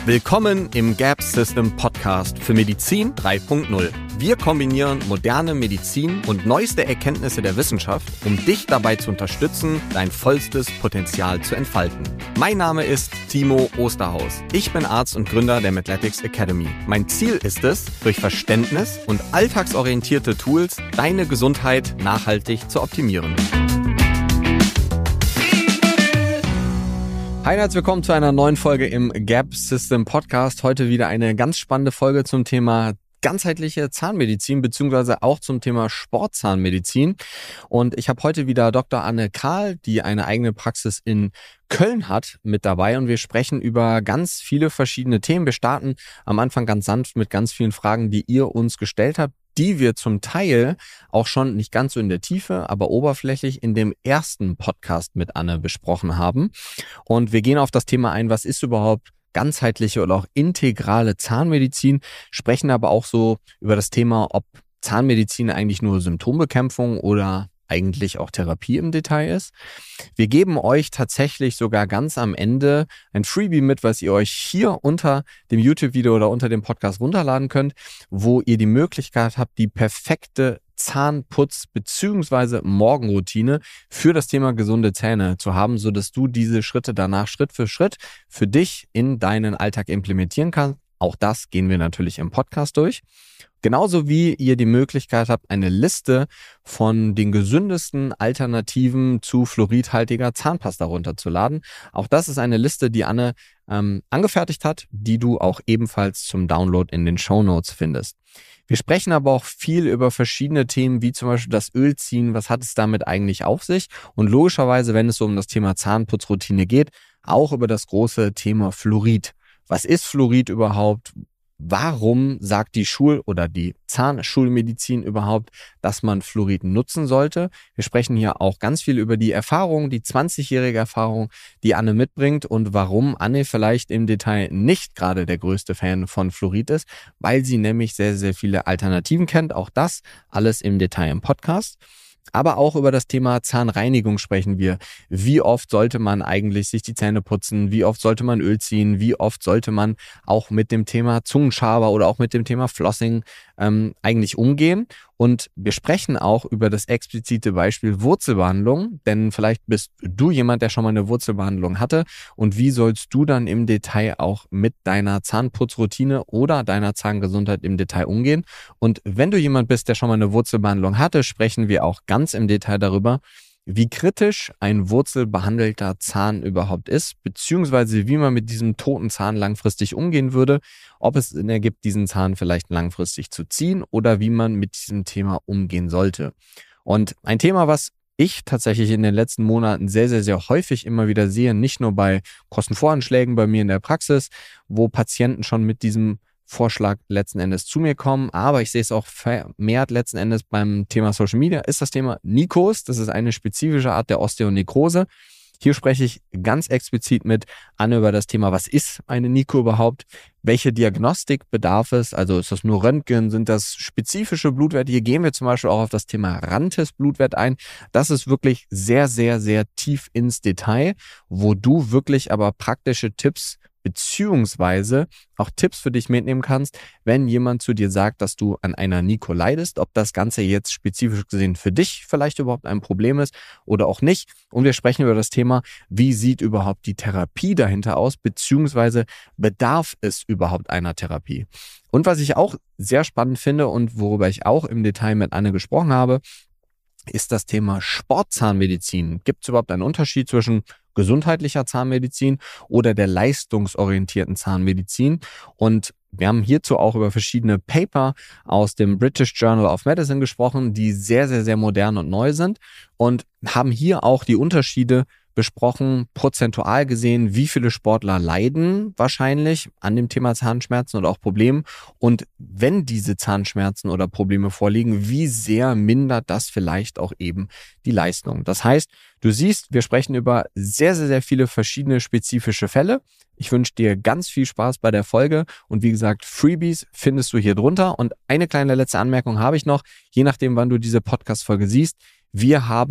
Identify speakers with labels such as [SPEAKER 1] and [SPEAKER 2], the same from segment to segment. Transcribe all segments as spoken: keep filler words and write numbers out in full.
[SPEAKER 1] Willkommen im Gap System Podcast für Medizin drei Punkt null. Wir kombinieren moderne Medizin und neueste Erkenntnisse der Wissenschaft, um dich dabei zu unterstützen, dein vollstes Potenzial zu entfalten. Mein Name ist Timo Osterhaus. Ich bin Arzt und Gründer der Medletics Academy. Mein Ziel ist es, durch Verständnis und alltagsorientierte Tools deine Gesundheit nachhaltig zu optimieren. Hi und herzlich willkommen zu einer neuen Folge im Gap System Podcast. Heute wieder eine ganz spannende Folge zum Thema ganzheitliche Zahnmedizin beziehungsweise auch zum Thema Sportzahnmedizin. Und ich habe heute wieder Doktor Anne Kahl, die eine eigene Praxis in Köln hat, mit dabei. Und wir sprechen über ganz viele verschiedene Themen. Wir starten am Anfang ganz sanft mit ganz vielen Fragen, die ihr uns gestellt habt, die wir zum Teil auch schon nicht ganz so in der Tiefe, aber oberflächlich in dem ersten Podcast mit Anne besprochen haben. Und wir gehen auf das Thema ein, was ist überhaupt ganzheitliche oder auch integrale Zahnmedizin, sprechen aber auch so über das Thema, ob Zahnmedizin eigentlich nur Symptombekämpfung oder eigentlich auch Therapie im Detail ist. Wir geben euch tatsächlich sogar ganz am Ende ein Freebie mit, was ihr euch hier unter dem YouTube-Video oder unter dem Podcast runterladen könnt, wo ihr die Möglichkeit habt, die perfekte Zahnputz- bzw. Morgenroutine für das Thema gesunde Zähne zu haben, sodass du diese Schritte danach Schritt für Schritt für dich in deinen Alltag implementieren kannst. Auch das gehen wir natürlich im Podcast durch. Genauso wie ihr die Möglichkeit habt, eine Liste von den gesündesten Alternativen zu fluoridhaltiger Zahnpasta runterzuladen. Auch das ist eine Liste, die Anne ähm, angefertigt hat, die du auch ebenfalls zum Download in den Shownotes findest. Wir sprechen aber auch viel über verschiedene Themen, wie zum Beispiel das Ölziehen. Was hat es damit eigentlich auf sich? Und logischerweise, wenn es so um das Thema Zahnputzroutine geht, auch über das große Thema Fluorid. Was ist Fluorid überhaupt? Warum sagt die Schul- oder die Zahnschulmedizin überhaupt, dass man Fluorid nutzen sollte? Wir sprechen hier auch ganz viel über die Erfahrung, die zwanzigjährige Erfahrung, die Anne mitbringt und warum Anne vielleicht im Detail nicht gerade der größte Fan von Fluorid ist, weil sie nämlich sehr, sehr viele Alternativen kennt. Auch das alles im Detail im Podcast. Aber auch über das Thema Zahnreinigung sprechen wir. Wie oft sollte man eigentlich sich die Zähne putzen? Wie oft sollte man Öl ziehen? Wie oft sollte man auch mit dem Thema Zungenschaber oder auch mit dem Thema Flossing ähm, eigentlich umgehen? Und wir sprechen auch über das explizite Beispiel Wurzelbehandlung, denn vielleicht bist du jemand, der schon mal eine Wurzelbehandlung hatte. Und wie sollst du dann im Detail auch mit deiner Zahnputzroutine oder deiner Zahngesundheit im Detail umgehen? Und wenn du jemand bist, der schon mal eine Wurzelbehandlung hatte, sprechen wir auch ganz im Detail darüber, wie kritisch ein wurzelbehandelter Zahn überhaupt ist, beziehungsweise wie man mit diesem toten Zahn langfristig umgehen würde, ob es Sinn ergibt, diesen Zahn vielleicht langfristig zu ziehen oder wie man mit diesem Thema umgehen sollte. Und ein Thema, was ich tatsächlich in den letzten Monaten sehr, sehr, sehr häufig immer wieder sehe, nicht nur bei Kostenvoranschlägen bei mir in der Praxis, wo Patienten schon mit diesem Vorschlag letzten Endes zu mir kommen, aber ich sehe es auch vermehrt letzten Endes beim Thema Social Media, ist das Thema Nikos. Das ist eine spezifische Art der Osteonekrose. Hier spreche ich ganz explizit mit Anne über das Thema, was ist eine Niko überhaupt? Welche Diagnostik bedarf es? Also ist das nur Röntgen? Sind das spezifische Blutwerte? Hier gehen wir zum Beispiel auch auf das Thema Rantes-Blutwert ein. Das ist wirklich sehr, sehr, sehr tief ins Detail, wo du wirklich aber praktische Tipps beziehungsweise auch Tipps für dich mitnehmen kannst, wenn jemand zu dir sagt, dass du an einer Niko leidest, ob das Ganze jetzt spezifisch gesehen für dich vielleicht überhaupt ein Problem ist oder auch nicht. Und wir sprechen über das Thema, wie sieht überhaupt die Therapie dahinter aus, beziehungsweise bedarf es überhaupt einer Therapie. Und was ich auch sehr spannend finde und worüber ich auch im Detail mit Anne gesprochen habe, ist das Thema Sportzahnmedizin. Gibt es überhaupt einen Unterschied zwischen gesundheitlicher Zahnmedizin oder der leistungsorientierten Zahnmedizin? Und wir haben hierzu auch über verschiedene Paper aus dem British Journal of Medicine gesprochen, die sehr, sehr, sehr modern und neu sind und haben hier auch die Unterschiede besprochen, prozentual gesehen, wie viele Sportler leiden wahrscheinlich an dem Thema Zahnschmerzen oder auch Problemen und wenn diese Zahnschmerzen oder Probleme vorliegen, wie sehr mindert das vielleicht auch eben die Leistung. Das heißt, du siehst, wir sprechen über sehr, sehr, sehr viele verschiedene spezifische Fälle. Ich wünsche dir ganz viel Spaß bei der Folge und wie gesagt, Freebies findest du hier drunter und eine kleine letzte Anmerkung habe ich noch, je nachdem, wann du diese Podcast-Folge siehst. Wir haben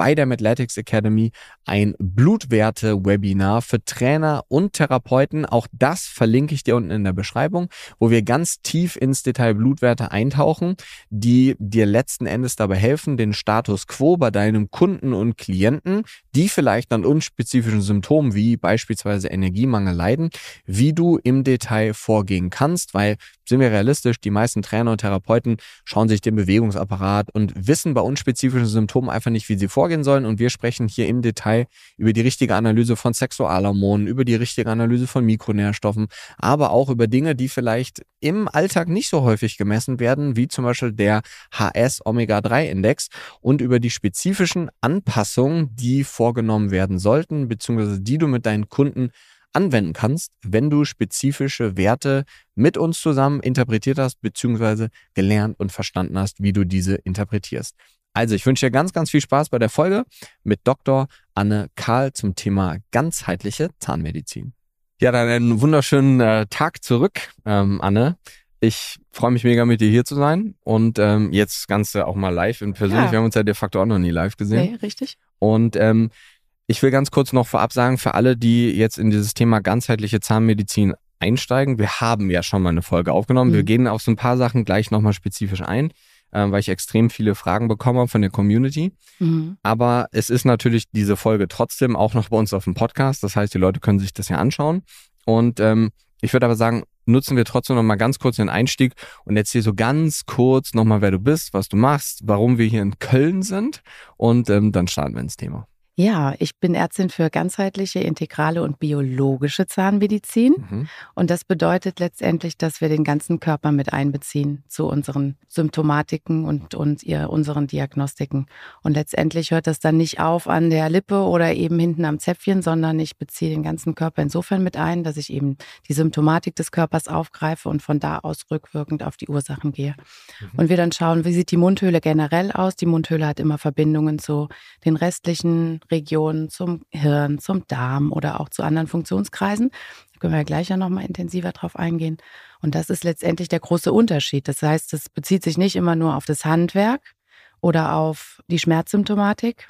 [SPEAKER 1] bei der Medletics Academy ein Blutwerte-Webinar für Trainer und Therapeuten. Auch das verlinke ich dir unten in der Beschreibung, wo wir ganz tief ins Detail Blutwerte eintauchen, die dir letzten Endes dabei helfen, den Status quo bei deinem Kunden und Klienten, die vielleicht an unspezifischen Symptomen wie beispielsweise Energiemangel leiden, wie du im Detail vorgehen kannst, weil, sind wir realistisch, die meisten Trainer und Therapeuten schauen sich den Bewegungsapparat und wissen bei unspezifischen Symptomen einfach nicht, wie sie vorgehen sollen, und wir sprechen hier im Detail über die richtige Analyse von Sexualhormonen, über die richtige Analyse von Mikronährstoffen, aber auch über Dinge, die vielleicht im Alltag nicht so häufig gemessen werden, wie zum Beispiel der H S Omega drei Index, und über die spezifischen Anpassungen, die vorgenommen werden sollten, beziehungsweise die du mit deinen Kunden anwenden kannst, wenn du spezifische Werte mit uns zusammen interpretiert hast, beziehungsweise gelernt und verstanden hast, wie du diese interpretierst. Also ich wünsche dir ganz, ganz viel Spaß bei der Folge mit Doktor Anne Kahl zum Thema ganzheitliche Zahnmedizin. Ja, dann einen wunderschönen äh, Tag zurück, ähm, Anne. Ich freue mich mega, mit dir hier zu sein und ähm, jetzt das Ganze auch mal live und persönlich. Ja. Wir haben uns ja de facto auch noch nie live gesehen.
[SPEAKER 2] Nee, richtig.
[SPEAKER 1] Und ähm, ich will ganz kurz noch vorab sagen, für alle, die jetzt in dieses Thema ganzheitliche Zahnmedizin einsteigen, wir haben ja schon mal eine Folge aufgenommen. Mhm. Wir gehen auf so ein paar Sachen gleich nochmal spezifisch ein, äh, weil ich extrem viele Fragen bekomme von der Community. Mhm. Aber es ist natürlich diese Folge trotzdem auch noch bei uns auf dem Podcast. Das heißt, die Leute können sich das ja anschauen. Und ähm, ich würde aber sagen, nutzen wir trotzdem noch mal ganz kurz den Einstieg und erzähl so ganz kurz nochmal, wer du bist, was du machst, warum wir hier in Köln sind, und ähm, dann starten wir ins Thema.
[SPEAKER 2] Ja, ich bin Ärztin für ganzheitliche, integrale und biologische Zahnmedizin. Mhm. Und das bedeutet letztendlich, dass wir den ganzen Körper mit einbeziehen zu unseren Symptomatiken und, und ihr, unseren Diagnostiken. Und letztendlich hört das dann nicht auf an der Lippe oder eben hinten am Zäpfchen, sondern ich beziehe den ganzen Körper insofern mit ein, dass ich eben die Symptomatik des Körpers aufgreife und von da aus rückwirkend auf die Ursachen gehe. Mhm. Und wir dann schauen, wie sieht die Mundhöhle generell aus. Die Mundhöhle hat immer Verbindungen zu den restlichen Regionen, zum Hirn, zum Darm oder auch zu anderen Funktionskreisen. Da können wir ja gleich ja nochmal intensiver drauf eingehen. Und das ist letztendlich der große Unterschied. Das heißt, es bezieht sich nicht immer nur auf das Handwerk oder auf die Schmerzsymptomatik,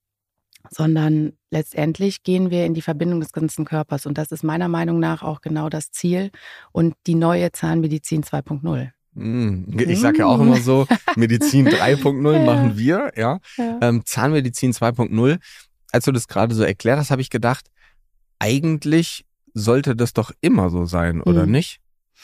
[SPEAKER 2] sondern letztendlich gehen wir in die Verbindung des ganzen Körpers. Und das ist meiner Meinung nach auch genau das Ziel und die neue Zahnmedizin zwei Punkt null.
[SPEAKER 1] Ich sage ja auch immer so, Medizin drei Punkt null machen wir, ja. ja. Ähm, Zahnmedizin zwei Punkt null. Als du das gerade so erklärt hast, habe ich gedacht, eigentlich sollte das doch immer so sein, oder mhm. nicht?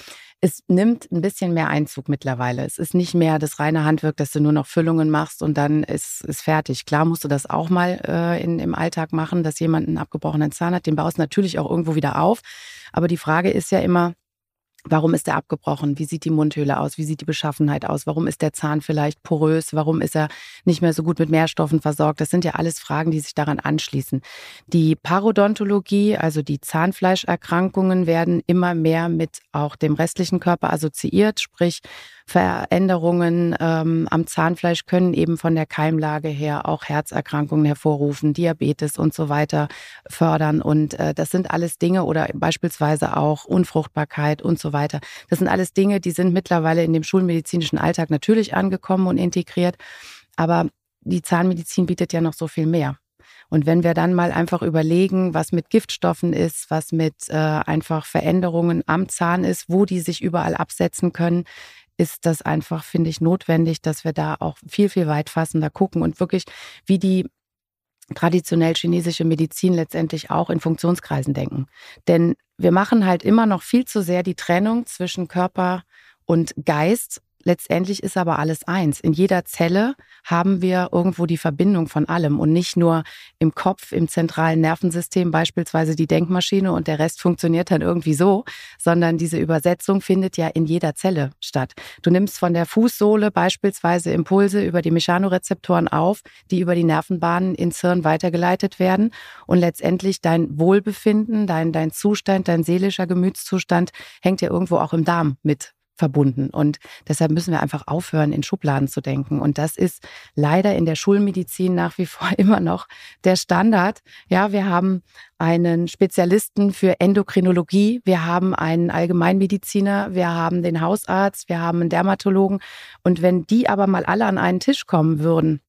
[SPEAKER 2] Es nimmt ein bisschen mehr Einzug mittlerweile. Es ist nicht mehr das reine Handwerk, dass du nur noch Füllungen machst und dann ist es fertig. Klar musst du das auch mal äh, in, im Alltag machen, dass jemand einen abgebrochenen Zahn hat. Den baust du natürlich auch irgendwo wieder auf. Aber die Frage ist ja immer, warum ist er abgebrochen? Wie sieht die Mundhöhle aus? Wie sieht die Beschaffenheit aus? Warum ist der Zahn vielleicht porös? Warum ist er nicht mehr so gut mit Nährstoffen versorgt? Das sind ja alles Fragen, die sich daran anschließen. Die Parodontologie, also die Zahnfleischerkrankungen, werden immer mehr mit auch dem restlichen Körper assoziiert, sprich Veränderungen ähm, am Zahnfleisch können eben von der Keimlage her auch Herzerkrankungen hervorrufen, Diabetes und so weiter fördern. Und äh, das sind alles Dinge, oder beispielsweise auch Unfruchtbarkeit und so weiter. Das sind alles Dinge, die sind mittlerweile in dem schulmedizinischen Alltag natürlich angekommen und integriert. Aber die Zahnmedizin bietet ja noch so viel mehr. Und wenn wir dann mal einfach überlegen, was mit Giftstoffen ist, was mit äh, einfach Veränderungen am Zahn ist, wo die sich überall absetzen können, ist das einfach, finde ich, notwendig, dass wir da auch viel, viel weitfassender gucken und wirklich, wie die traditionell chinesische Medizin letztendlich auch in Funktionskreisen denken. Denn wir machen halt immer noch viel zu sehr die Trennung zwischen Körper und Geist. Letztendlich ist aber alles eins. In jeder Zelle haben wir irgendwo die Verbindung von allem und nicht nur im Kopf, im zentralen Nervensystem, beispielsweise die Denkmaschine und der Rest funktioniert dann irgendwie so, sondern diese Übersetzung findet ja in jeder Zelle statt. Du nimmst von der Fußsohle beispielsweise Impulse über die Mechanorezeptoren auf, die über die Nervenbahnen ins Hirn weitergeleitet werden und letztendlich dein Wohlbefinden, dein, dein Zustand, dein seelischer Gemütszustand hängt ja irgendwo auch im Darm mit verbunden. Und deshalb müssen wir einfach aufhören, in Schubladen zu denken. Und das ist leider in der Schulmedizin nach wie vor immer noch der Standard. Ja, wir haben einen Spezialisten für Endokrinologie, wir haben einen Allgemeinmediziner, wir haben den Hausarzt, wir haben einen Dermatologen. Und wenn die aber mal alle an einen Tisch kommen würden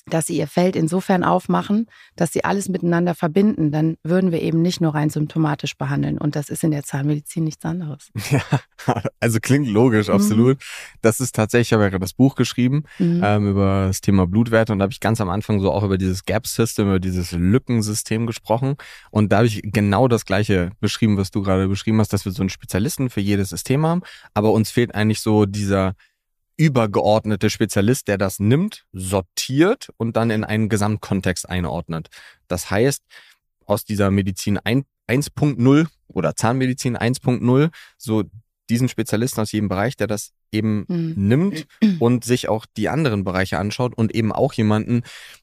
[SPEAKER 2] dass sie ihr Feld insofern aufmachen, dass sie alles miteinander verbinden, dann würden wir eben nicht nur rein symptomatisch behandeln. Und das ist in der Zahnmedizin nichts anderes.
[SPEAKER 1] Ja, also klingt logisch, absolut. Mhm. Das ist tatsächlich, ich habe ja gerade das Buch geschrieben mhm. ähm, über das Thema Blutwerte und da habe ich ganz am Anfang so auch über dieses Gap-System, über dieses Lückensystem gesprochen. Und da habe ich genau das Gleiche beschrieben, was du gerade beschrieben hast, dass wir so einen Spezialisten für jedes System haben, aber uns fehlt eigentlich so dieser übergeordnete Spezialist, der das nimmt, sortiert und dann in einen Gesamtkontext einordnet. Das heißt, aus dieser Medizin eins Punkt null oder Zahnmedizin eins Punkt null, so diesen Spezialisten aus jedem Bereich, der das eben mhm. nimmt und sich auch die anderen Bereiche anschaut und eben auch jemanden,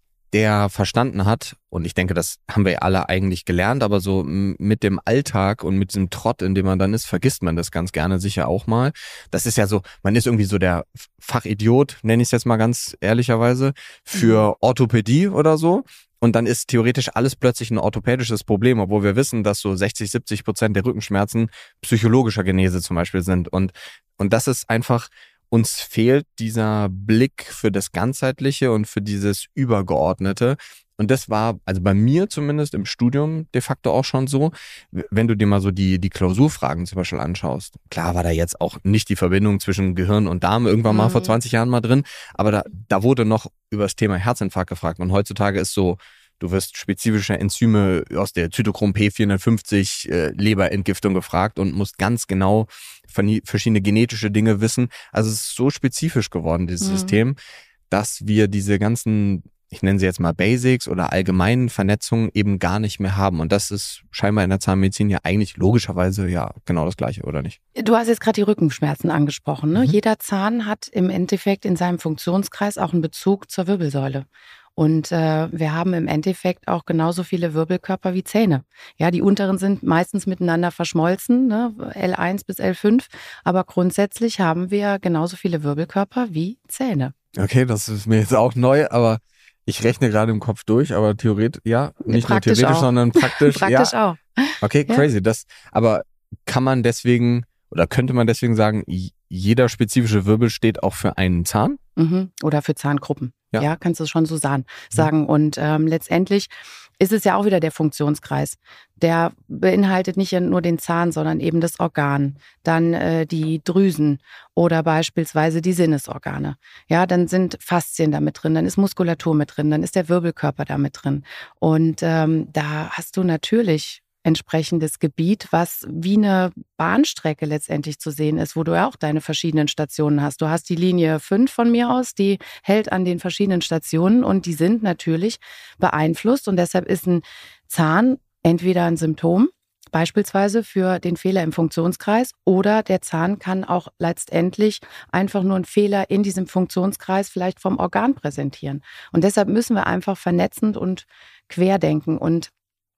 [SPEAKER 1] der verstanden hat, und ich denke, das haben wir alle eigentlich gelernt, aber so mit dem Alltag und mit diesem Trott, in dem man dann ist, vergisst man das ganz gerne sicher auch mal. Das ist ja so, man ist irgendwie so der Fachidiot, nenne ich es jetzt mal ganz ehrlicherweise, für Orthopädie oder so. Und dann ist theoretisch alles plötzlich ein orthopädisches Problem, obwohl wir wissen, dass so sechzig, siebzig Prozent der Rückenschmerzen psychologischer Genese zum Beispiel sind. Und, und das ist einfach, uns fehlt dieser Blick für das Ganzheitliche und für dieses Übergeordnete. Und das war, also bei mir zumindest im Studium de facto auch schon so, wenn du dir mal so die, die Klausurfragen zum Beispiel anschaust. Klar war da jetzt auch nicht die Verbindung zwischen Gehirn und Darm irgendwann mal mhm. vor zwanzig Jahren mal drin, aber da, da wurde noch über das Thema Herzinfarkt gefragt. Und heutzutage ist so, du wirst spezifische Enzyme aus der Zytochrom P vierhundertfünfzig äh, Leberentgiftung gefragt und musst ganz genau verschiedene genetische Dinge wissen. Also es ist so spezifisch geworden, dieses mhm. System, dass wir diese ganzen, ich nenne sie jetzt mal Basics oder allgemeinen Vernetzungen eben gar nicht mehr haben. Und das ist scheinbar in der Zahnmedizin ja eigentlich logischerweise ja genau das Gleiche, oder nicht?
[SPEAKER 2] Du hast jetzt gerade die Rückenschmerzen angesprochen. Ne? Mhm. Jeder Zahn hat im Endeffekt in seinem Funktionskreis auch einen Bezug zur Wirbelsäule. Und äh, wir haben im Endeffekt auch genauso viele Wirbelkörper wie Zähne. Ja, die unteren sind meistens miteinander verschmolzen, ne? L eins bis L fünf. Aber grundsätzlich haben wir genauso viele Wirbelkörper wie Zähne.
[SPEAKER 1] Okay, das ist mir jetzt auch neu, aber ich rechne gerade im Kopf durch, aber theoretisch, ja, nicht
[SPEAKER 2] praktisch
[SPEAKER 1] nur theoretisch,
[SPEAKER 2] auch.
[SPEAKER 1] sondern praktisch.
[SPEAKER 2] praktisch
[SPEAKER 1] ja.
[SPEAKER 2] auch.
[SPEAKER 1] Okay, crazy. Ja. Das, aber kann man deswegen oder könnte man deswegen sagen, jeder spezifische Wirbel steht auch für einen Zahn?
[SPEAKER 2] Mhm. Oder für Zahngruppen. Ja, ja kannst du schon so sagen.
[SPEAKER 1] Mhm.
[SPEAKER 2] Und ähm, letztendlich ist es ja auch wieder der Funktionskreis. Der beinhaltet nicht nur den Zahn, sondern eben das Organ, dann äh, die Drüsen oder beispielsweise die Sinnesorgane. Ja, dann sind Faszien da mit drin, dann ist Muskulatur mit drin, dann ist der Wirbelkörper da mit drin. Und ähm, da hast du natürlich entsprechendes Gebiet, was wie eine Bahnstrecke letztendlich zu sehen ist, wo du ja auch deine verschiedenen Stationen hast. Du hast die Linie fünf von mir aus, die hält an den verschiedenen Stationen und die sind natürlich beeinflusst und deshalb ist ein Zahn entweder ein Symptom, beispielsweise für den Fehler im Funktionskreis, oder der Zahn kann auch letztendlich einfach nur einen Fehler in diesem Funktionskreis vielleicht vom Organ präsentieren. Und deshalb müssen wir einfach vernetzend und querdenken. Und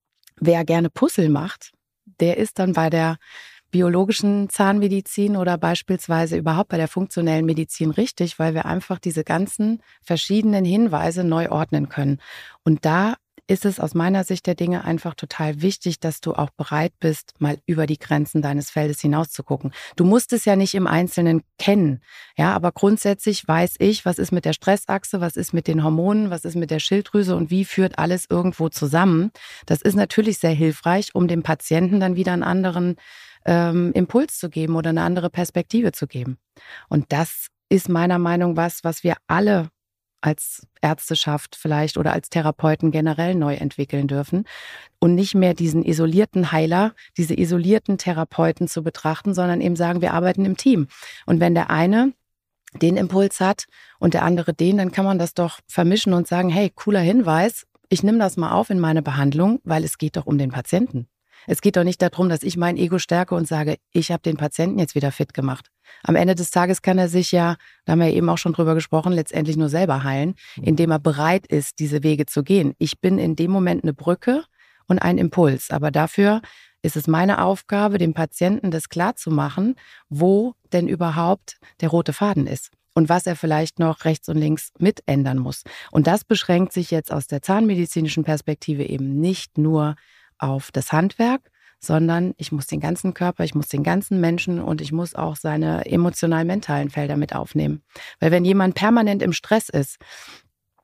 [SPEAKER 2] wer gerne Puzzle macht, der ist dann bei der biologischen Zahnmedizin oder beispielsweise überhaupt bei der funktionellen Medizin richtig, weil wir einfach diese ganzen verschiedenen Hinweise neu ordnen können. Und da ist es aus meiner Sicht der Dinge einfach total wichtig, dass du auch bereit bist, mal über die Grenzen deines Feldes hinaus zu gucken. Du musst es ja nicht im Einzelnen kennen, ja, aber grundsätzlich weiß ich, was ist mit der Stressachse, was ist mit den Hormonen, was ist mit der Schilddrüse und wie führt alles irgendwo zusammen. Das ist natürlich sehr hilfreich, um dem Patienten dann wieder einen anderen ähm, Impuls zu geben oder eine andere Perspektive zu geben. Und das ist meiner Meinung nach was, was wir alle als Ärzteschaft vielleicht oder als Therapeuten generell neu entwickeln dürfen und nicht mehr diesen isolierten Heiler, diese isolierten Therapeuten zu betrachten, sondern eben sagen, wir arbeiten im Team. Und wenn der eine den Impuls hat und der andere den, dann kann man das doch vermischen und sagen, hey, cooler Hinweis, ich nehme das mal auf in meine Behandlung, weil es geht doch um den Patienten. Es geht doch nicht darum, dass ich mein Ego stärke und sage, ich habe den Patienten jetzt wieder fit gemacht. Am Ende des Tages kann er sich ja, da haben wir eben auch schon drüber gesprochen, letztendlich nur selber heilen, indem er bereit ist, diese Wege zu gehen. Ich bin in dem Moment eine Brücke und ein Impuls. Aber dafür ist es meine Aufgabe, dem Patienten das klarzumachen, wo denn überhaupt der rote Faden ist und was er vielleicht noch rechts und links mit ändern muss. Und das beschränkt sich jetzt aus der zahnmedizinischen Perspektive eben nicht nur auf das Handwerk, sondern ich muss den ganzen Körper, ich muss den ganzen Menschen und ich muss auch seine emotional-mentalen Felder mit aufnehmen. Weil wenn jemand permanent im Stress ist,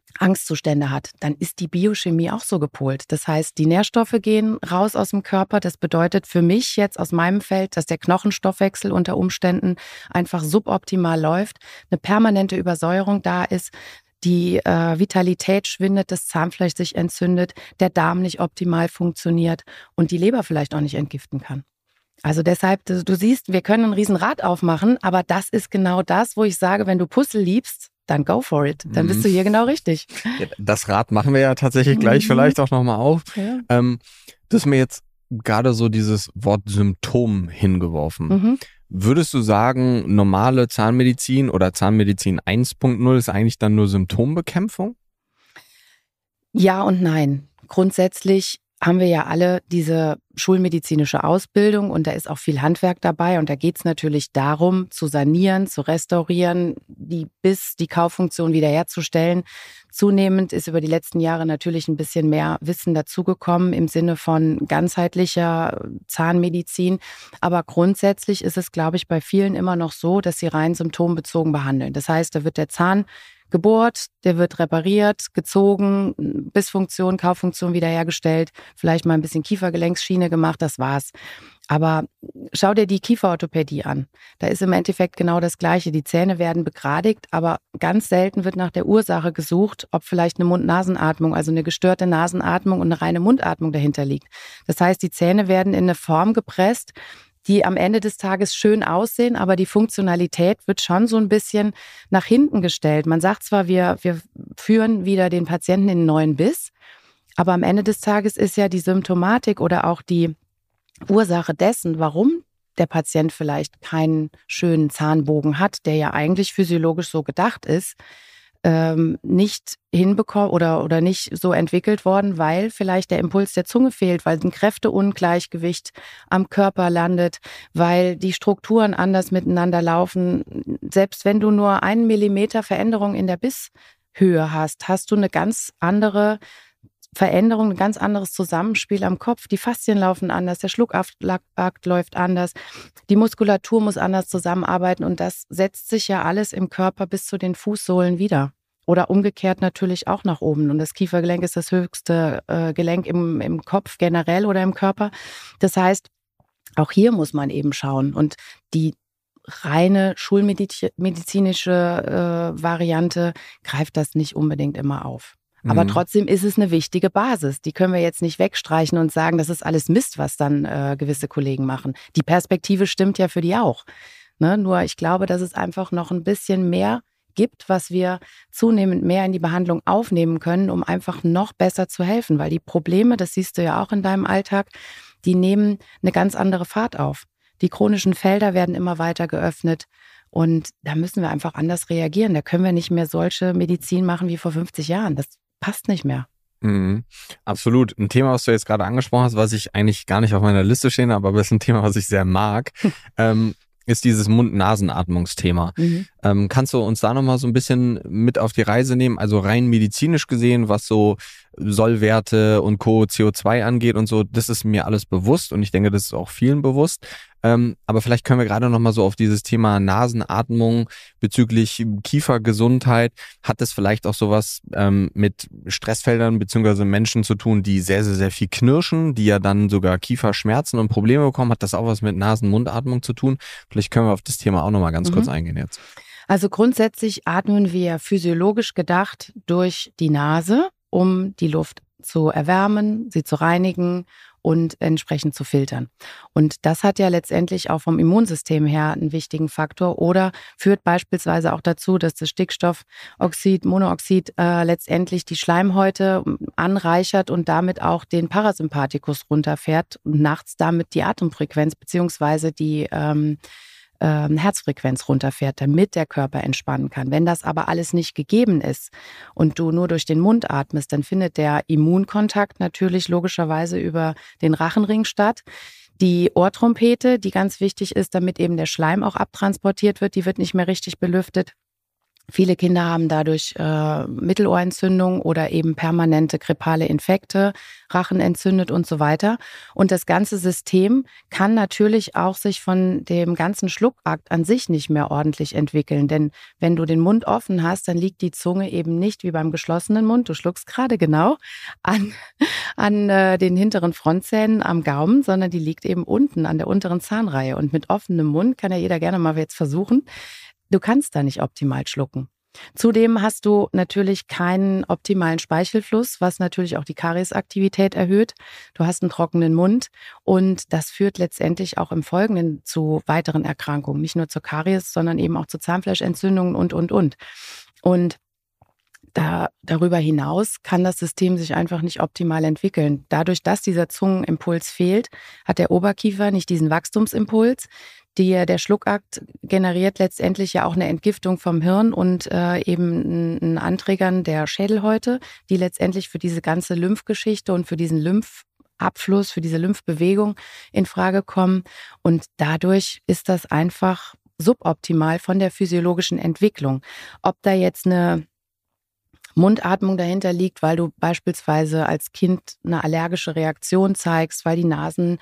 [SPEAKER 2] Angstzustände hat, dann ist die Biochemie auch so gepolt. Das heißt, die Nährstoffe gehen raus aus dem Körper. Das bedeutet für mich jetzt aus meinem Feld, dass der Knochenstoffwechsel unter Umständen einfach suboptimal läuft, eine permanente Übersäuerung da ist, die äh, Vitalität schwindet, das Zahnfleisch sich entzündet, der Darm nicht optimal funktioniert und die Leber vielleicht auch nicht entgiften kann. Also deshalb, du, du siehst, wir können ein Riesenrad aufmachen, aber das ist genau das, wo ich sage, wenn du Puzzle liebst, dann go for it. Dann bist du hier genau richtig.
[SPEAKER 1] Ja, das Rad machen wir ja tatsächlich gleich mhm. vielleicht auch nochmal auf. Ja. Ähm, du hast mir jetzt gerade so dieses Wort Symptom hingeworfen. Mhm. Würdest du sagen, normale Zahnmedizin oder Zahnmedizin eins Punkt null ist eigentlich dann nur Symptombekämpfung?
[SPEAKER 2] Ja und nein. Grundsätzlich haben wir ja alle diese schulmedizinische Ausbildung und da ist auch viel Handwerk dabei und da geht es natürlich darum, zu sanieren, zu restaurieren, die Biss, die Kauffunktion wiederherzustellen. Zunehmend ist über die letzten Jahre natürlich ein bisschen mehr Wissen dazugekommen im Sinne von ganzheitlicher Zahnmedizin. Aber grundsätzlich ist es, glaube ich, bei vielen immer noch so, dass sie rein symptombezogen behandeln. Das heißt, da wird der Zahn gebohrt, der wird repariert, gezogen, Bissfunktion, Kauffunktion wiederhergestellt, vielleicht mal ein bisschen Kiefergelenksschiene gemacht, das war's. Aber schau dir die Kieferorthopädie an. Da ist im Endeffekt genau das Gleiche. Die Zähne werden begradigt, aber ganz selten wird nach der Ursache gesucht, ob vielleicht eine Mund-Nasen-Atmung, also eine gestörte Nasenatmung und eine reine Mundatmung dahinter liegt. Das heißt, die Zähne werden in eine Form gepresst, die am Ende des Tages schön aussehen, aber die Funktionalität wird schon so ein bisschen nach hinten gestellt. Man sagt zwar, wir, wir führen wieder den Patienten in einen neuen Biss, aber am Ende des Tages ist ja die Symptomatik oder auch die Ursache dessen, warum der Patient vielleicht keinen schönen Zahnbogen hat, der ja eigentlich physiologisch so gedacht ist, ähm, nicht hinbekommen oder, oder nicht so entwickelt worden, weil vielleicht der Impuls der Zunge fehlt, weil ein Kräfteungleichgewicht am Körper landet, weil die Strukturen anders miteinander laufen. Selbst wenn du nur einen Millimeter Veränderung in der Bisshöhe hast, hast du eine ganz andere Veränderung, ein ganz anderes Zusammenspiel am Kopf. Die Faszien laufen anders, der Schluckakt läuft anders, die Muskulatur muss anders zusammenarbeiten und das setzt sich ja alles im Körper bis zu den Fußsohlen wieder. Oder umgekehrt natürlich auch nach oben. Und das Kiefergelenk ist das höchste äh, Gelenk im, im Kopf generell oder im Körper. Das heißt, auch hier muss man eben schauen. Und die reine schulmedizinische äh, Variante greift das nicht unbedingt immer auf. Aber mhm. trotzdem ist es eine wichtige Basis. Die können wir jetzt nicht wegstreichen und sagen, das ist alles Mist, was dann äh, gewisse Kollegen machen. Die Perspektive stimmt ja für die auch. Ne? Nur ich glaube, dass es einfach noch ein bisschen mehr gibt, was wir zunehmend mehr in die Behandlung aufnehmen können, um einfach noch besser zu helfen. Weil die Probleme, das siehst du ja auch in deinem Alltag, die nehmen eine ganz andere Fahrt auf. Die chronischen Felder werden immer weiter geöffnet. Und da müssen wir einfach anders reagieren. Da können wir nicht mehr solche Medizin machen wie vor fünfzig Jahren. Das passt nicht mehr.
[SPEAKER 1] Mhm, absolut. Ein Thema, was du jetzt gerade angesprochen hast, was ich eigentlich gar nicht auf meiner Liste stehe, aber das ist ein Thema, was ich sehr mag, ähm, ist dieses Mund-Nasen-Atmungsthema. Mhm. Ähm, kannst du uns da nochmal so ein bisschen mit auf die Reise nehmen? Also rein medizinisch gesehen, was so Sollwerte und Co., C O zwei angeht und so, das ist mir alles bewusst und ich denke, das ist auch vielen bewusst. Ähm, aber vielleicht können wir gerade nochmal so auf dieses Thema Nasenatmung bezüglich Kiefergesundheit, hat das vielleicht auch sowas ähm, mit Stressfeldern beziehungsweise Menschen zu tun, die sehr, sehr, sehr viel knirschen, die ja dann sogar Kieferschmerzen und Probleme bekommen? Hat das auch was mit Nasen-Mundatmung zu tun? Vielleicht können wir auf das Thema auch nochmal ganz mhm. kurz eingehen jetzt.
[SPEAKER 2] Also grundsätzlich atmen wir physiologisch gedacht durch die Nase, um die Luft zu erwärmen, sie zu reinigen und entsprechend zu filtern. Und das hat ja letztendlich auch vom Immunsystem her einen wichtigen Faktor oder führt beispielsweise auch dazu, dass das Stickstoffoxid, Monoxid äh, letztendlich die Schleimhäute anreichert und damit auch den Parasympathikus runterfährt und nachts damit die Atemfrequenz beziehungsweise die ähm, ähm, Herzfrequenz runterfährt, damit der Körper entspannen kann. Wenn das aber alles nicht gegeben ist und du nur durch den Mund atmest, dann findet der Immunkontakt natürlich logischerweise über den Rachenring statt. Die Ohrtrompete, die ganz wichtig ist, damit eben der Schleim auch abtransportiert wird, die wird nicht mehr richtig belüftet. Viele Kinder haben dadurch äh, Mittelohrentzündung oder eben permanente grippale Infekte, Rachen entzündet und so weiter. Und das ganze System kann natürlich auch sich von dem ganzen Schluckakt an sich nicht mehr ordentlich entwickeln. Denn wenn du den Mund offen hast, dann liegt die Zunge eben nicht wie beim geschlossenen Mund, du schluckst gerade genau, an, an äh, den hinteren Frontzähnen am Gaumen, sondern die liegt eben unten an der unteren Zahnreihe. Und mit offenem Mund kann ja jeder gerne mal jetzt versuchen. Du kannst da nicht optimal schlucken. Zudem hast du natürlich keinen optimalen Speichelfluss, was natürlich auch die Kariesaktivität erhöht. Du hast einen trockenen Mund und das führt letztendlich auch im Folgenden zu weiteren Erkrankungen. Nicht nur zur Karies, sondern eben auch zu Zahnfleischentzündungen und, und, und. Und Da, darüber hinaus kann das System sich einfach nicht optimal entwickeln. Dadurch, dass dieser Zungenimpuls fehlt, hat der Oberkiefer nicht diesen Wachstumsimpuls. Die, der Schluckakt generiert letztendlich ja auch eine Entgiftung vom Hirn und äh, eben ein Anträgern der Schädelhäute, die letztendlich für diese ganze Lymphgeschichte und für diesen Lymphabfluss, für diese Lymphbewegung in Frage kommen. Und dadurch ist das einfach suboptimal von der physiologischen Entwicklung. Ob da jetzt eine Mundatmung dahinter liegt, weil du beispielsweise als Kind eine allergische Reaktion zeigst, weil die Nasenwege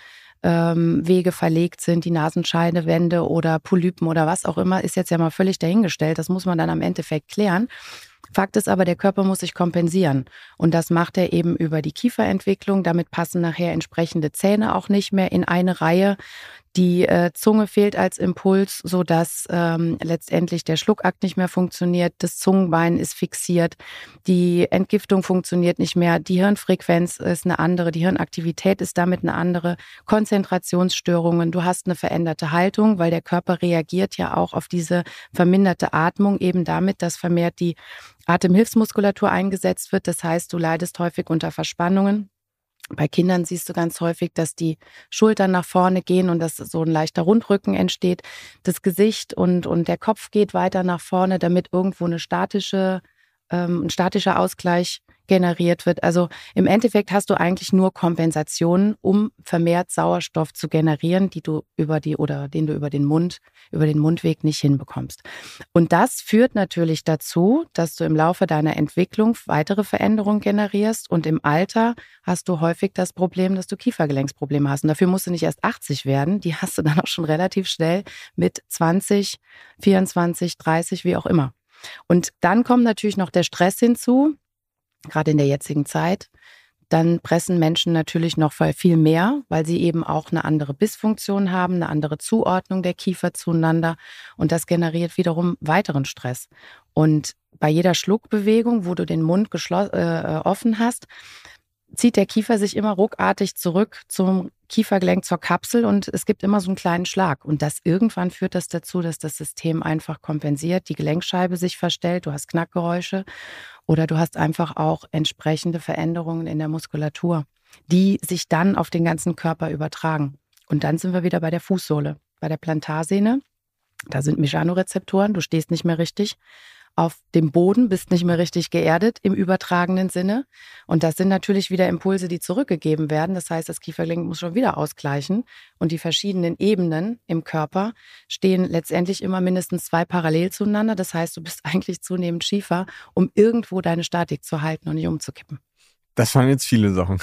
[SPEAKER 2] ähm, verlegt sind, die Nasenscheidewände oder Polypen oder was auch immer, ist jetzt ja mal völlig dahingestellt. Das muss man dann am Endeffekt klären. Fakt ist aber, der Körper muss sich kompensieren. Und das macht er eben über die Kieferentwicklung. Damit passen nachher entsprechende Zähne auch nicht mehr in eine Reihe. Die äh, Zunge fehlt als Impuls, sodass ähm, letztendlich der Schluckakt nicht mehr funktioniert. Das Zungenbein ist fixiert. Die Entgiftung funktioniert nicht mehr. Die Hirnfrequenz ist eine andere. Die Hirnaktivität ist damit eine andere. Konzentrationsstörungen. Du hast eine veränderte Haltung, weil der Körper reagiert ja auch auf diese verminderte Atmung eben damit, dass vermehrt die Atemhilfsmuskulatur eingesetzt wird. Das heißt, du leidest häufig unter Verspannungen. Bei Kindern siehst du ganz häufig, dass die Schultern nach vorne gehen und dass so ein leichter Rundrücken entsteht. Das Gesicht und, und der Kopf geht weiter nach vorne, damit irgendwo eine statische, ähm, ein statischer Ausgleich generiert wird. Also im Endeffekt hast du eigentlich nur Kompensationen, um vermehrt Sauerstoff zu generieren, die du über die oder den du über den Mund, über den Mundweg nicht hinbekommst. Und das führt natürlich dazu, dass du im Laufe deiner Entwicklung weitere Veränderungen generierst und im Alter hast du häufig das Problem, dass du Kiefergelenksprobleme hast. Und dafür musst du nicht erst achtzig werden, die hast du dann auch schon relativ schnell mit zwanzig, vierundzwanzig, dreißig, wie auch immer. Und dann kommt natürlich noch der Stress hinzu, gerade in der jetzigen Zeit. Dann pressen Menschen natürlich noch viel mehr, weil sie eben auch eine andere Bissfunktion haben, eine andere Zuordnung der Kiefer zueinander. Und das generiert wiederum weiteren Stress. Und bei jeder Schluckbewegung, wo du den Mund geschlossen, äh, offen hast, zieht der Kiefer sich immer ruckartig zurück zum Kiefergelenk, zur Kapsel und es gibt immer so einen kleinen Schlag. Und das irgendwann führt das dazu, dass das System einfach kompensiert, die Gelenkscheibe sich verstellt, du hast Knackgeräusche oder du hast einfach auch entsprechende Veränderungen in der Muskulatur, die sich dann auf den ganzen Körper übertragen. Und dann sind wir wieder bei der Fußsohle, bei der Plantarsehne. Da sind Mechanorezeptoren, du stehst nicht mehr richtig auf dem Boden, bist nicht mehr richtig geerdet im übertragenen Sinne. Und das sind natürlich wieder Impulse, die zurückgegeben werden. Das heißt, das Kiefergelenk muss schon wieder ausgleichen. Und die verschiedenen Ebenen im Körper stehen letztendlich immer mindestens zwei parallel zueinander. Das heißt, du bist eigentlich zunehmend schiefer, um irgendwo deine Statik zu halten und nicht umzukippen.
[SPEAKER 1] Das waren jetzt viele Sachen.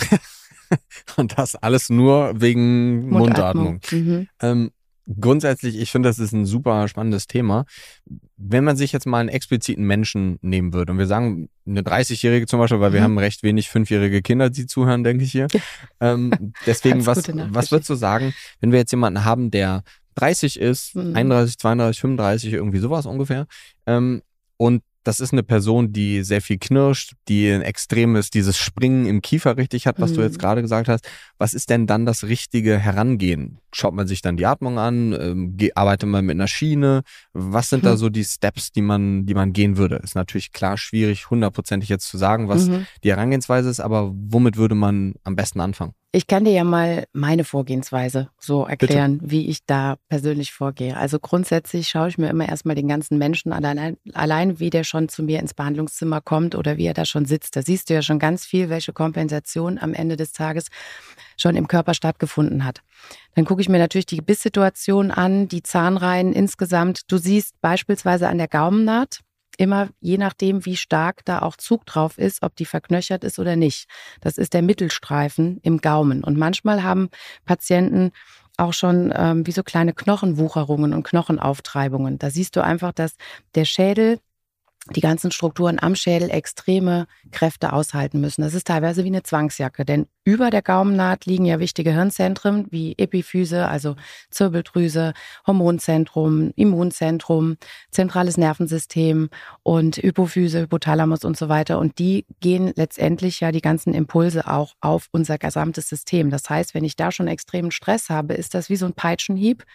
[SPEAKER 1] Und das alles nur wegen Mundatmung.
[SPEAKER 2] Mundatmung. Mhm.
[SPEAKER 1] Ähm, Grundsätzlich, ich finde, das ist ein super spannendes Thema. Wenn man sich jetzt mal einen expliziten Menschen nehmen würde und wir sagen eine dreißigjährige zum Beispiel, weil mhm. wir haben recht wenig fünfjährige Kinder, die zuhören, denke ich hier. ähm, deswegen, was, was würdest du sagen, wenn wir jetzt jemanden haben, der dreißig ist, mhm. einunddreißig, zweiunddreißig, fünfunddreißig, irgendwie sowas ungefähr, ähm, und das ist eine Person, die sehr viel knirscht, die ein extremes, dieses Springen im Kiefer richtig hat, was mhm. du jetzt gerade gesagt hast. Was ist denn dann das richtige Herangehen? Schaut man sich dann die Atmung an? Ähm, arbeitet man mit einer Schiene? Was sind mhm. da so die Steps, die man, die man gehen würde? Ist natürlich klar schwierig, hundertprozentig jetzt zu sagen, was mhm. die Herangehensweise ist, aber womit würde man am besten anfangen?
[SPEAKER 2] Ich kann dir ja mal meine Vorgehensweise so erklären, Bitte. Wie ich da persönlich vorgehe. Also grundsätzlich schaue ich mir immer erstmal den ganzen Menschen allein, allein, wie der schon zu mir ins Behandlungszimmer kommt oder wie er da schon sitzt. Da siehst du ja schon ganz viel, welche Kompensation am Ende des Tages schon im Körper stattgefunden hat. Dann gucke ich mir natürlich die Gebisssituation an, die Zahnreihen insgesamt. Du siehst beispielsweise an der Gaumennaht, immer je nachdem, wie stark da auch Zug drauf ist, ob die verknöchert ist oder nicht. Das ist der Mittelstreifen im Gaumen. Und manchmal haben Patienten auch schon ähm, wie so kleine Knochenwucherungen und Knochenauftreibungen. Da siehst du einfach, dass der Schädel, die ganzen Strukturen am Schädel extreme Kräfte aushalten müssen. Das ist teilweise wie eine Zwangsjacke, denn über der Gaumennaht liegen ja wichtige Hirnzentren wie Epiphyse, also Zirbeldrüse, Hormonzentrum, Immunzentrum, zentrales Nervensystem und Hypophyse, Hypothalamus und so weiter. Und die gehen letztendlich ja die ganzen Impulse auch auf unser gesamtes System. Das heißt, wenn ich da schon extremen Stress habe, ist das wie so ein Peitschenhieb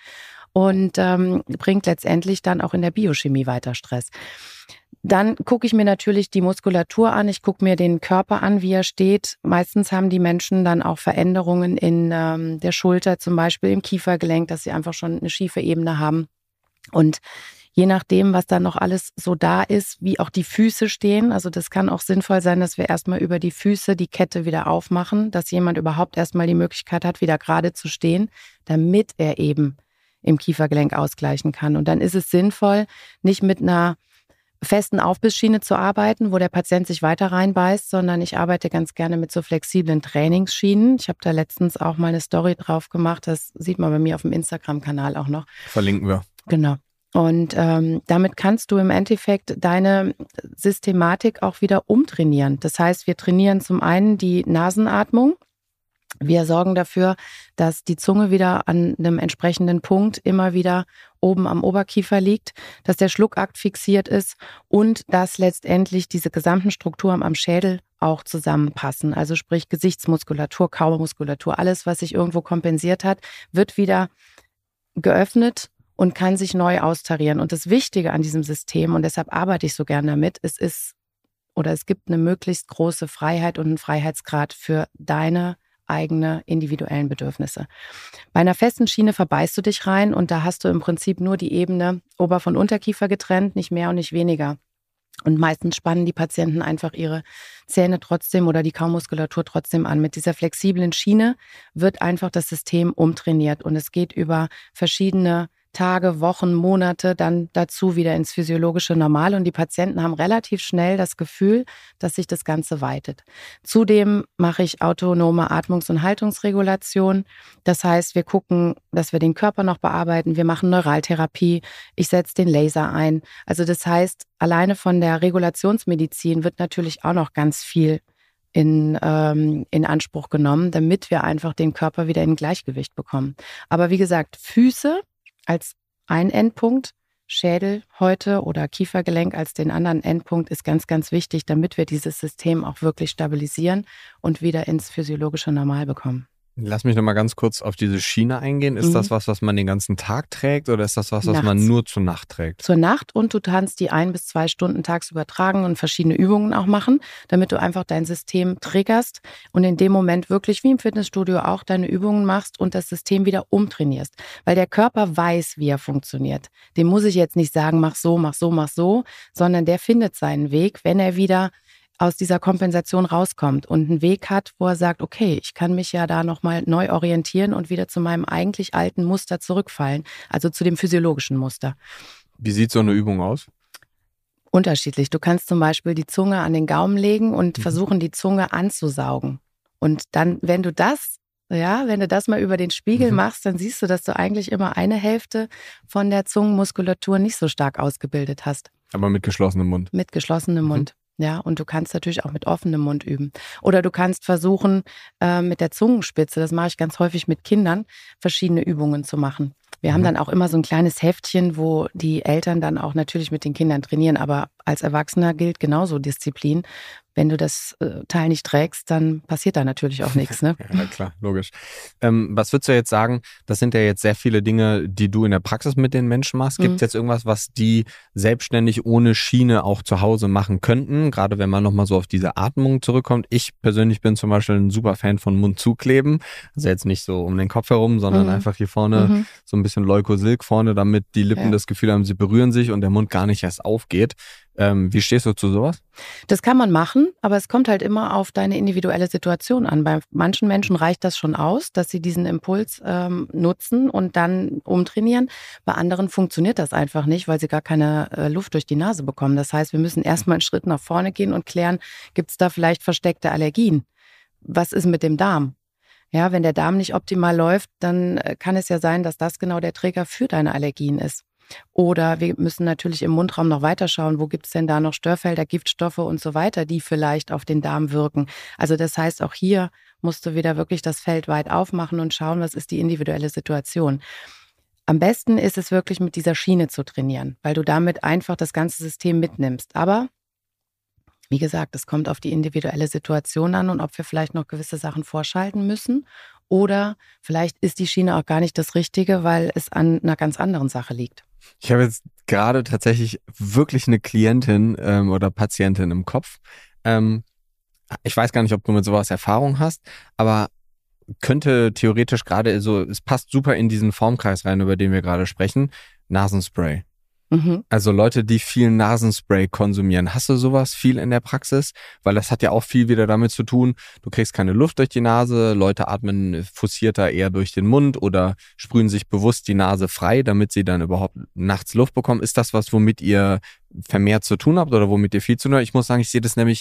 [SPEAKER 2] und ähm, bringt letztendlich dann auch in der Biochemie weiter Stress. Dann gucke ich mir natürlich die Muskulatur an, ich gucke mir den Körper an, wie er steht. Meistens haben die Menschen dann auch Veränderungen in ähm, der Schulter, zum Beispiel im Kiefergelenk, dass sie einfach schon eine schiefe Ebene haben. Und je nachdem, was da noch alles so da ist, wie auch die Füße stehen, also das kann auch sinnvoll sein, dass wir erstmal über die Füße die Kette wieder aufmachen, dass jemand überhaupt erstmal die Möglichkeit hat, wieder gerade zu stehen, damit er eben im Kiefergelenk ausgleichen kann. Und dann ist es sinnvoll, nicht mit einer festen Aufbissschiene zu arbeiten, wo der Patient sich weiter reinbeißt, sondern ich arbeite ganz gerne mit so flexiblen Trainingsschienen. Ich habe da letztens auch mal eine Story drauf gemacht, das sieht man bei mir auf dem Instagram-Kanal auch noch.
[SPEAKER 1] Verlinken wir.
[SPEAKER 2] Genau. Und ähm, damit kannst du im Endeffekt deine Systematik auch wieder umtrainieren. Das heißt, wir trainieren zum einen die Nasenatmung. Wir sorgen dafür, dass die Zunge wieder an einem entsprechenden Punkt immer wieder oben am Oberkiefer liegt, dass der Schluckakt fixiert ist und dass letztendlich diese gesamten Strukturen am Schädel auch zusammenpassen. Also sprich Gesichtsmuskulatur, Kaumuskulatur, alles, was sich irgendwo kompensiert hat, wird wieder geöffnet und kann sich neu austarieren. Und das Wichtige an diesem System, und deshalb arbeite ich so gerne damit, es ist oder es gibt eine möglichst große Freiheit und einen Freiheitsgrad für deine eigene individuellen Bedürfnisse. Bei einer festen Schiene verbeißt du dich rein und da hast du im Prinzip nur die Ebene Ober- von Unterkiefer getrennt, nicht mehr und nicht weniger. Und meistens spannen die Patienten einfach ihre Zähne trotzdem oder die Kaumuskulatur trotzdem an. Mit dieser flexiblen Schiene wird einfach das System umtrainiert und es geht über verschiedene Tage, Wochen, Monate dann dazu wieder ins physiologische Normal und die Patienten haben relativ schnell das Gefühl, dass sich das Ganze weitet. Zudem mache ich autonome Atmungs- und Haltungsregulation. Das heißt, wir gucken, dass wir den Körper noch bearbeiten. Wir machen Neuraltherapie. Ich setze den Laser ein. Also das heißt, alleine von der Regulationsmedizin wird natürlich auch noch ganz viel in, ähm, in Anspruch genommen, damit wir einfach den Körper wieder in Gleichgewicht bekommen. Aber wie gesagt, Füße als ein Endpunkt, Schädel heute oder Kiefergelenk als den anderen Endpunkt ist ganz, ganz wichtig, damit wir dieses System auch wirklich stabilisieren und wieder ins physiologische Normal bekommen.
[SPEAKER 1] Lass mich noch mal ganz kurz auf diese Schiene eingehen. Ist mhm. das was, was man den ganzen Tag trägt oder ist das was, was Nachts. man nur zur Nacht trägt?
[SPEAKER 2] Zur Nacht und du kannst die ein bis zwei Stunden tagsüber tragen und verschiedene Übungen auch machen, damit du einfach dein System triggerst und in dem Moment wirklich wie im Fitnessstudio auch deine Übungen machst und das System wieder umtrainierst. Weil der Körper weiß, wie er funktioniert. Dem muss ich jetzt nicht sagen, mach so, mach so, mach so, sondern der findet seinen Weg, wenn er wieder aus dieser Kompensation rauskommt und einen Weg hat, wo er sagt, okay, ich kann mich ja da nochmal neu orientieren und wieder zu meinem eigentlich alten Muster zurückfallen, also zu dem physiologischen Muster.
[SPEAKER 1] Wie sieht so eine Übung aus?
[SPEAKER 2] Unterschiedlich. Du kannst zum Beispiel die Zunge an den Gaumen legen und mhm. versuchen, die Zunge anzusaugen. Und dann, wenn du das, ja, wenn du das mal über den Spiegel mhm. machst, dann siehst du, dass du eigentlich immer eine Hälfte von der Zungenmuskulatur nicht so stark ausgebildet hast.
[SPEAKER 1] Aber mit geschlossenem Mund.
[SPEAKER 2] Mit geschlossenem
[SPEAKER 1] mhm.
[SPEAKER 2] Mund. Ja, und du kannst natürlich auch mit offenem Mund üben. Oder du kannst versuchen, äh, mit der Zungenspitze, das mache ich ganz häufig mit Kindern, verschiedene Übungen zu machen. Wir mhm. haben dann auch immer so ein kleines Heftchen, wo die Eltern dann auch natürlich mit den Kindern trainieren. Aber als Erwachsener gilt genauso Disziplin. Wenn du das äh, Teil nicht trägst, dann passiert da natürlich auch nichts. Ne?
[SPEAKER 1] Ja, klar, logisch. Ähm, was würdest du jetzt sagen, das sind ja jetzt sehr viele Dinge, die du in der Praxis mit den Menschen machst. Gibt es mhm. jetzt irgendwas, was die selbstständig ohne Schiene auch zu Hause machen könnten? Gerade wenn man nochmal so auf diese Atmung zurückkommt. Ich persönlich bin zum Beispiel ein super Fan von Mund zukleben. Also jetzt nicht so um den Kopf herum, sondern mhm. einfach hier vorne mhm. so ein bisschen Leukosilk vorne, damit die Lippen ja. das Gefühl haben, sie berühren sich und der Mund gar nicht erst aufgeht. Ähm, wie stehst du zu sowas?
[SPEAKER 2] Das kann man machen, aber es kommt halt immer auf deine individuelle Situation an. Bei manchen Menschen reicht das schon aus, dass sie diesen Impuls ähm, nutzen und dann umtrainieren. Bei anderen funktioniert das einfach nicht, weil sie gar keine äh, Luft durch die Nase bekommen. Das heißt, wir müssen erstmal einen Schritt nach vorne gehen und klären, gibt es da vielleicht versteckte Allergien? Was ist mit dem Darm? Ja, wenn der Darm nicht optimal läuft, dann kann es ja sein, dass das genau der Träger für deine Allergien ist. Oder wir müssen natürlich im Mundraum noch weiterschauen, wo gibt es denn da noch Störfelder, Giftstoffe und so weiter, die vielleicht auf den Darm wirken. Also das heißt, auch hier musst du wieder wirklich das Feld weit aufmachen und schauen, was ist die individuelle Situation. Am besten ist es wirklich mit dieser Schiene zu trainieren, weil du damit einfach das ganze System mitnimmst. Aber wie gesagt, es kommt auf die individuelle Situation an und ob wir vielleicht noch gewisse Sachen vorschalten müssen. Oder vielleicht ist die Schiene auch gar nicht das Richtige, weil es an einer ganz anderen Sache liegt.
[SPEAKER 1] Ich habe jetzt gerade tatsächlich wirklich eine Klientin ähm, oder Patientin im Kopf. Ähm, ich weiß gar nicht, ob du mit sowas Erfahrung hast, aber könnte theoretisch gerade so, es passt super in diesen Formkreis rein, über den wir gerade sprechen, Nasenspray.
[SPEAKER 2] Mhm.
[SPEAKER 1] Also Leute, die viel Nasenspray konsumieren. Hast du sowas viel in der Praxis? Weil das hat ja auch viel wieder damit zu tun, du kriegst keine Luft durch die Nase, Leute atmen forcierter eher durch den Mund oder sprühen sich bewusst die Nase frei, damit sie dann überhaupt nachts Luft bekommen. Ist das was, womit ihr vermehrt zu tun habt oder womit ihr viel zu tun habt? Ich muss sagen, ich sehe das nämlich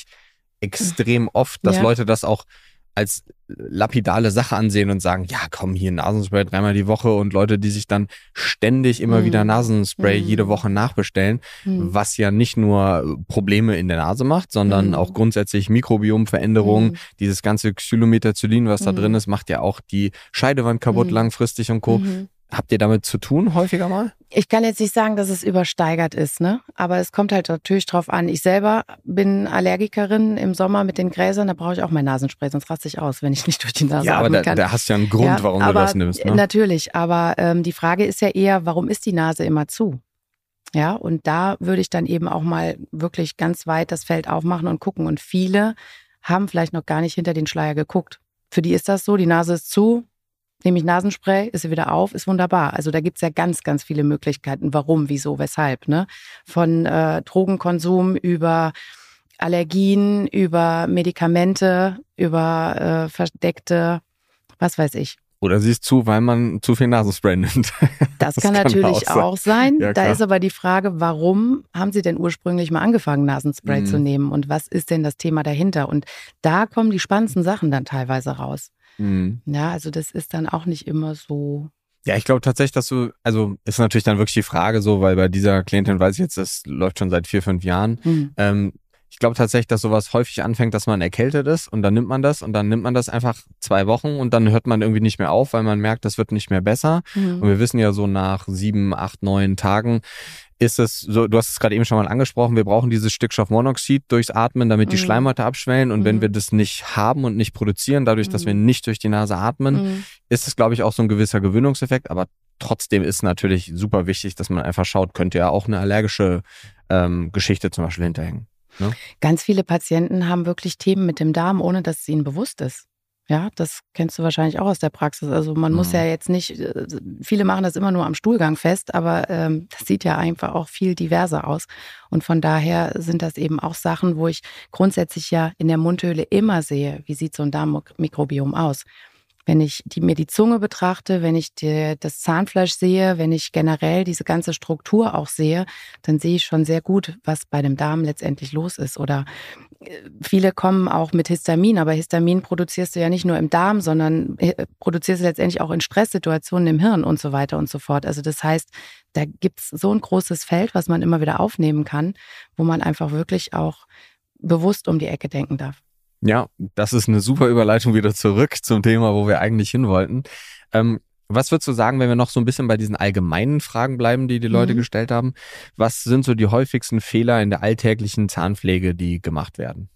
[SPEAKER 1] extrem oft, dass
[SPEAKER 2] Ja.
[SPEAKER 1] Leute das auch als lapidale Sache ansehen und sagen, ja komm, hier Nasenspray dreimal die Woche und Leute, die sich dann ständig immer
[SPEAKER 2] Mhm.
[SPEAKER 1] wieder Nasenspray
[SPEAKER 2] Mhm.
[SPEAKER 1] jede Woche nachbestellen,
[SPEAKER 2] Mhm.
[SPEAKER 1] was ja nicht nur Probleme in der Nase macht, sondern
[SPEAKER 2] Mhm.
[SPEAKER 1] auch grundsätzlich Mikrobiomveränderungen,
[SPEAKER 2] Mhm.
[SPEAKER 1] dieses ganze Xylomethacillin, was da
[SPEAKER 2] Mhm.
[SPEAKER 1] drin ist, macht ja auch die Scheidewand kaputt
[SPEAKER 2] Mhm.
[SPEAKER 1] langfristig und Co.
[SPEAKER 2] Mhm.
[SPEAKER 1] Habt ihr damit zu tun häufiger mal?
[SPEAKER 2] Ich kann jetzt nicht sagen, dass es übersteigert ist, ne? Aber es kommt halt natürlich drauf an. Ich selber bin Allergikerin im Sommer mit den Gräsern, da brauche ich auch mein Nasenspray, sonst raste ich aus, wenn ich nicht durch die Nase
[SPEAKER 1] Ja, aber
[SPEAKER 2] atmen
[SPEAKER 1] da,
[SPEAKER 2] kann.
[SPEAKER 1] da hast du ja einen Grund,
[SPEAKER 2] Ja,
[SPEAKER 1] warum
[SPEAKER 2] aber,
[SPEAKER 1] du das nimmst, ne?
[SPEAKER 2] Natürlich, aber ähm, die Frage ist ja eher, warum ist die Nase immer zu? Ja, und da würde ich dann eben auch mal wirklich ganz weit das Feld aufmachen und gucken. Und viele haben vielleicht noch gar nicht hinter den Schleier geguckt. Für die ist das so, die Nase ist zu, nehme ich Nasenspray, ist sie wieder auf, ist wunderbar. Also da gibt's ja ganz, ganz viele Möglichkeiten, warum, wieso, weshalb. Ne? Von äh, Drogenkonsum über Allergien, über Medikamente, über äh, verdeckte, was weiß ich.
[SPEAKER 1] Oder sie ist zu, weil man zu viel Nasenspray nimmt.
[SPEAKER 2] Das,
[SPEAKER 1] Das
[SPEAKER 2] kann
[SPEAKER 1] kann
[SPEAKER 2] natürlich
[SPEAKER 1] auch sein.
[SPEAKER 2] auch sein.
[SPEAKER 1] Ja,
[SPEAKER 2] Da
[SPEAKER 1] klar.
[SPEAKER 2] ist aber die Frage, warum haben Sie denn ursprünglich mal angefangen, Nasenspray
[SPEAKER 1] Mhm.
[SPEAKER 2] zu nehmen? Und was ist denn das Thema dahinter? Und da kommen die spannendsten Sachen dann teilweise raus.
[SPEAKER 1] Mhm.
[SPEAKER 2] Ja, also das ist dann auch nicht immer so.
[SPEAKER 1] Ja, ich glaube tatsächlich, dass du, also ist natürlich dann wirklich die Frage so, weil bei dieser Klientin weiß ich jetzt, das läuft schon seit vier, fünf Jahren.
[SPEAKER 2] Hm.
[SPEAKER 1] Ähm, ich glaube tatsächlich, dass sowas häufig anfängt, dass man erkältet ist und dann nimmt man das und dann nimmt man das einfach zwei Wochen und dann hört man irgendwie nicht mehr auf, weil man merkt, das wird nicht mehr besser.
[SPEAKER 2] Hm.
[SPEAKER 1] Und wir wissen ja so nach sieben, acht, neun Tagen ist es so, du hast es gerade eben schon mal angesprochen, wir brauchen dieses Stück Stoffmonoxid durchs Atmen, damit die
[SPEAKER 2] Mhm.
[SPEAKER 1] Schleimhäute abschwellen und
[SPEAKER 2] Mhm.
[SPEAKER 1] wenn wir das nicht haben und nicht produzieren, dadurch, dass
[SPEAKER 2] Mhm.
[SPEAKER 1] wir nicht durch die Nase atmen,
[SPEAKER 2] Hm.
[SPEAKER 1] ist es, glaube ich, auch so ein gewisser Gewöhnungseffekt, aber trotzdem ist natürlich super wichtig, dass man einfach schaut, könnte ja auch eine allergische ähm, Geschichte zum Beispiel hinterhängen. Ne?
[SPEAKER 2] Ganz viele Patienten haben wirklich Themen mit dem Darm, ohne dass es ihnen bewusst ist. Ja, das kennst du wahrscheinlich auch aus der Praxis. Also man muss
[SPEAKER 1] Mhm.
[SPEAKER 2] ja jetzt nicht, äh, viele machen das immer nur am Stuhlgang fest, aber ähm, das sieht ja einfach auch viel diverser aus. Und von daher sind das eben auch Sachen, wo ich grundsätzlich ja in der Mundhöhle immer sehe, wie sieht so ein Darmmikrobiom aus. Wenn ich die, mir die Zunge betrachte, wenn ich die, das Zahnfleisch sehe, wenn ich generell diese ganze Struktur auch sehe, dann sehe ich schon sehr gut, was bei dem Darm letztendlich los ist. Oder äh, viele kommen auch mit Histamin, aber Histamin produzierst du ja nicht nur im Darm, sondern äh, produzierst du letztendlich auch in Stresssituationen im Hirn und so weiter und so fort. Also das heißt, da gibt's so ein großes Feld, was man immer wieder aufnehmen kann, wo man einfach wirklich auch bewusst um die Ecke denken darf.
[SPEAKER 1] Ja, das ist eine super Überleitung wieder zurück zum Thema, wo wir eigentlich hin wollten. Ähm, was würdest du sagen, wenn wir noch so ein bisschen bei diesen allgemeinen Fragen bleiben, die die Leute
[SPEAKER 2] Mhm.
[SPEAKER 1] gestellt haben? Was sind so die häufigsten Fehler in der alltäglichen Zahnpflege, die gemacht werden?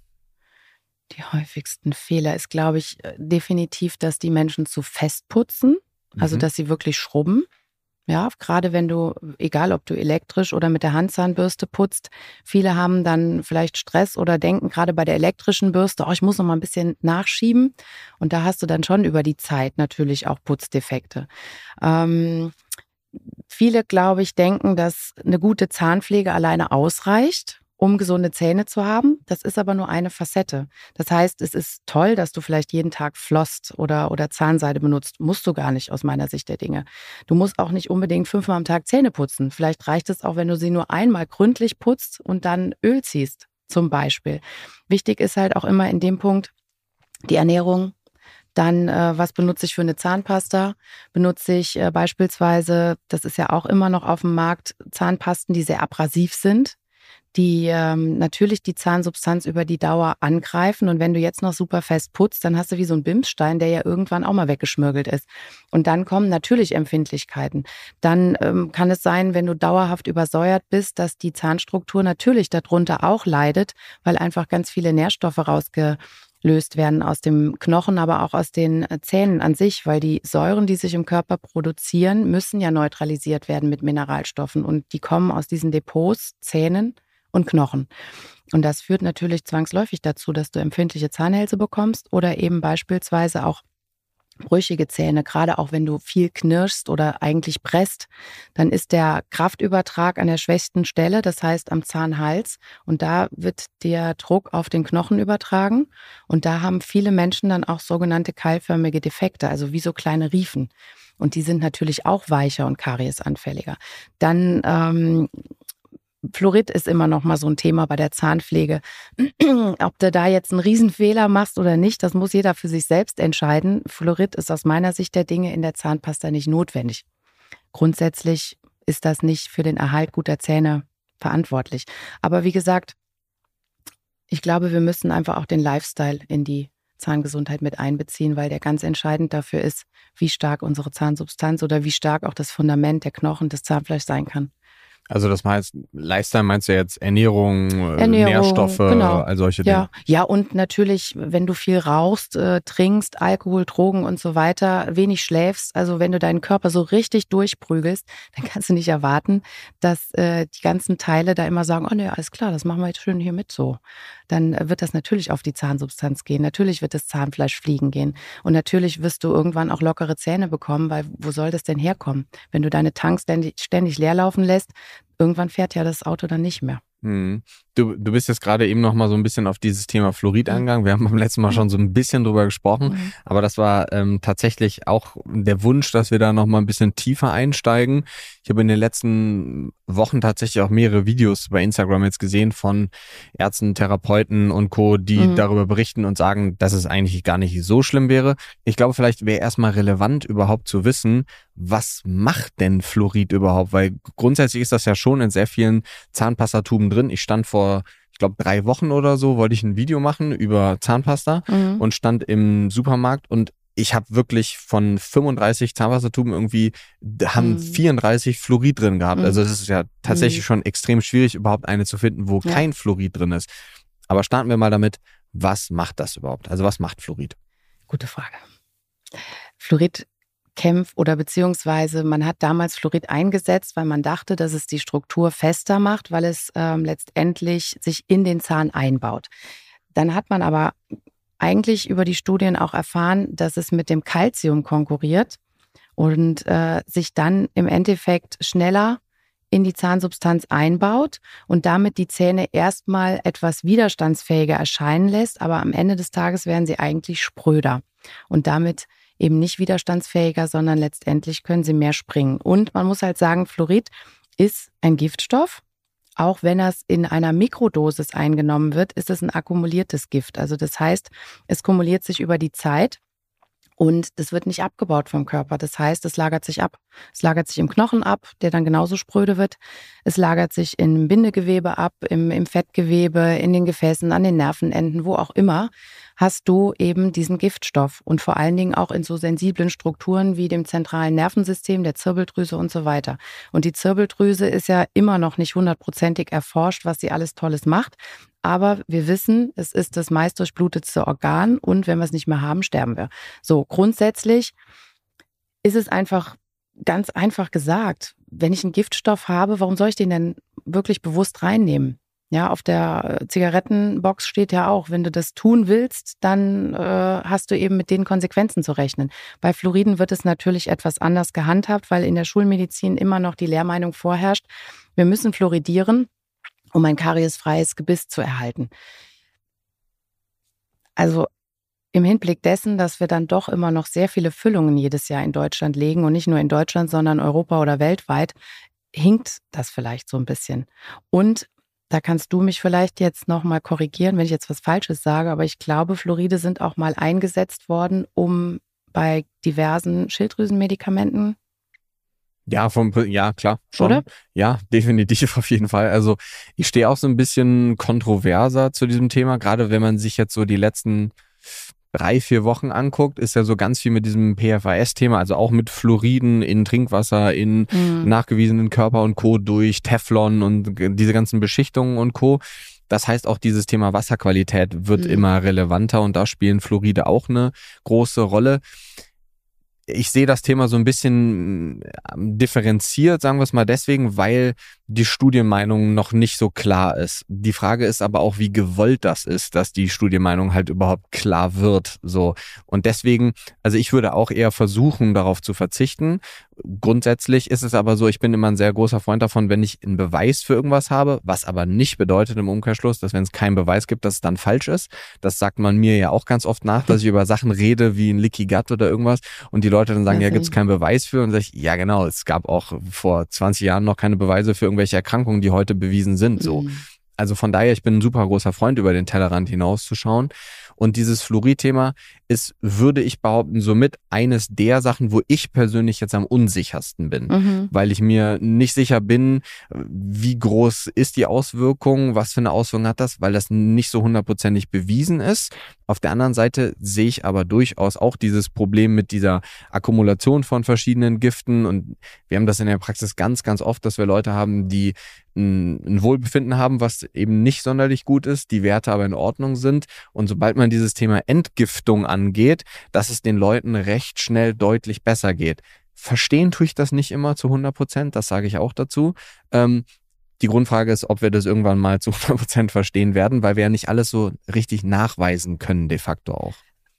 [SPEAKER 2] Die häufigsten Fehler ist, glaube ich, äh, definitiv, dass die Menschen zu fest putzen, also
[SPEAKER 1] Mhm.
[SPEAKER 2] dass sie wirklich schrubben. Ja, gerade wenn du, egal ob du elektrisch oder mit der Handzahnbürste putzt, viele haben dann vielleicht Stress oder denken gerade bei der elektrischen Bürste, oh, ich muss noch mal ein bisschen nachschieben. Und da hast du dann schon über die Zeit natürlich auch Putzdefekte. Ähm, viele, glaube ich, denken, dass eine gute Zahnpflege alleine ausreicht, um gesunde Zähne zu haben. Das ist aber nur eine Facette. Das heißt, es ist toll, dass du vielleicht jeden Tag flosst oder, oder Zahnseide benutzt. Musst du gar nicht aus meiner Sicht der Dinge. Du musst auch nicht unbedingt fünfmal am Tag Zähne putzen. Vielleicht reicht es auch, wenn du sie nur einmal gründlich putzt und dann Öl ziehst, zum Beispiel. Wichtig ist halt auch immer in dem Punkt die Ernährung. Dann, äh, was benutze ich für eine Zahnpasta? Benutze ich äh, beispielsweise, das ist ja auch immer noch auf dem Markt, Zahnpasten, die sehr abrasiv sind, die ähm, natürlich die Zahnsubstanz über die Dauer angreifen. Und wenn du jetzt noch super fest putzt, dann hast du wie so einen Bimsstein, der ja irgendwann auch mal weggeschmirgelt ist. Und dann kommen natürlich Empfindlichkeiten. Dann ähm, kann es sein, wenn du dauerhaft übersäuert bist, dass die Zahnstruktur natürlich darunter auch leidet, weil einfach ganz viele Nährstoffe rausgelöst werden aus dem Knochen, aber auch aus den Zähnen an sich, weil die Säuren, die sich im Körper produzieren, müssen ja neutralisiert werden mit Mineralstoffen. Und die kommen aus diesen Depots, Zähnen und Knochen. Und das führt natürlich zwangsläufig dazu, dass du empfindliche Zahnhälse bekommst oder eben beispielsweise auch brüchige Zähne. Gerade auch wenn du viel knirschst oder eigentlich presst, dann ist der Kraftübertrag an der schwächsten Stelle, das heißt am Zahnhals. Und da wird der Druck auf den Knochen übertragen. Und da haben viele Menschen dann auch sogenannte keilförmige Defekte, also wie so kleine Riefen. Und die sind natürlich auch weicher und kariesanfälliger. Dann ähm, Fluorid ist immer noch mal so ein Thema bei der Zahnpflege. Ob du da jetzt einen Riesenfehler machst oder nicht, das muss jeder für sich selbst entscheiden. Fluorid ist aus meiner Sicht der Dinge in der Zahnpasta nicht notwendig. Grundsätzlich ist das nicht für den Erhalt guter Zähne verantwortlich. Aber wie gesagt, ich glaube, wir müssen einfach auch den Lifestyle in die Zahngesundheit mit einbeziehen, weil der ganz entscheidend dafür ist, wie stark unsere Zahnsubstanz oder wie stark auch das Fundament, der Knochen, des Zahnfleischs sein kann.
[SPEAKER 1] Also das heißt, Lifestyle meinst du jetzt Ernährung,
[SPEAKER 2] Ernährung
[SPEAKER 1] Nährstoffe,
[SPEAKER 2] genau.
[SPEAKER 1] all solche
[SPEAKER 2] ja.
[SPEAKER 1] Dinge?
[SPEAKER 2] Ja, und natürlich, wenn du viel rauchst, äh, trinkst, Alkohol, Drogen und so weiter, wenig schläfst, also wenn du deinen Körper so richtig durchprügelst, dann kannst du nicht erwarten, dass äh, die ganzen Teile da immer sagen, oh ne, alles klar, das machen wir jetzt schön hier mit so. Dann wird das natürlich auf die Zahnsubstanz gehen, natürlich wird das Zahnfleisch fliegen gehen und natürlich wirst du irgendwann auch lockere Zähne bekommen, weil wo soll das denn herkommen? Wenn du deine Tanks ständig, ständig leer laufen lässt, irgendwann fährt ja das Auto dann nicht mehr.
[SPEAKER 1] Hm. Du, du bist jetzt gerade eben noch mal so ein bisschen auf dieses Thema Fluorid mhm. eingegangen. Wir haben beim letzten Mal schon so ein bisschen drüber gesprochen, mhm. aber das war ähm, tatsächlich auch der Wunsch, dass wir da noch mal ein bisschen tiefer einsteigen. Ich habe in den letzten Wochen tatsächlich auch mehrere Videos bei Instagram jetzt gesehen von Ärzten, Therapeuten und Co., die mhm. darüber berichten und sagen, dass es eigentlich gar nicht so schlimm wäre. Ich glaube, vielleicht wäre erstmal relevant überhaupt zu wissen, was macht denn Fluorid überhaupt? Weil grundsätzlich ist das ja schon in sehr vielen Zahnpastatuben drin. Ich stand vor, ich glaube, drei Wochen oder so, wollte ich ein Video machen über Zahnpasta mhm. und stand im Supermarkt und ich habe wirklich von fünfunddreißig Zahnpastatuben irgendwie, haben mhm. vierunddreißig Fluorid drin gehabt. Mhm. Also es ist ja tatsächlich mhm. schon extrem schwierig, überhaupt eine zu finden, wo ja. kein Fluorid drin ist. Aber starten wir mal damit, was macht das überhaupt? Also was macht Fluorid?
[SPEAKER 2] Gute Frage. Fluorid kämpft oder beziehungsweise man hat damals Fluorid eingesetzt, weil man dachte, dass es die Struktur fester macht, weil es ähm, letztendlich sich in den Zahn einbaut. Dann hat man aber eigentlich über die Studien auch erfahren, dass es mit dem Calcium konkurriert und äh, sich dann im Endeffekt schneller in die Zahnsubstanz einbaut und damit die Zähne erstmal etwas widerstandsfähiger erscheinen lässt, aber am Ende des Tages werden sie eigentlich spröder und damit eben nicht widerstandsfähiger, sondern letztendlich können sie mehr springen. Und man muss halt sagen, Fluorid ist ein Giftstoff. Auch wenn es in einer Mikrodosis eingenommen wird, ist es ein akkumuliertes Gift. Also das heißt, es kumuliert sich über die Zeit und das wird nicht abgebaut vom Körper. Das heißt, es lagert sich ab. Es lagert sich im Knochen ab, der dann genauso spröde wird. Es lagert sich im Bindegewebe ab, im, im Fettgewebe, in den Gefäßen, an den Nervenenden, wo auch immer, hast du eben diesen Giftstoff. Und vor allen Dingen auch in so sensiblen Strukturen wie dem zentralen Nervensystem, der Zirbeldrüse und so weiter. Und die Zirbeldrüse ist ja immer noch nicht hundertprozentig erforscht, was sie alles Tolles macht. Aber wir wissen, es ist das meist durchblutetste Organ und wenn wir es nicht mehr haben, sterben wir. So, grundsätzlich ist es einfach ganz einfach gesagt, wenn ich einen Giftstoff habe, warum soll ich den denn wirklich bewusst reinnehmen? Ja, auf der Zigarettenbox steht ja auch, wenn du das tun willst, dann äh, hast du eben mit den Konsequenzen zu rechnen. Bei Fluoriden wird es natürlich etwas anders gehandhabt, weil in der Schulmedizin immer noch die Lehrmeinung vorherrscht, wir müssen fluoridieren, um ein kariesfreies Gebiss zu erhalten. Also im Hinblick dessen, dass wir dann doch immer noch sehr viele Füllungen jedes Jahr in Deutschland legen und nicht nur in Deutschland, sondern Europa oder weltweit, hinkt das vielleicht so ein bisschen. Und da kannst du mich vielleicht jetzt nochmal korrigieren, wenn ich jetzt was Falsches sage, aber ich glaube, Fluoride sind auch mal eingesetzt worden, um bei diversen Schilddrüsenmedikamenten.
[SPEAKER 1] Ja, vom, ja, klar, schon.
[SPEAKER 2] Oder?
[SPEAKER 1] Ja, definitiv auf jeden Fall. Also ich stehe auch so ein bisschen kontroverser zu diesem Thema, gerade wenn man sich jetzt so die letzten drei, vier Wochen anguckt, ist ja so ganz viel mit diesem P F A S-Thema, also auch mit Fluoriden in Trinkwasser, in
[SPEAKER 2] Mhm.
[SPEAKER 1] nachgewiesenen Körper und Co. durch Teflon und diese ganzen Beschichtungen und Co. Das heißt, auch dieses Thema Wasserqualität wird
[SPEAKER 2] Mhm.
[SPEAKER 1] immer relevanter und da spielen Fluoride auch eine große Rolle. Ich sehe das Thema so ein bisschen differenziert, sagen wir es mal deswegen, weil die Studienmeinung noch nicht so klar ist. Die Frage ist aber auch, wie gewollt das ist, dass die Studienmeinung halt überhaupt klar wird. So. Und deswegen, also ich würde auch eher versuchen, darauf zu verzichten. Grundsätzlich ist es aber so, ich bin immer ein sehr großer Freund davon, wenn ich einen Beweis für irgendwas habe, was aber nicht bedeutet im Umkehrschluss, dass wenn es keinen Beweis gibt, dass es dann falsch ist. Das sagt man mir ja auch ganz oft nach, dass ich über Sachen rede wie ein Leaky Gut oder irgendwas und die Leute dann sagen, ja, gibt es keinen Beweis für? Und sage ich, ja genau, es gab auch vor zwanzig Jahren noch keine Beweise für irgendwelche Erkrankungen, die heute bewiesen sind. So.
[SPEAKER 2] Mhm.
[SPEAKER 1] Also von daher, ich bin ein super großer Freund, über den Tellerrand hinauszuschauen. Und dieses Fluorid-Thema ist, würde ich behaupten, somit eines der Sachen, wo ich persönlich jetzt am unsichersten bin.
[SPEAKER 2] Mhm.
[SPEAKER 1] Weil ich mir nicht sicher bin, wie groß ist die Auswirkung, was für eine Auswirkung hat das, weil das nicht so hundertprozentig bewiesen ist. Auf der anderen Seite sehe ich aber durchaus auch dieses Problem mit dieser Akkumulation von verschiedenen Giften und wir haben das in der Praxis ganz, ganz oft, dass wir Leute haben, die ein, ein Wohlbefinden haben, was eben nicht sonderlich gut ist, die Werte aber in Ordnung sind und sobald man dieses Thema Entgiftung angeht, dass es den Leuten recht schnell deutlich besser geht. Verstehen tue ich das nicht immer zu hundert Prozent, das sage ich auch dazu. Ähm, die Grundfrage ist, ob wir das irgendwann mal zu hundert Prozent verstehen werden, weil wir ja nicht alles so richtig nachweisen können, de facto auch.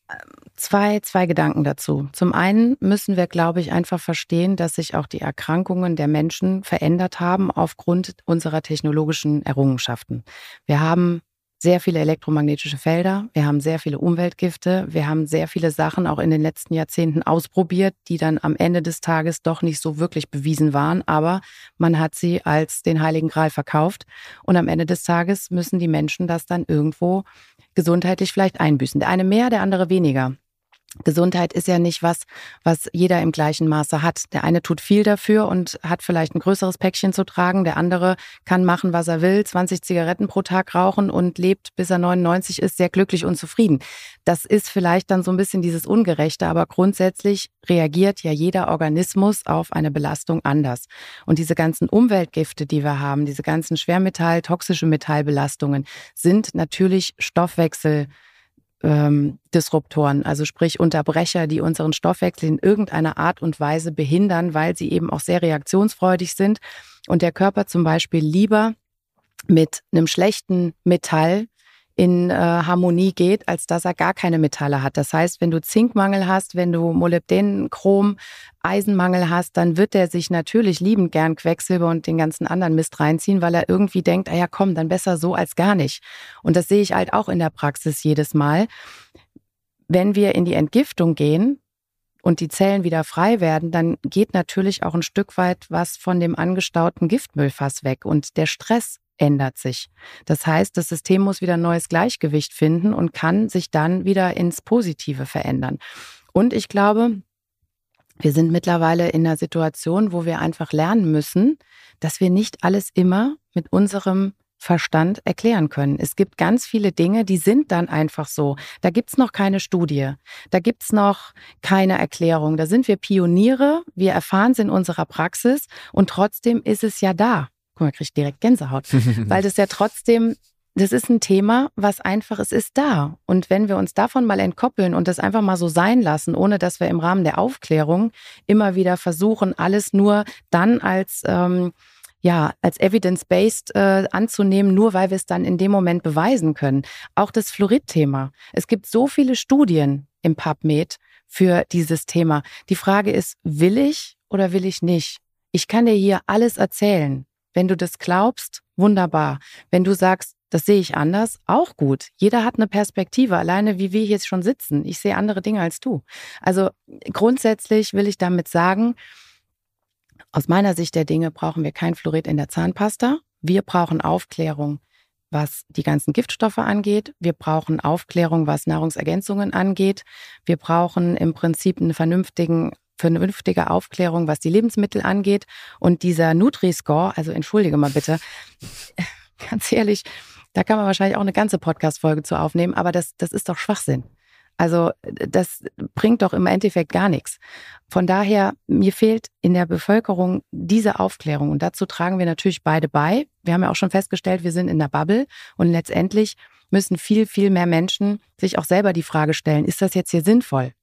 [SPEAKER 2] Zwei, zwei Gedanken dazu. Zum einen müssen wir, glaube ich, einfach verstehen, dass sich auch die Erkrankungen der Menschen verändert haben aufgrund unserer technologischen Errungenschaften. Wir haben sehr viele elektromagnetische Felder, wir haben sehr viele Umweltgifte, wir haben sehr viele Sachen auch in den letzten Jahrzehnten ausprobiert, die dann am Ende des Tages doch nicht so wirklich bewiesen waren, aber man hat sie als den Heiligen Gral verkauft und am Ende des Tages müssen die Menschen das dann irgendwo gesundheitlich vielleicht einbüßen. Der eine mehr, der andere weniger. Gesundheit ist ja nicht was, was jeder im gleichen Maße hat. Der eine tut viel dafür und hat vielleicht ein größeres Päckchen zu tragen. Der andere kann machen, was er will, zwanzig Zigaretten pro Tag rauchen und lebt, bis er neunundneunzig ist, sehr glücklich und zufrieden. Das ist vielleicht dann so ein bisschen dieses Ungerechte, aber grundsätzlich reagiert ja jeder Organismus auf eine Belastung anders. Und diese ganzen Umweltgifte, die wir haben, diese ganzen Schwermetall-, toxische Metallbelastungen sind natürlich Stoffwechsel Ähm, Disruptoren, also sprich Unterbrecher, die unseren Stoffwechsel in irgendeiner Art und Weise behindern, weil sie eben auch sehr reaktionsfreudig sind und der Körper zum Beispiel lieber mit einem schlechten Metall in äh, Harmonie geht, als dass er gar keine Metalle hat. Das heißt, wenn du Zinkmangel hast, wenn du Molybden, Chrom, Eisenmangel hast, dann wird der sich natürlich liebend gern Quecksilber und den ganzen anderen Mist reinziehen, weil er irgendwie denkt, ah ja komm, dann besser so als gar nicht. Und das sehe ich halt auch in der Praxis jedes Mal. Wenn wir in die Entgiftung gehen und die Zellen wieder frei werden, dann geht natürlich auch ein Stück weit was von dem angestauten Giftmüllfass weg und der Stress ändert sich. Das heißt, das System muss wieder ein neues Gleichgewicht finden und kann sich dann wieder ins Positive verändern. Und ich glaube, wir sind mittlerweile in einer Situation, wo wir einfach lernen müssen, dass wir nicht alles immer mit unserem Verstand erklären können. Es gibt ganz viele Dinge, die sind dann einfach so. Da gibt's noch keine Studie, da gibt's noch keine Erklärung. Da sind wir Pioniere, wir erfahren es in unserer Praxis und trotzdem ist es ja da. Guck mal, ich krieg direkt Gänsehaut, weil das ja trotzdem, das ist ein Thema, was einfach, es ist da. Und wenn wir uns davon mal entkoppeln und das einfach mal so sein lassen, ohne dass wir im Rahmen der Aufklärung immer wieder versuchen, alles nur dann als ähm, ja, als evidence-based äh, anzunehmen, nur weil wir es dann in dem Moment beweisen können. Auch das Fluorid-Thema. Es gibt so viele Studien im PubMed für dieses Thema. Die Frage ist, will ich oder will ich nicht? Ich kann dir hier alles erzählen. Wenn du das glaubst, wunderbar. Wenn du sagst, das sehe ich anders, auch gut. Jeder hat eine Perspektive, alleine wie wir jetzt schon sitzen. Ich sehe andere Dinge als du. Also grundsätzlich will ich damit sagen, aus meiner Sicht der Dinge brauchen wir kein Fluorid in der Zahnpasta. Wir brauchen Aufklärung, was die ganzen Giftstoffe angeht. Wir brauchen Aufklärung, was Nahrungsergänzungen angeht. Wir brauchen im Prinzip eine vernünftigen, vernünftige Aufklärung, was die Lebensmittel angeht. Und dieser Nutri-Score, also entschuldige mal bitte, ganz ehrlich, da kann man wahrscheinlich auch eine ganze Podcast-Folge zu aufnehmen, aber das, das ist doch Schwachsinn. Also das bringt doch im Endeffekt gar nichts. Von daher, mir fehlt in der Bevölkerung diese Aufklärung und dazu tragen wir natürlich beide bei. Wir haben ja auch schon festgestellt, wir sind in der Bubble und letztendlich müssen viel, viel mehr Menschen sich auch selber die Frage stellen, ist das jetzt hier sinnvoll?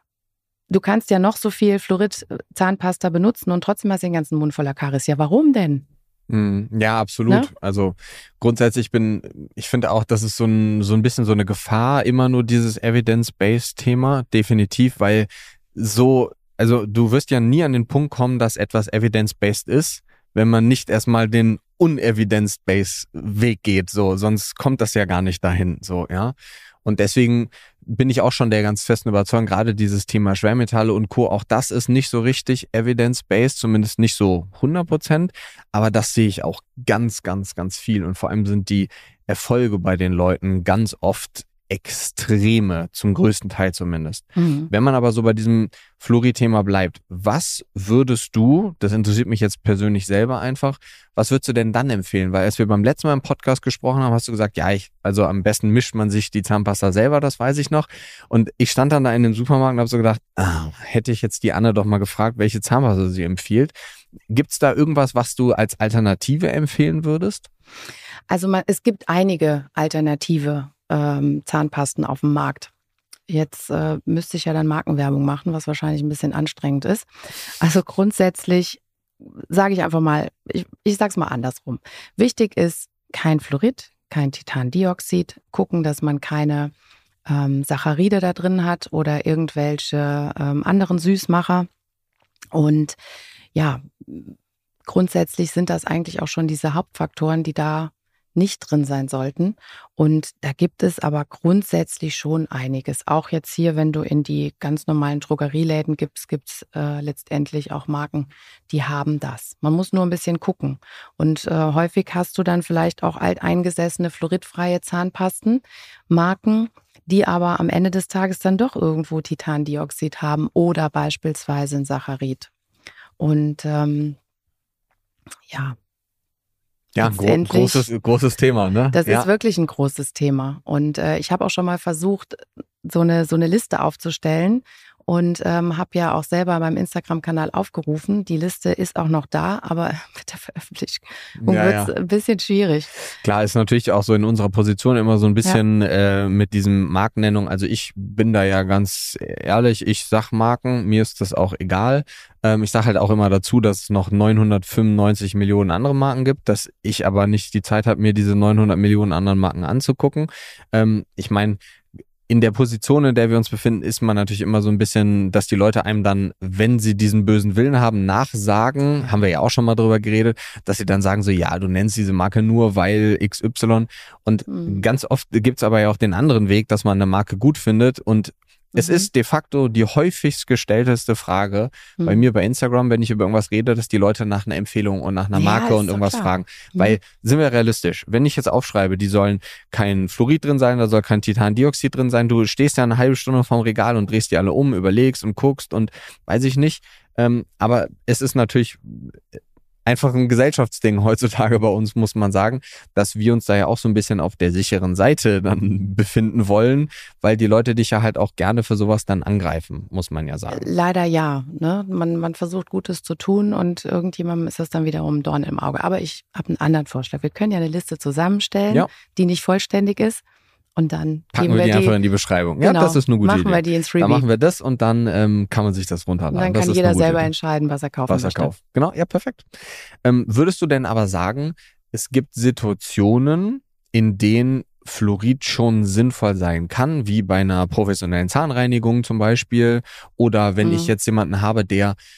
[SPEAKER 2] Du kannst ja noch so viel Fluorid-Zahnpasta benutzen und trotzdem hast du den ganzen Mund voller Karies. Ja, warum denn?
[SPEAKER 1] Ja, absolut.
[SPEAKER 2] Ne?
[SPEAKER 1] Also grundsätzlich bin, ich finde auch, das ist so ein, so ein bisschen so eine Gefahr, immer nur dieses Evidence-Based-Thema, definitiv, weil so, also du wirst ja nie an den Punkt kommen, dass etwas Evidence-Based ist, wenn man nicht erstmal den unevidence-based Weg geht, so, sonst kommt das ja gar nicht dahin, so, ja. Und deswegen bin ich auch schon der ganz festen Überzeugung, gerade dieses Thema Schwermetalle und Co., auch das ist nicht so richtig evidence-based, zumindest nicht so hundert Prozent, aber das sehe ich auch ganz, ganz, ganz viel und vor allem sind die Erfolge bei den Leuten ganz oft extreme, zum größten Teil zumindest. Mhm. Wenn man aber so bei diesem Fluorid-Thema bleibt, was würdest du, das interessiert mich jetzt persönlich selber einfach, was würdest du denn dann empfehlen? Weil als wir beim letzten Mal im Podcast gesprochen haben, hast du gesagt, ja, ich, also am besten mischt man sich die Zahnpasta selber, das weiß ich noch. Und ich stand dann da in dem Supermarkt und habe so gedacht, ah, hätte ich jetzt die Anne doch mal gefragt, welche Zahnpasta sie empfiehlt. Gibt es da irgendwas, was du als Alternative empfehlen würdest?
[SPEAKER 2] Also man, es gibt einige Alternative ähm, Zahnpasten auf dem Markt. Jetzt äh, müsste ich ja dann Markenwerbung machen, was wahrscheinlich ein bisschen anstrengend ist. Also grundsätzlich sage ich einfach mal, ich, ich sage es mal andersrum. Wichtig ist kein Fluorid, kein Titandioxid. Gucken, dass man keine ähm, Saccharide da drin hat oder irgendwelche ähm, anderen Süßmacher. Und ja, grundsätzlich sind das eigentlich auch schon diese Hauptfaktoren, die da nicht drin sein sollten. Und da gibt es aber grundsätzlich schon einiges. Auch jetzt hier, wenn du in die ganz normalen Drogerieläden gibst, gibt es äh, letztendlich auch Marken, die haben das. Man muss nur ein bisschen gucken. Und äh, häufig hast du dann vielleicht auch alteingesessene fluoridfreie Zahnpasten, Marken, die aber am Ende des Tages dann doch irgendwo Titandioxid haben oder beispielsweise ein Saccharid. Und ähm, ja,
[SPEAKER 1] Ja, gro- großes, großes Thema, ne?
[SPEAKER 2] Das
[SPEAKER 1] ja.
[SPEAKER 2] ist wirklich ein großes Thema. Und äh, ich habe auch schon mal versucht, so eine, so eine Liste aufzustellen und ähm, habe ja auch selber beim Instagram-Kanal aufgerufen. Die Liste ist auch noch da, aber mit der Veröffentlichung
[SPEAKER 1] ja,
[SPEAKER 2] wird es
[SPEAKER 1] ja.
[SPEAKER 2] ein bisschen schwierig.
[SPEAKER 1] Klar, ist natürlich auch so in unserer Position immer so ein bisschen ja. äh, mit diesem Markennennung. Also ich bin da ja ganz ehrlich, ich sag Marken, mir ist das auch egal. Ähm, ich sage halt auch immer dazu, dass es noch neunhundertfünfundneunzig Millionen andere Marken gibt, dass ich aber nicht die Zeit habe, mir diese neunhundert Millionen anderen Marken anzugucken. Ähm, ich meine, in der Position, in der wir uns befinden, ist man natürlich immer so ein bisschen, dass die Leute einem dann, wenn sie diesen bösen Willen haben, nachsagen, haben wir ja auch schon mal drüber geredet, dass sie dann sagen so, ja, du nennst diese Marke nur, weil X Y. Und mhm. ganz oft gibt's aber ja auch den anderen Weg, dass man eine Marke gut findet und es mhm. ist de facto die häufigst gestellteste Frage mhm. bei mir bei Instagram, wenn ich über irgendwas rede, dass die Leute nach einer Empfehlung und nach einer Marke ja, und irgendwas klar. fragen. Mhm. Weil, sind wir realistisch, wenn ich jetzt aufschreibe, die sollen kein Fluorid drin sein, da soll kein Titandioxid drin sein, du stehst ja eine halbe Stunde vorm Regal und drehst die alle um, überlegst und guckst und weiß ich nicht. Ähm, aber es ist natürlich einfach ein Gesellschaftsding heutzutage bei uns, muss man sagen, dass wir uns da ja auch so ein bisschen auf der sicheren Seite dann befinden wollen, weil die Leute dich ja halt auch gerne für sowas dann angreifen, muss man ja sagen.
[SPEAKER 2] Leider ja. Ne? Man, man versucht Gutes zu tun und irgendjemandem ist das dann wiederum ein Dorn im Auge. Aber ich habe einen anderen Vorschlag. Wir können ja eine Liste zusammenstellen, ja. die nicht vollständig ist. Und dann
[SPEAKER 1] packen
[SPEAKER 2] geben
[SPEAKER 1] wir die
[SPEAKER 2] wir die
[SPEAKER 1] einfach in die Beschreibung.
[SPEAKER 2] Genau,
[SPEAKER 1] ja, das ist eine gute
[SPEAKER 2] machen
[SPEAKER 1] Idee.
[SPEAKER 2] Machen wir die ins Freebie.
[SPEAKER 1] Dann machen wir das und dann ähm, kann man sich das runterladen.
[SPEAKER 2] Und dann
[SPEAKER 1] das
[SPEAKER 2] kann
[SPEAKER 1] ist
[SPEAKER 2] jeder selber
[SPEAKER 1] Idee.
[SPEAKER 2] entscheiden, was er kaufen
[SPEAKER 1] was er
[SPEAKER 2] möchte.
[SPEAKER 1] kauft. Genau, ja, perfekt. Ähm, würdest du denn aber sagen, es gibt Situationen, in denen Fluorid schon sinnvoll sein kann, wie bei einer professionellen Zahnreinigung zum Beispiel, oder wenn mhm. ich jetzt jemanden habe, der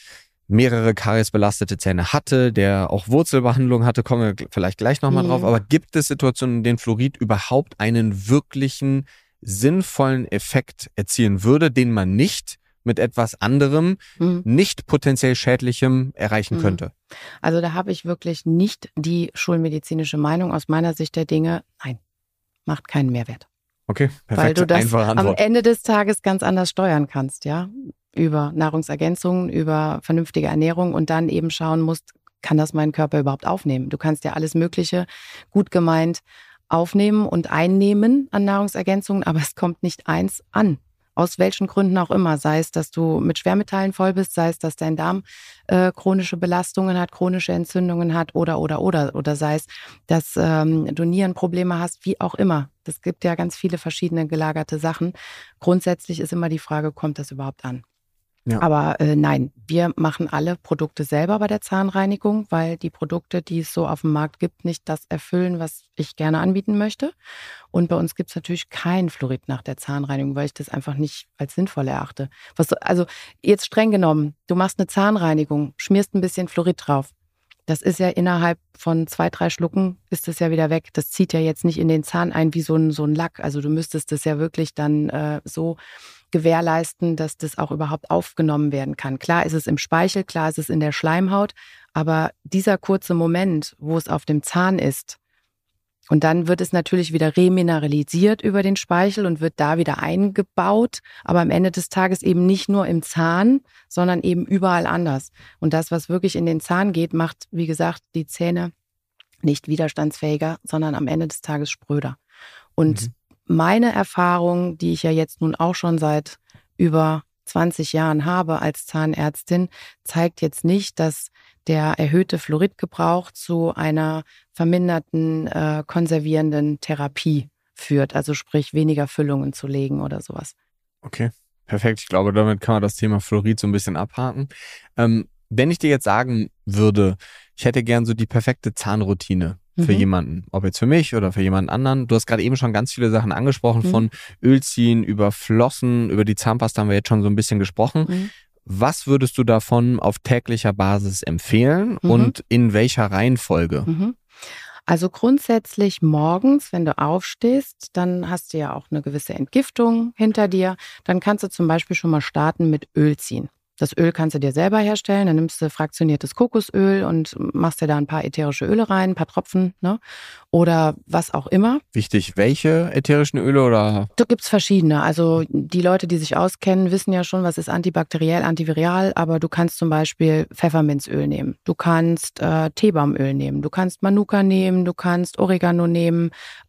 [SPEAKER 1] mehrere kariesbelastete Zähne hatte, der auch Wurzelbehandlung hatte, kommen wir vielleicht gleich nochmal mhm. drauf, aber gibt es Situationen, in denen Fluorid überhaupt einen wirklichen, sinnvollen Effekt erzielen würde, den man nicht mit etwas anderem, mhm. nicht potenziell Schädlichem erreichen mhm. könnte?
[SPEAKER 2] Also da habe ich wirklich nicht die schulmedizinische Meinung aus meiner Sicht der Dinge. Nein, macht keinen Mehrwert.
[SPEAKER 1] Okay, perfekt.
[SPEAKER 2] Weil du das
[SPEAKER 1] Einfache Antwort.
[SPEAKER 2] Am Ende des Tages ganz anders steuern kannst, ja, über Nahrungsergänzungen, über vernünftige Ernährung und dann eben schauen musst, kann das mein Körper überhaupt aufnehmen? Du kannst ja alles Mögliche gut gemeint aufnehmen und einnehmen an Nahrungsergänzungen, aber es kommt nicht eins an. Aus welchen Gründen auch immer, sei es, dass du mit Schwermetallen voll bist, sei es, dass dein Darm äh, chronische Belastungen hat, chronische Entzündungen hat oder, oder, oder. Oder sei es, dass ähm, du Nierenprobleme hast, wie auch immer. Es gibt ja ganz viele verschiedene gelagerte Sachen. Grundsätzlich ist immer die Frage, kommt das überhaupt an? Ja. Aber äh, nein, wir machen alle Produkte selber bei der Zahnreinigung, weil die Produkte, die es so auf dem Markt gibt, nicht das erfüllen, was ich gerne anbieten möchte. Und bei uns gibt es natürlich kein Fluorid nach der Zahnreinigung, weil ich das einfach nicht als sinnvoll erachte. Was, also jetzt streng genommen, du machst eine Zahnreinigung, schmierst ein bisschen Fluorid drauf. Das ist ja innerhalb von zwei, drei Schlucken ist das ja wieder weg. Das zieht ja jetzt nicht in den Zahn ein wie so ein, so ein Lack. Also du müsstest das ja wirklich dann äh, so gewährleisten, dass das auch überhaupt aufgenommen werden kann. Klar ist es im Speichel, klar ist es in der Schleimhaut, aber dieser kurze Moment, wo es auf dem Zahn ist, und dann wird es natürlich wieder remineralisiert über den Speichel und wird da wieder eingebaut, aber am Ende des Tages eben nicht nur im Zahn, sondern eben überall anders. Und das, was wirklich in den Zahn geht, macht, wie gesagt, die Zähne nicht widerstandsfähiger, sondern am Ende des Tages spröder. Und mhm. meine Erfahrung, die ich ja jetzt nun auch schon seit über zwanzig Jahren habe als Zahnärztin, zeigt jetzt nicht, dass der erhöhte Fluoridgebrauch zu einer verminderten äh, konservierenden Therapie führt. Also sprich, weniger Füllungen zu legen oder sowas.
[SPEAKER 1] Okay, perfekt. Ich glaube, damit kann man das Thema Fluorid so ein bisschen abhaken. Ähm, wenn ich dir jetzt sagen würde, ich hätte gern so die perfekte Zahnroutine für mhm. jemanden, ob jetzt für mich oder für jemanden anderen. Du hast gerade eben schon ganz viele Sachen angesprochen, mhm. von Ölziehen über Flossen, über die Zahnpasta haben wir jetzt schon so ein bisschen gesprochen. Mhm. Was würdest du davon auf täglicher Basis empfehlen mhm. und in welcher Reihenfolge?
[SPEAKER 2] Mhm. Also grundsätzlich morgens, wenn du aufstehst, dann hast du ja auch eine gewisse Entgiftung hinter dir. Dann kannst du zum Beispiel schon mal starten mit Ölziehen. Das Öl kannst du dir selber herstellen, dann nimmst du fraktioniertes Kokosöl und machst dir da ein paar ätherische Öle rein, ein paar Tropfen, ne? Oder was auch immer.
[SPEAKER 1] Wichtig, welche ätherischen Öle oder?
[SPEAKER 2] Da gibt's verschiedene. Also die Leute, die sich auskennen, wissen ja schon, was ist antibakteriell, antiviral, aber du kannst zum Beispiel Pfefferminzöl nehmen. Du kannst äh, Teebaumöl nehmen, du kannst Manuka nehmen, du kannst Oregano nehmen,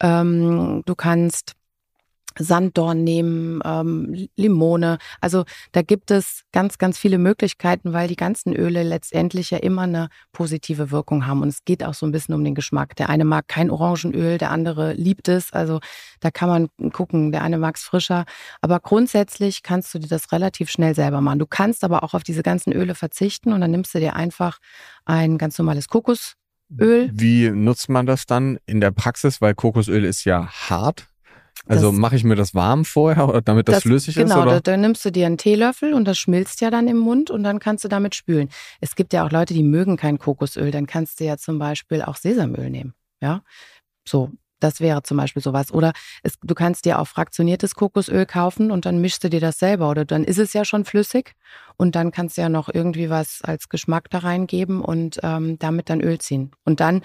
[SPEAKER 2] ähm, du kannst Sanddorn nehmen, ähm, Limone. Also da gibt es ganz, ganz viele Möglichkeiten, weil die ganzen Öle letztendlich ja immer eine positive Wirkung haben. Und es geht auch so ein bisschen um den Geschmack. Der eine mag kein Orangenöl, der andere liebt es. Also da kann man gucken, der eine mag es frischer. Aber grundsätzlich kannst du dir das relativ schnell selber machen. Du kannst aber auch auf diese ganzen Öle verzichten und dann nimmst du dir einfach ein ganz normales Kokosöl.
[SPEAKER 1] Wie nutzt man das dann in der Praxis? Weil Kokosöl ist ja hart. Also mache ich mir das warm vorher, damit das, das flüssig
[SPEAKER 2] genau,
[SPEAKER 1] ist? Genau,
[SPEAKER 2] da, da nimmst du dir einen Teelöffel und das schmilzt ja dann im Mund und dann kannst du damit spülen. Es gibt ja auch Leute, die mögen kein Kokosöl, dann kannst du ja zum Beispiel auch Sesamöl nehmen. Ja, so, das wäre zum Beispiel sowas. Oder es, du kannst dir auch fraktioniertes Kokosöl kaufen und dann mischst du dir das selber. Oder dann ist es ja schon flüssig und dann kannst du ja noch irgendwie was als Geschmack da reingeben und ähm, damit dann Öl ziehen. Und dann,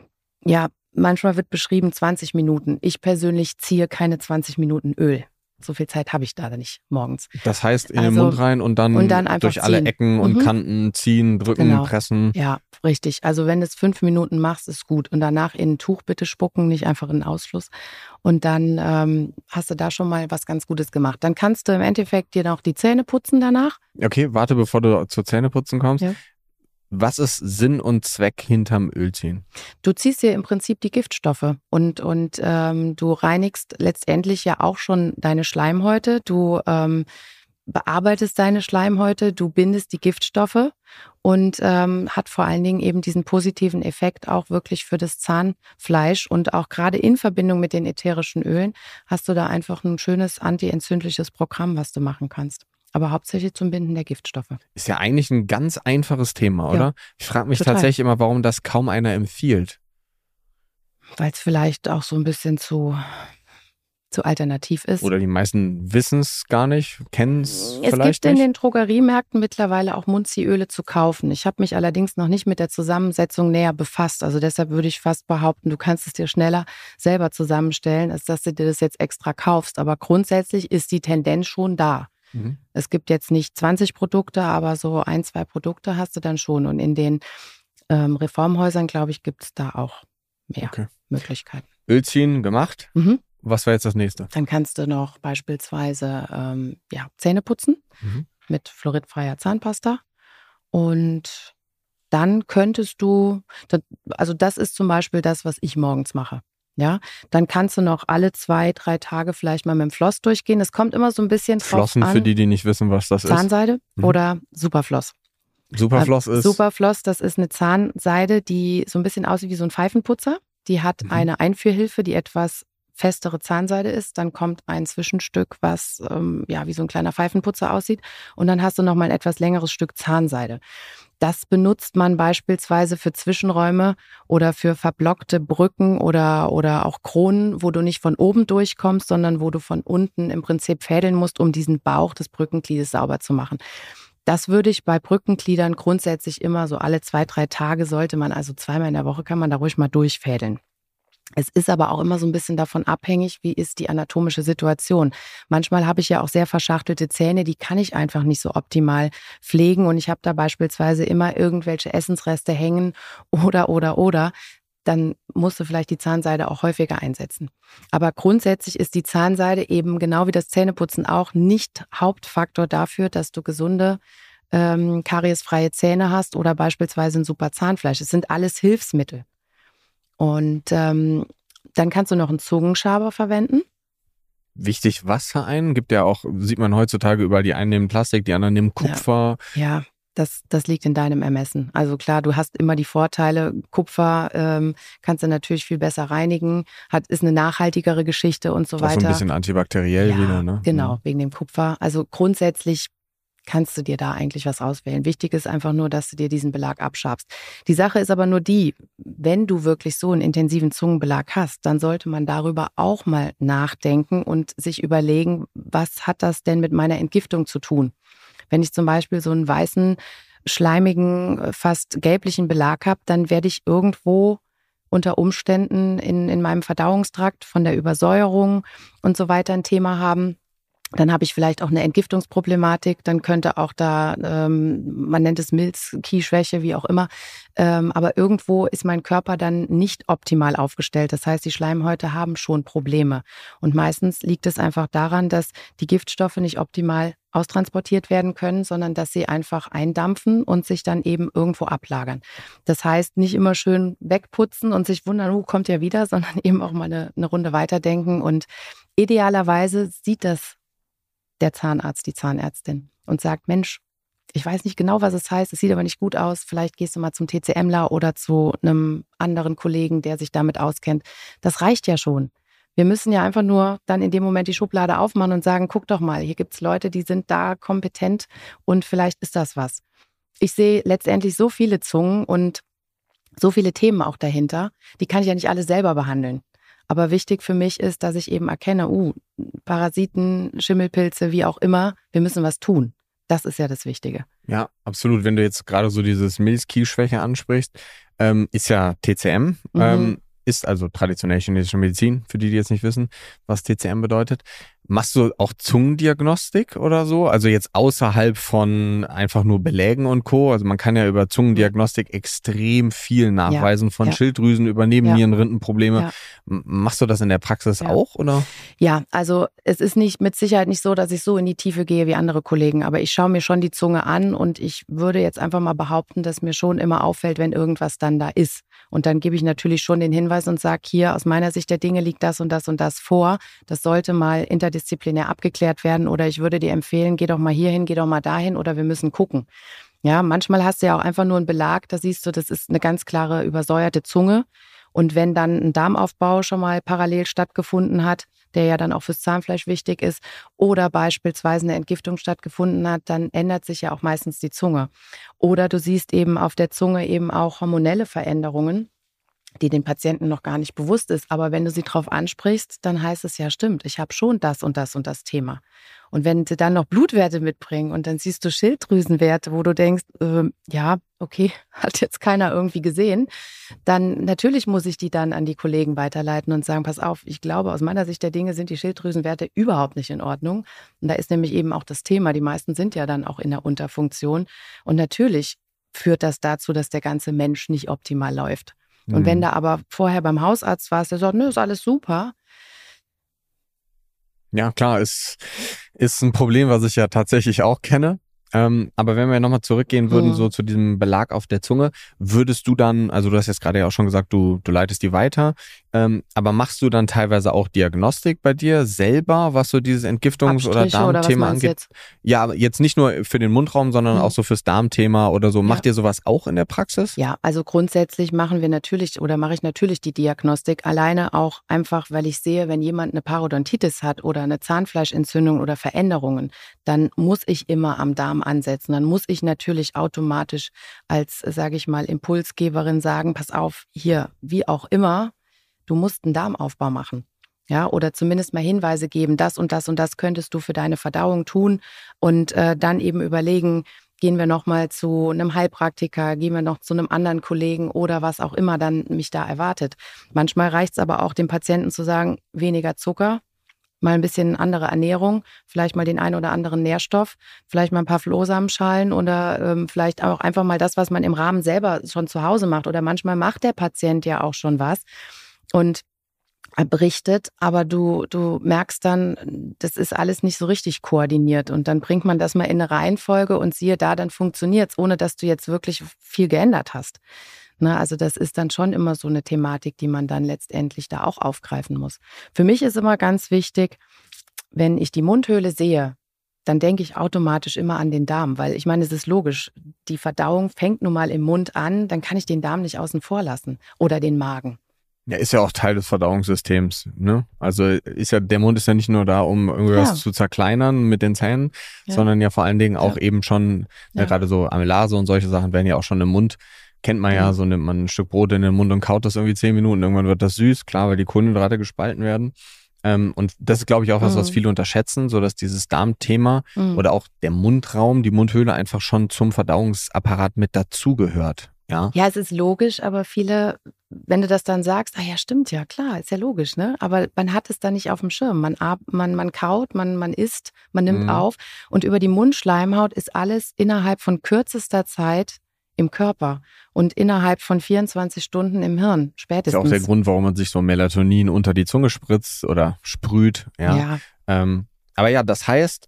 [SPEAKER 2] ja, manchmal wird beschrieben zwanzig Minuten. Ich persönlich ziehe keine zwanzig Minuten Öl. So viel Zeit habe ich da nicht morgens.
[SPEAKER 1] Das heißt, in also, den Mund rein und dann,
[SPEAKER 2] und dann durch
[SPEAKER 1] ziehen.
[SPEAKER 2] alle
[SPEAKER 1] Ecken und mhm. Kanten ziehen, drücken,
[SPEAKER 2] genau.
[SPEAKER 1] pressen.
[SPEAKER 2] Ja, richtig. Also wenn du es fünf Minuten machst, ist gut. Und danach in ein Tuch bitte spucken, nicht einfach in einen Ausfluss. Und dann ähm, hast du da schon mal was ganz Gutes gemacht. Dann kannst du im Endeffekt dir noch die Zähne putzen danach.
[SPEAKER 1] Okay, warte, bevor du zur Zähneputzen kommst.
[SPEAKER 2] Ja.
[SPEAKER 1] Was ist Sinn und Zweck hinterm Ölziehen?
[SPEAKER 2] Du ziehst dir im Prinzip die Giftstoffe und, und ähm, du reinigst letztendlich ja auch schon deine Schleimhäute. Du ähm, bearbeitest deine Schleimhäute, du bindest die Giftstoffe und ähm, hat vor allen Dingen eben diesen positiven Effekt auch wirklich für das Zahnfleisch. Und auch gerade in Verbindung mit den ätherischen Ölen hast du da einfach ein schönes antientzündliches Programm, was du machen kannst. aber hauptsächlich zum Binden der Giftstoffe.
[SPEAKER 1] Ist ja eigentlich ein ganz einfaches Thema, oder?
[SPEAKER 2] Ja,
[SPEAKER 1] ich frage mich
[SPEAKER 2] total.
[SPEAKER 1] tatsächlich immer, warum das kaum einer empfiehlt.
[SPEAKER 2] Weil es vielleicht auch so ein bisschen zu, zu alternativ ist.
[SPEAKER 1] Oder die meisten wissen es gar nicht, kennen es
[SPEAKER 2] Es
[SPEAKER 1] vielleicht
[SPEAKER 2] gibt in
[SPEAKER 1] nicht.
[SPEAKER 2] den Drogeriemärkten mittlerweile auch Munzieöle zu kaufen. Ich habe mich allerdings noch nicht mit der Zusammensetzung näher befasst. Also deshalb würde ich fast behaupten, du kannst es dir schneller selber zusammenstellen, als dass du dir das jetzt extra kaufst. Aber grundsätzlich ist die Tendenz schon da.
[SPEAKER 1] Mhm.
[SPEAKER 2] Es gibt jetzt nicht zwanzig Produkte, aber so ein, zwei Produkte hast du dann schon. Und in den ähm, Reformhäusern, glaube ich, gibt es da auch mehr
[SPEAKER 1] Okay.
[SPEAKER 2] Möglichkeiten.
[SPEAKER 1] Öl ziehen gemacht.
[SPEAKER 2] Mhm.
[SPEAKER 1] Was war jetzt das nächste?
[SPEAKER 2] Dann kannst du noch beispielsweise ähm, ja, Zähne putzen
[SPEAKER 1] Mhm.
[SPEAKER 2] mit fluoridfreier Zahnpasta. Und dann könntest du, also das ist zum Beispiel das, was ich morgens mache. Ja, dann kannst du noch alle zwei, drei Tage vielleicht mal mit dem Floss durchgehen. Es kommt immer so ein bisschen drauf
[SPEAKER 1] Flossen
[SPEAKER 2] an.
[SPEAKER 1] für die, die nicht wissen, was das
[SPEAKER 2] Zahnseide
[SPEAKER 1] Mhm.
[SPEAKER 2] oder Superfloss.
[SPEAKER 1] ist. Superfloss
[SPEAKER 2] Äh,
[SPEAKER 1] ist.
[SPEAKER 2] Superfloss, das ist eine Zahnseide, die so ein bisschen aussieht wie so ein Pfeifenputzer. Die hat
[SPEAKER 1] Mhm.
[SPEAKER 2] eine Einführhilfe, die etwas festere Zahnseide ist. Dann kommt ein Zwischenstück, was ähm, ja wie so ein kleiner Pfeifenputzer aussieht. Und dann hast du noch mal ein etwas längeres Stück Zahnseide. Das benutzt man beispielsweise für Zwischenräume oder für verblockte Brücken oder, oder auch Kronen, wo du nicht von oben durchkommst, sondern wo du von unten im Prinzip fädeln musst, um diesen Bauch des Brückengliedes sauber zu machen. Das würde ich bei Brückengliedern grundsätzlich immer so alle zwei, drei Tage sollte man, also zweimal in der Woche kann man da ruhig mal durchfädeln. Es ist aber auch immer so ein bisschen davon abhängig, wie ist die anatomische Situation. Manchmal habe ich ja auch sehr verschachtelte Zähne, die kann ich einfach nicht so optimal pflegen und ich habe da beispielsweise immer irgendwelche Essensreste hängen oder, oder, oder. Dann musst du vielleicht die Zahnseide auch häufiger einsetzen. Aber grundsätzlich ist die Zahnseide eben genau wie das Zähneputzen auch nicht Hauptfaktor dafür, dass du gesunde, ähm, kariesfreie Zähne hast oder beispielsweise ein super Zahnfleisch. Es sind alles Hilfsmittel. Und ähm, dann kannst du noch einen Zungenschaber verwenden.
[SPEAKER 1] Wichtig, was für einen? Gibt ja auch, sieht man heutzutage überall, die einen nehmen Plastik, die anderen nehmen Kupfer.
[SPEAKER 2] Ja, ja das, das liegt in deinem Ermessen. Also klar, du hast immer die Vorteile. Kupfer ähm, kannst du natürlich viel besser reinigen, hat, ist eine nachhaltigere Geschichte und so
[SPEAKER 1] Auch
[SPEAKER 2] weiter.
[SPEAKER 1] so ein bisschen antibakteriell
[SPEAKER 2] ja,
[SPEAKER 1] wieder, ne?
[SPEAKER 2] Genau,
[SPEAKER 1] Mhm.
[SPEAKER 2] wegen dem Kupfer. Also grundsätzlich kannst du dir da eigentlich was auswählen. Wichtig ist einfach nur, dass du dir diesen Belag abschabst. Die Sache ist aber nur die, wenn du wirklich so einen intensiven Zungenbelag hast, dann sollte man darüber auch mal nachdenken und sich überlegen, was hat das denn mit meiner Entgiftung zu tun? Wenn ich zum Beispiel so einen weißen, schleimigen, fast gelblichen Belag habe, dann werde ich irgendwo unter Umständen in, in meinem Verdauungstrakt von der Übersäuerung und so weiter ein Thema haben. Dann habe ich vielleicht auch eine Entgiftungsproblematik, dann könnte auch da, ähm, man nennt es Milz-Key-Schwäche, wie auch immer, ähm, aber irgendwo ist mein Körper dann nicht optimal aufgestellt. Das heißt, die Schleimhäute haben schon Probleme und meistens liegt es einfach daran, dass die Giftstoffe nicht optimal austransportiert werden können, sondern dass sie einfach eindampfen und sich dann eben irgendwo ablagern. Das heißt, nicht immer schön wegputzen und sich wundern, oh, kommt ja wieder, sondern eben auch mal eine, eine Runde weiterdenken und idealerweise sieht das der Zahnarzt, die Zahnärztin und sagt, Mensch, ich weiß nicht genau, was es heißt, es sieht aber nicht gut aus, vielleicht gehst du mal zum TCMler oder zu einem anderen Kollegen, der sich damit auskennt. Das reicht ja schon. Wir müssen ja einfach nur dann in dem Moment die Schublade aufmachen und sagen, guck doch mal, hier gibt es Leute, die sind da kompetent und vielleicht ist das was. Ich sehe letztendlich so viele Zungen und so viele Themen auch dahinter, die kann ich ja nicht alle selber behandeln. Aber wichtig für mich ist, dass ich eben erkenne, uh, Parasiten, Schimmelpilze, wie auch immer, wir müssen was tun. Das ist ja das Wichtige.
[SPEAKER 1] Ja, absolut. Wenn du jetzt gerade so dieses Milz-Key-Schwäche ansprichst, ähm, ist ja T C M,
[SPEAKER 2] Mhm.
[SPEAKER 1] ähm, ist also traditionelle chinesische Medizin, für die, die jetzt nicht wissen, was T C M bedeutet. Machst du auch Zungendiagnostik oder so? Also jetzt außerhalb von einfach nur Belägen und Co. Also man kann ja über Zungendiagnostik extrem viel nachweisen, von
[SPEAKER 2] ja.
[SPEAKER 1] Schilddrüsen über Nebennierenrindenprobleme.
[SPEAKER 2] Ja.
[SPEAKER 1] M- Machst du das in der Praxis
[SPEAKER 2] Ja.
[SPEAKER 1] auch, oder?
[SPEAKER 2] Ja, also es ist nicht mit Sicherheit nicht so, dass ich so in die Tiefe gehe wie andere Kollegen, aber ich schaue mir schon die Zunge an und ich würde jetzt einfach mal behaupten, dass mir schon immer auffällt, wenn irgendwas dann da ist. Und dann gebe ich natürlich schon den Hinweis und sage, hier aus meiner Sicht der Dinge liegt das und das und das vor. Das sollte mal interdisziplinär abgeklärt werden oder ich würde dir empfehlen, geh doch mal hier hin, geh doch mal dahin oder wir müssen gucken. Ja, manchmal hast du ja auch einfach nur einen Belag, da siehst du, das ist eine ganz klare übersäuerte Zunge Und wenn dann ein Darmaufbau schon mal parallel stattgefunden hat, der ja dann auch fürs Zahnfleisch wichtig ist, oder beispielsweise eine Entgiftung stattgefunden hat, dann ändert sich ja auch meistens die Zunge. Oder du siehst eben auf der Zunge eben auch hormonelle Veränderungen, die den Patienten noch gar nicht bewusst ist. Aber wenn du sie drauf ansprichst, dann heißt es ja, stimmt, ich habe schon das und das und das Thema. Und wenn sie dann noch Blutwerte mitbringen und dann siehst du Schilddrüsenwerte, wo du denkst, äh, ja, okay, hat jetzt keiner irgendwie gesehen, dann natürlich muss ich die dann an die Kollegen weiterleiten und sagen, pass auf, ich glaube, aus meiner Sicht der Dinge sind die Schilddrüsenwerte überhaupt nicht in Ordnung. Und da ist nämlich eben auch das Thema, die meisten sind ja dann auch in der Unterfunktion. Und natürlich führt das dazu, dass der ganze Mensch nicht optimal läuft. Und wenn da aber vorher beim Hausarzt warst, der sagt, nö, ist alles super.
[SPEAKER 1] Ja, klar, ist, ist ein Problem, was ich ja tatsächlich auch kenne. Ähm, aber wenn wir nochmal zurückgehen würden,
[SPEAKER 2] Hm.
[SPEAKER 1] so zu diesem Belag auf der Zunge, würdest du dann, also du hast jetzt gerade ja auch schon gesagt, du, du leitest die weiter, ähm, aber machst du dann teilweise auch Diagnostik bei dir selber, was so dieses Entgiftungs- oder
[SPEAKER 2] Abstriche oder was
[SPEAKER 1] Darmthema
[SPEAKER 2] meinst du
[SPEAKER 1] angeht?
[SPEAKER 2] jetzt?
[SPEAKER 1] Ja, aber jetzt nicht nur für den Mundraum, sondern
[SPEAKER 2] Hm.
[SPEAKER 1] auch so fürs Darmthema oder so.
[SPEAKER 2] Ja.
[SPEAKER 1] Macht ihr sowas auch in der Praxis?
[SPEAKER 2] Ja, also grundsätzlich machen wir natürlich oder mache ich natürlich die Diagnostik. Alleine auch einfach, weil ich sehe, wenn jemand eine Parodontitis hat oder eine Zahnfleischentzündung oder Veränderungen, dann muss ich immer am Darm ansetzen. Dann muss ich natürlich automatisch als, sage ich mal, Impulsgeberin sagen, pass auf, hier, wie auch immer, du musst einen Darmaufbau machen. Ja, oder zumindest mal Hinweise geben, das und das und das könntest du für deine Verdauung tun und äh, dann eben überlegen, gehen wir nochmal zu einem Heilpraktiker, gehen wir noch zu einem anderen Kollegen oder was auch immer dann mich da erwartet. Manchmal reicht es aber auch, dem Patienten zu sagen, weniger Zucker, mal ein bisschen andere Ernährung, vielleicht mal den einen oder anderen Nährstoff, vielleicht mal ein paar Flohsamenschalen oder ähm, vielleicht auch einfach mal das, was man im Rahmen selber schon zu Hause macht. Oder manchmal macht der Patient ja auch schon was und er berichtet, aber du, du merkst dann, das ist alles nicht so richtig koordiniert. Und dann bringt man das mal in eine Reihenfolge und siehe da, dann funktioniert's, ohne dass du jetzt wirklich viel geändert hast. Ne, also das ist dann schon immer so eine Thematik, die man dann letztendlich da auch aufgreifen muss. Für mich ist immer ganz wichtig, wenn ich die Mundhöhle sehe, dann denke ich automatisch immer an den Darm, weil ich meine, es ist logisch, die Verdauung fängt nun mal im Mund an, dann kann ich den Darm nicht außen vor lassen oder den Magen.
[SPEAKER 1] Ja, ist ja auch Teil des Verdauungssystems, ne? Also ist ja, der Mund ist ja nicht nur da, um irgendwas
[SPEAKER 2] Ja.
[SPEAKER 1] zu zerkleinern mit den Zähnen,
[SPEAKER 2] Ja.
[SPEAKER 1] sondern ja vor allen Dingen auch
[SPEAKER 2] Ja.
[SPEAKER 1] eben schon,
[SPEAKER 2] Ja.
[SPEAKER 1] ja, gerade so Amylase und solche Sachen werden ja auch schon im Mund. Kennt man ja,
[SPEAKER 2] Mhm.
[SPEAKER 1] so nimmt man ein Stück Brot in den Mund und kaut das irgendwie zehn Minuten, irgendwann wird das süß, klar, weil die Kohlenhydrate gespalten werden. Ähm, und das ist, glaube ich, auch was, was
[SPEAKER 2] Mhm.
[SPEAKER 1] viele unterschätzen, so dass dieses Darmthema
[SPEAKER 2] Mhm.
[SPEAKER 1] oder auch der Mundraum, die Mundhöhle einfach schon zum Verdauungsapparat mit dazugehört. Ja.
[SPEAKER 2] Ja, es ist logisch, aber viele, wenn du das dann sagst, ah ja, stimmt, ja klar, ist ja logisch, ne? Aber man hat es dann nicht auf dem Schirm. Man, ab- man, man kaut, man, man isst, man nimmt
[SPEAKER 1] Mhm.
[SPEAKER 2] auf und über die Mundschleimhaut ist alles innerhalb von kürzester Zeit im Körper und innerhalb von vierundzwanzig Stunden im Hirn,
[SPEAKER 1] Ist
[SPEAKER 2] spätestens.
[SPEAKER 1] ja auch der Grund, warum man sich so Melatonin unter die Zunge spritzt oder sprüht. Ja.
[SPEAKER 2] Ja,
[SPEAKER 1] Ähm, aber ja, das heißt,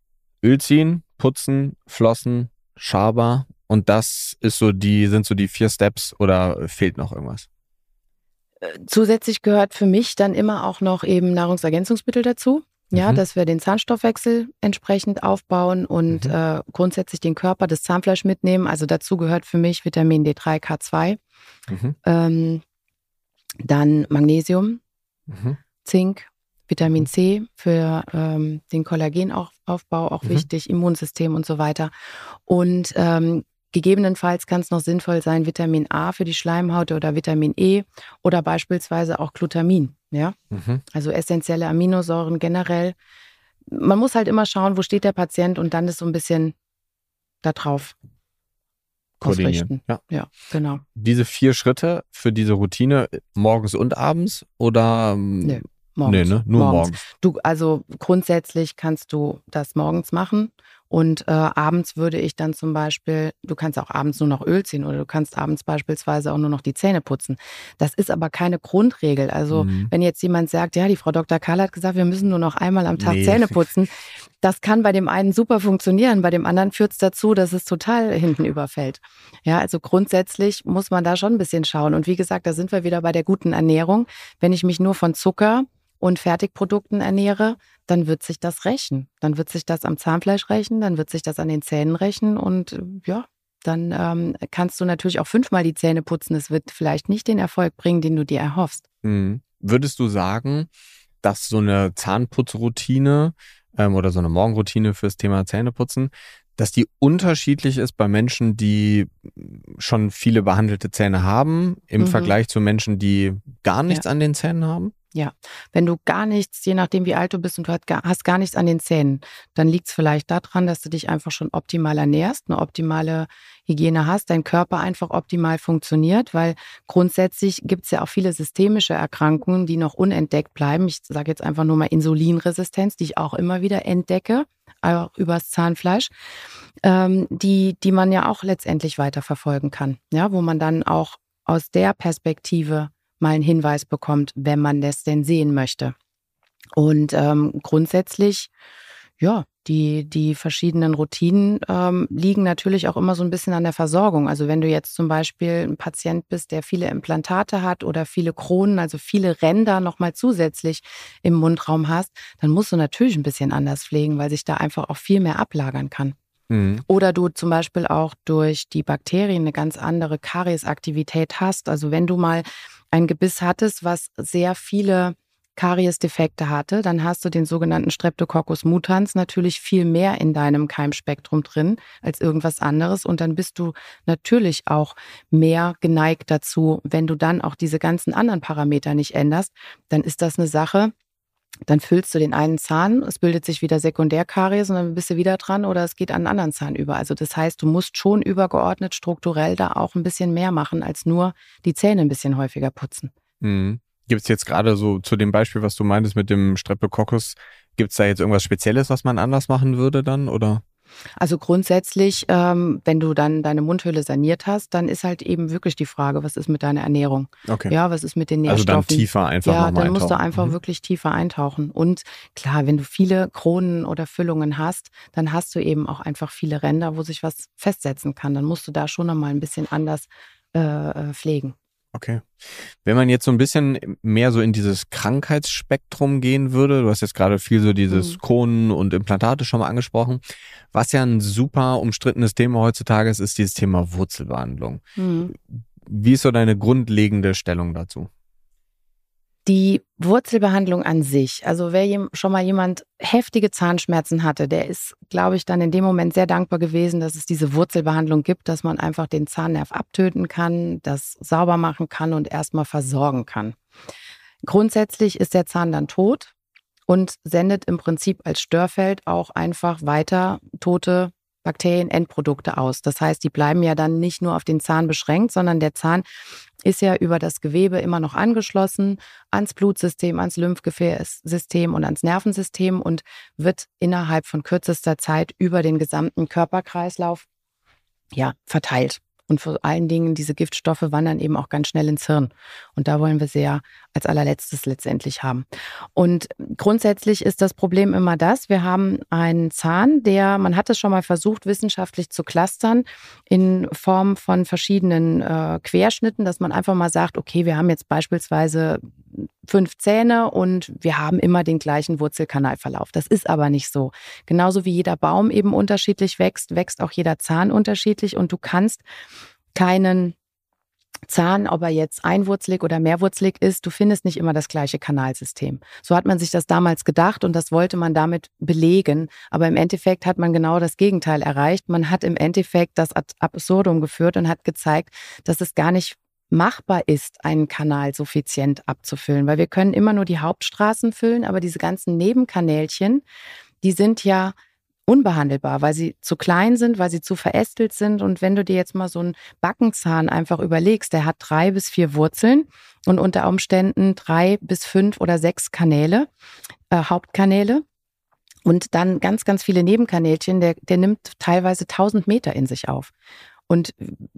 [SPEAKER 1] Öl ziehen, putzen, flossen, Schaber und das ist so die, sind so die vier Steps oder fehlt noch irgendwas?
[SPEAKER 2] zusätzlich gehört für mich dann immer auch noch eben Nahrungsergänzungsmittel dazu. Ja,
[SPEAKER 1] Mhm.
[SPEAKER 2] dass wir den Zahnstoffwechsel entsprechend aufbauen und
[SPEAKER 1] Mhm.
[SPEAKER 2] äh, grundsätzlich den Körper, das Zahnfleisch mitnehmen. Also dazu gehört für mich Vitamin D drei, K zwei,
[SPEAKER 1] Mhm.
[SPEAKER 2] ähm, dann Magnesium,
[SPEAKER 1] Mhm.
[SPEAKER 2] Zink, Vitamin
[SPEAKER 1] Mhm.
[SPEAKER 2] C für ähm, den Kollagenaufbau auch
[SPEAKER 1] Mhm.
[SPEAKER 2] wichtig, Immunsystem und so weiter. Und ähm, gegebenenfalls kann es noch sinnvoll sein, Vitamin A für die Schleimhaut oder Vitamin E oder beispielsweise auch Glutamin. Ja,
[SPEAKER 1] Mhm.
[SPEAKER 2] also essentielle Aminosäuren generell. Man muss halt immer schauen, wo steht der Patient und dann ist so ein bisschen da drauf
[SPEAKER 1] Koordinieren.
[SPEAKER 2] ausrichten.
[SPEAKER 1] Ja.
[SPEAKER 2] Ja, genau.
[SPEAKER 1] Diese vier Schritte für diese Routine morgens und abends oder? ähm,
[SPEAKER 2] Nö,
[SPEAKER 1] Nee,
[SPEAKER 2] morgens.
[SPEAKER 1] ne? Nur
[SPEAKER 2] morgens.
[SPEAKER 1] morgens.
[SPEAKER 2] Du, also grundsätzlich kannst du das morgens machen und äh, abends würde ich dann zum Beispiel, du kannst auch abends nur noch Öl ziehen oder du kannst abends beispielsweise auch nur noch die Zähne putzen. Das ist aber keine Grundregel. Also
[SPEAKER 1] Mhm.
[SPEAKER 2] wenn jetzt jemand sagt, ja, die Frau Doktor Karl hat gesagt, wir müssen nur noch einmal am Tag
[SPEAKER 1] Nee.
[SPEAKER 2] Zähne putzen, das kann bei dem einen super funktionieren, bei dem anderen führt es dazu, dass es total hinten überfällt. Ja, also grundsätzlich muss man da schon ein bisschen schauen. Und wie gesagt, da sind wir wieder bei der guten Ernährung. Wenn ich mich nur von Zucker und Fertigprodukten ernähre, dann wird sich das rächen. Dann wird sich das am Zahnfleisch rächen, dann wird sich das an den Zähnen rächen und äh, ja, dann ähm, kannst du natürlich auch fünfmal die Zähne putzen. Es wird vielleicht nicht den Erfolg bringen, den du dir erhoffst.
[SPEAKER 1] Mhm. Würdest du sagen, dass so eine Zahnputzroutine ähm, oder so eine Morgenroutine fürs Thema Zähneputzen, dass die unterschiedlich ist bei Menschen, die schon viele behandelte Zähne haben, im
[SPEAKER 2] Mhm.
[SPEAKER 1] Vergleich zu Menschen, die gar nichts
[SPEAKER 2] Ja.
[SPEAKER 1] an den Zähnen haben?
[SPEAKER 2] Ja, wenn du gar nichts, je nachdem wie alt du bist und du hast gar, hast gar nichts an den Zähnen, dann liegt es vielleicht daran, dass du dich einfach schon optimal ernährst, eine optimale Hygiene hast, dein Körper einfach optimal funktioniert, weil grundsätzlich gibt es ja auch viele systemische Erkrankungen, die noch unentdeckt bleiben. Ich sage jetzt einfach nur mal Insulinresistenz, die ich auch immer wieder entdecke, auch übers Zahnfleisch, ähm, die, die man ja auch letztendlich weiterverfolgen kann, ja, wo man dann auch aus der Perspektive mal einen Hinweis bekommt, wenn man das denn sehen möchte. Und ähm, grundsätzlich, ja, die, die verschiedenen Routinen ähm, liegen natürlich auch immer so ein bisschen an der Versorgung. Also wenn du jetzt zum Beispiel ein Patient bist, der viele Implantate hat oder viele Kronen, also viele Ränder nochmal zusätzlich im Mundraum hast, dann musst du natürlich ein bisschen anders pflegen, weil sich da einfach auch viel mehr ablagern kann.
[SPEAKER 1] Mhm.
[SPEAKER 2] Oder du zum Beispiel auch durch die Bakterien eine ganz andere Kariesaktivität hast. Also wenn du mal ein Gebiss hattest, was sehr viele Kariesdefekte hatte, dann hast du den sogenannten Streptococcus mutans natürlich viel mehr in deinem Keimspektrum drin als irgendwas anderes. Und dann bist du natürlich auch mehr geneigt dazu, wenn du dann auch diese ganzen anderen Parameter nicht änderst, dann ist das eine Sache. Dann füllst du den einen Zahn, es bildet sich wieder Sekundärkaries und dann bist du wieder dran oder es geht an einen anderen Zahn über. Also das heißt, du musst schon übergeordnet strukturell da auch ein bisschen mehr machen, als nur die Zähne ein bisschen häufiger putzen.
[SPEAKER 1] Mhm. Gibt es jetzt gerade so zu dem Beispiel, was du meintest mit dem Streptococcus, gibt es da jetzt irgendwas Spezielles, was man anders machen würde dann, oder?
[SPEAKER 2] Also grundsätzlich, ähm, wenn du dann deine Mundhöhle saniert hast, dann ist halt eben wirklich die Frage, was ist mit deiner Ernährung?
[SPEAKER 1] Okay.
[SPEAKER 2] Ja, was ist mit den
[SPEAKER 1] Also
[SPEAKER 2] Nährstoffen?
[SPEAKER 1] dann tiefer einfach
[SPEAKER 2] Ja,
[SPEAKER 1] nochmal
[SPEAKER 2] dann musst du
[SPEAKER 1] eintauchen.
[SPEAKER 2] einfach
[SPEAKER 1] Mhm.
[SPEAKER 2] wirklich tiefer eintauchen. Und klar, wenn du viele Kronen oder Füllungen hast, dann hast du eben auch einfach viele Ränder, wo sich was festsetzen kann. Dann musst du da schon nochmal ein bisschen anders äh, pflegen.
[SPEAKER 1] Okay. Wenn man jetzt so ein bisschen mehr so in dieses Krankheitsspektrum gehen würde, du hast jetzt gerade viel so dieses
[SPEAKER 2] Mhm.
[SPEAKER 1] Kronen und Implantate schon mal angesprochen, was ja ein super umstrittenes Thema heutzutage ist, ist dieses Thema Wurzelbehandlung.
[SPEAKER 2] Mhm.
[SPEAKER 1] Wie ist so deine grundlegende Stellung dazu?
[SPEAKER 2] Die Wurzelbehandlung an sich, also wer jem- schon mal jemand heftige Zahnschmerzen hatte, der ist, glaube ich, dann in dem Moment sehr dankbar gewesen, dass es diese Wurzelbehandlung gibt, dass man einfach den Zahnnerv abtöten kann, das sauber machen kann und erstmal versorgen kann. Grundsätzlich ist der Zahn dann tot und sendet im Prinzip als Störfeld auch einfach weiter tote Bakterien, Endprodukte aus. Das heißt, die bleiben ja dann nicht nur auf den Zahn beschränkt, sondern der Zahn ist ja über das Gewebe immer noch angeschlossen ans Blutsystem, ans Lymphgefäßsystem und ans Nervensystem und wird innerhalb von kürzester Zeit über den gesamten Körperkreislauf ja, verteilt. Und vor allen Dingen, diese Giftstoffe wandern eben auch ganz schnell ins Hirn. Und da wollen wir sie ja als allerletztes letztendlich haben. Und grundsätzlich ist das Problem immer das, wir haben einen Zahn, der, man hat es schon mal versucht, wissenschaftlich zu clustern in Form von verschiedenen äh, Querschnitten, dass man einfach mal sagt, okay, wir haben jetzt beispielsweise fünf Zähne und wir haben immer den gleichen Wurzelkanalverlauf. Das ist aber nicht so. Genauso wie jeder Baum eben unterschiedlich wächst, wächst auch jeder Zahn unterschiedlich und du kannst keinen Zahn, ob er jetzt einwurzelig oder mehrwurzelig ist, du findest nicht immer das gleiche Kanalsystem. So hat man sich das damals gedacht und das wollte man damit belegen. Aber im Endeffekt hat man genau das Gegenteil erreicht. Man hat im Endeffekt das ad absurdum geführt und hat gezeigt, dass es gar nicht machbar ist, einen Kanal suffizient abzufüllen. Weil wir können immer nur die Hauptstraßen füllen, aber diese ganzen Nebenkanälchen, die sind ja unbehandelbar, weil sie zu klein sind, weil sie zu verästelt sind. Und wenn du dir jetzt mal so einen Backenzahn einfach überlegst, der hat drei bis vier Wurzeln und unter Umständen drei bis fünf oder sechs Kanäle, äh, Hauptkanäle und dann ganz, ganz viele Nebenkanälchen, der, der nimmt teilweise tausend Meter in sich auf. Und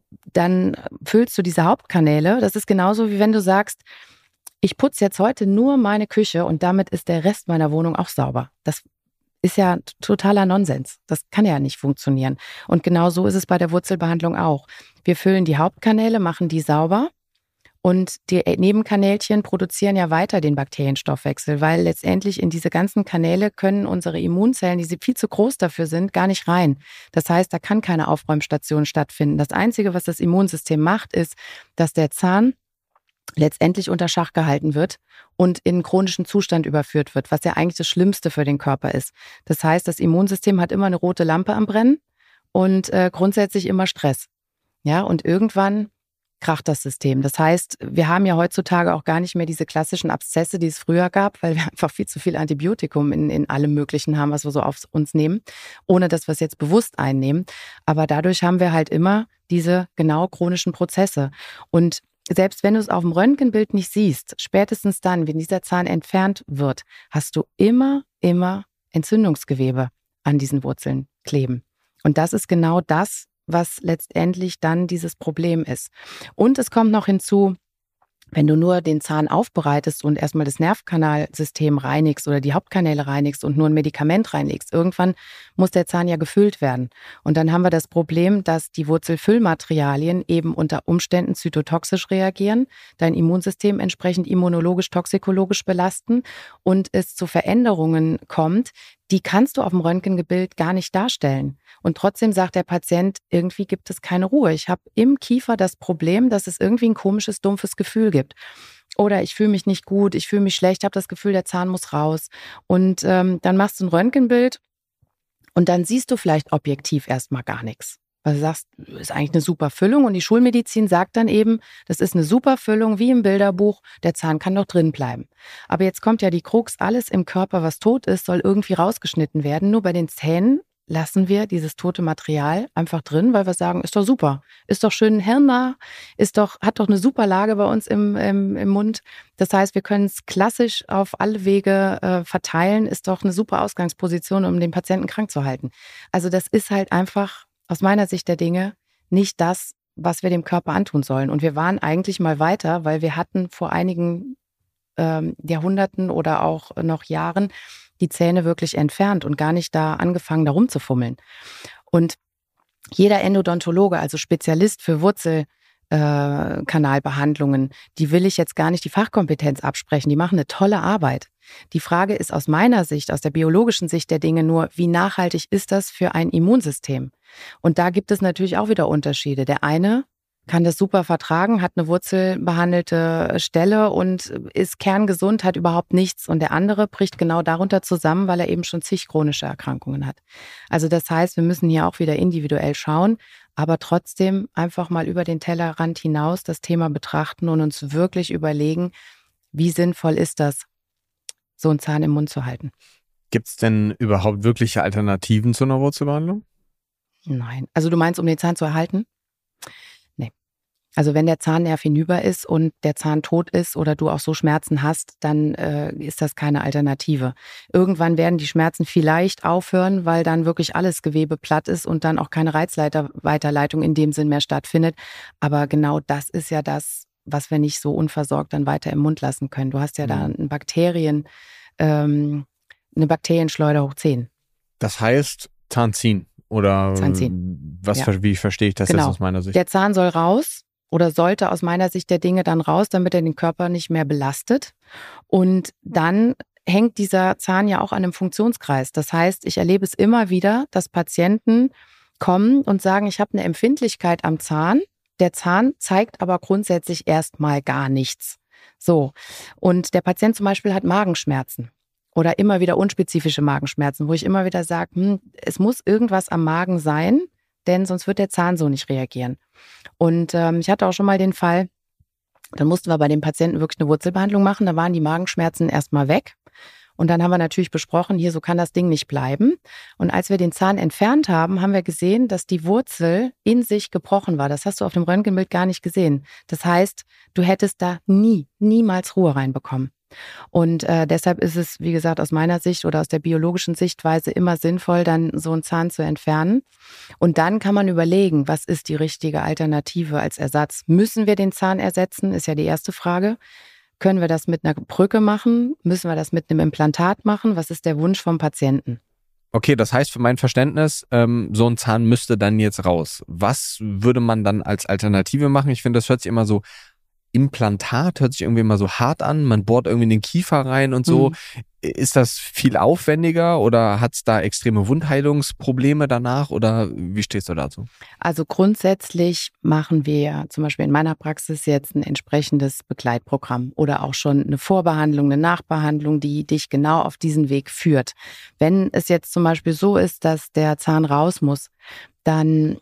[SPEAKER 2] dann füllst du diese Hauptkanäle. Das ist genauso, wie wenn du sagst, ich putze jetzt heute nur meine Küche und damit ist der Rest meiner Wohnung auch sauber. Das ist ja totaler Nonsens. Das kann ja nicht funktionieren. Und genau so ist es bei der Wurzelbehandlung auch. Wir füllen die Hauptkanäle, machen die sauber Und die Nebenkanälchen produzieren ja weiter den Bakterienstoffwechsel, weil letztendlich in diese ganzen Kanäle können unsere Immunzellen, die viel zu groß dafür sind, gar nicht rein. Das heißt, da kann keine Aufräumstation stattfinden. Das Einzige, was das Immunsystem macht, ist, dass der Zahn letztendlich unter Schach gehalten wird und in einen chronischen Zustand überführt wird, was ja eigentlich das Schlimmste für den Körper ist. Das heißt, das Immunsystem hat immer eine rote Lampe am Brennen und äh, grundsätzlich immer Stress. Ja, und irgendwann kracht das System. Das heißt, wir haben ja heutzutage auch gar nicht mehr diese klassischen Abszesse, die es früher gab, weil wir einfach viel zu viel Antibiotikum in, in allem Möglichen haben, was wir so auf uns nehmen, ohne dass wir es jetzt bewusst einnehmen. Aber dadurch haben wir halt immer diese genau chronischen Prozesse. Und selbst wenn du es auf dem Röntgenbild nicht siehst, spätestens dann, wenn dieser Zahn entfernt wird, hast du immer, immer Entzündungsgewebe an diesen Wurzeln kleben. Und das ist genau das, was letztendlich dann dieses Problem ist. Und es kommt noch hinzu, wenn du nur den Zahn aufbereitest und erstmal das Nervkanalsystem reinigst oder die Hauptkanäle reinigst und nur ein Medikament reinlegst, irgendwann muss der Zahn ja gefüllt werden. Und dann haben wir das Problem, dass die Wurzelfüllmaterialien eben unter Umständen zytotoxisch reagieren, dein Immunsystem entsprechend immunologisch, toxikologisch belasten und es zu Veränderungen kommt, die kannst du auf dem Röntgenbild gar nicht darstellen. Und trotzdem sagt der Patient, irgendwie gibt es keine Ruhe. Ich habe im Kiefer das Problem, dass es irgendwie ein komisches, dumpfes Gefühl gibt. Oder ich fühle mich nicht gut, ich fühle mich schlecht, habe das Gefühl, der Zahn muss raus. Und ähm, dann machst du ein Röntgenbild und dann siehst du vielleicht objektiv erstmal gar nichts. Weil du sagst, ist eigentlich eine super Füllung. Und die Schulmedizin sagt dann eben, das ist eine super Füllung, wie im Bilderbuch, der Zahn kann doch drin bleiben. Aber jetzt kommt ja die Krux, alles im Körper, was tot ist, soll irgendwie rausgeschnitten werden. Nur bei den Zähnen lassen wir dieses tote Material einfach drin, weil wir sagen, ist doch super, ist doch schön hirnnah, ist doch, hat doch eine super Lage bei uns im, im, im Mund. Das heißt, wir können es klassisch auf alle Wege äh, verteilen, ist doch eine super Ausgangsposition, um den Patienten krank zu halten. Also das ist halt einfach aus meiner Sicht der Dinge nicht das, was wir dem Körper antun sollen. Und wir waren eigentlich mal weiter, weil wir hatten vor einigen ähm, Jahrhunderten oder auch noch Jahren die Zähne wirklich entfernt und gar nicht da angefangen, da rumzufummeln. Und jeder Endodontologe, also Spezialist für Wurzelkanalbehandlungen, die will ich jetzt gar nicht die Fachkompetenz absprechen. Die machen eine tolle Arbeit. Die Frage ist aus meiner Sicht, aus der biologischen Sicht der Dinge nur, wie nachhaltig ist das für ein Immunsystem? Und da gibt es natürlich auch wieder Unterschiede. Der eine kann das super vertragen, hat eine wurzelbehandelte Stelle und ist kerngesund, hat überhaupt nichts. Und der andere bricht genau darunter zusammen, weil er eben schon zig chronische Erkrankungen hat. Also das heißt, wir müssen hier auch wieder individuell schauen, aber trotzdem einfach mal über den Tellerrand hinaus das Thema betrachten und uns wirklich überlegen, wie sinnvoll ist das, so einen Zahn im Mund zu halten.
[SPEAKER 1] Gibt es denn überhaupt wirkliche Alternativen zu einer Wurzelbehandlung?
[SPEAKER 2] Nein. Also du meinst, um den Zahn zu erhalten? Nee. Also wenn der Zahnnerv hinüber ist und der Zahn tot ist oder du auch so Schmerzen hast, dann äh, ist das keine Alternative. Irgendwann werden die Schmerzen vielleicht aufhören, weil dann wirklich alles Gewebe platt ist und dann auch keine Reizleiterweiterleitung in dem Sinn mehr stattfindet. Aber genau das ist ja das, was wir nicht so unversorgt dann weiter im Mund lassen können. Du hast ja mhm. da ein Bakterien, ähm, eine Bakterienschleuder hoch zehn.
[SPEAKER 1] Das heißt Zahn ziehen oder
[SPEAKER 2] Zahn ziehen.
[SPEAKER 1] Was,
[SPEAKER 2] Ja.
[SPEAKER 1] Wie verstehe ich das
[SPEAKER 2] genau.
[SPEAKER 1] jetzt aus meiner Sicht?
[SPEAKER 2] Der Zahn soll raus oder sollte aus meiner Sicht der Dinge dann raus, damit er den Körper nicht mehr belastet. Und dann hängt dieser Zahn ja auch an einem Funktionskreis. Das heißt, ich erlebe es immer wieder, dass Patienten kommen und sagen, ich habe eine Empfindlichkeit am Zahn. Der Zahn zeigt aber grundsätzlich erstmal gar nichts. So. Und der Patient zum Beispiel hat Magenschmerzen oder immer wieder unspezifische Magenschmerzen, wo ich immer wieder sage, hm, es muss irgendwas am Magen sein, denn sonst wird der Zahn so nicht reagieren. Und ähm, ich hatte auch schon mal den Fall, dann mussten wir bei dem Patienten wirklich eine Wurzelbehandlung machen, da waren die Magenschmerzen erstmal weg. Und dann haben wir natürlich besprochen, hier, so kann das Ding nicht bleiben. Und als wir den Zahn entfernt haben, haben wir gesehen, dass die Wurzel in sich gebrochen war. Das hast du auf dem Röntgenbild gar nicht gesehen. Das heißt, du hättest da nie, niemals Ruhe reinbekommen. Und äh, deshalb ist es, wie gesagt, aus meiner Sicht oder aus der biologischen Sichtweise immer sinnvoll, dann so einen Zahn zu entfernen. Und dann kann man überlegen, was ist die richtige Alternative als Ersatz? Müssen wir den Zahn ersetzen, ist ja die erste Frage. Können wir das mit einer Brücke machen? Müssen wir das mit einem Implantat machen? Was ist der Wunsch vom Patienten?
[SPEAKER 1] Okay, das heißt für mein Verständnis, ähm, so ein Zahn müsste dann jetzt raus. Was würde man dann als Alternative machen? Ich finde, das hört sich immer so Implantat hört sich irgendwie immer so hart an, man bohrt irgendwie in den Kiefer rein und so. Mhm. Ist das viel aufwendiger oder hat es da extreme Wundheilungsprobleme danach oder wie stehst du dazu?
[SPEAKER 2] Also grundsätzlich machen wir zum Beispiel in meiner Praxis jetzt ein entsprechendes Begleitprogramm oder auch schon eine Vorbehandlung, eine Nachbehandlung, die dich genau auf diesen Weg führt. Wenn es jetzt zum Beispiel so ist, dass der Zahn raus muss, dann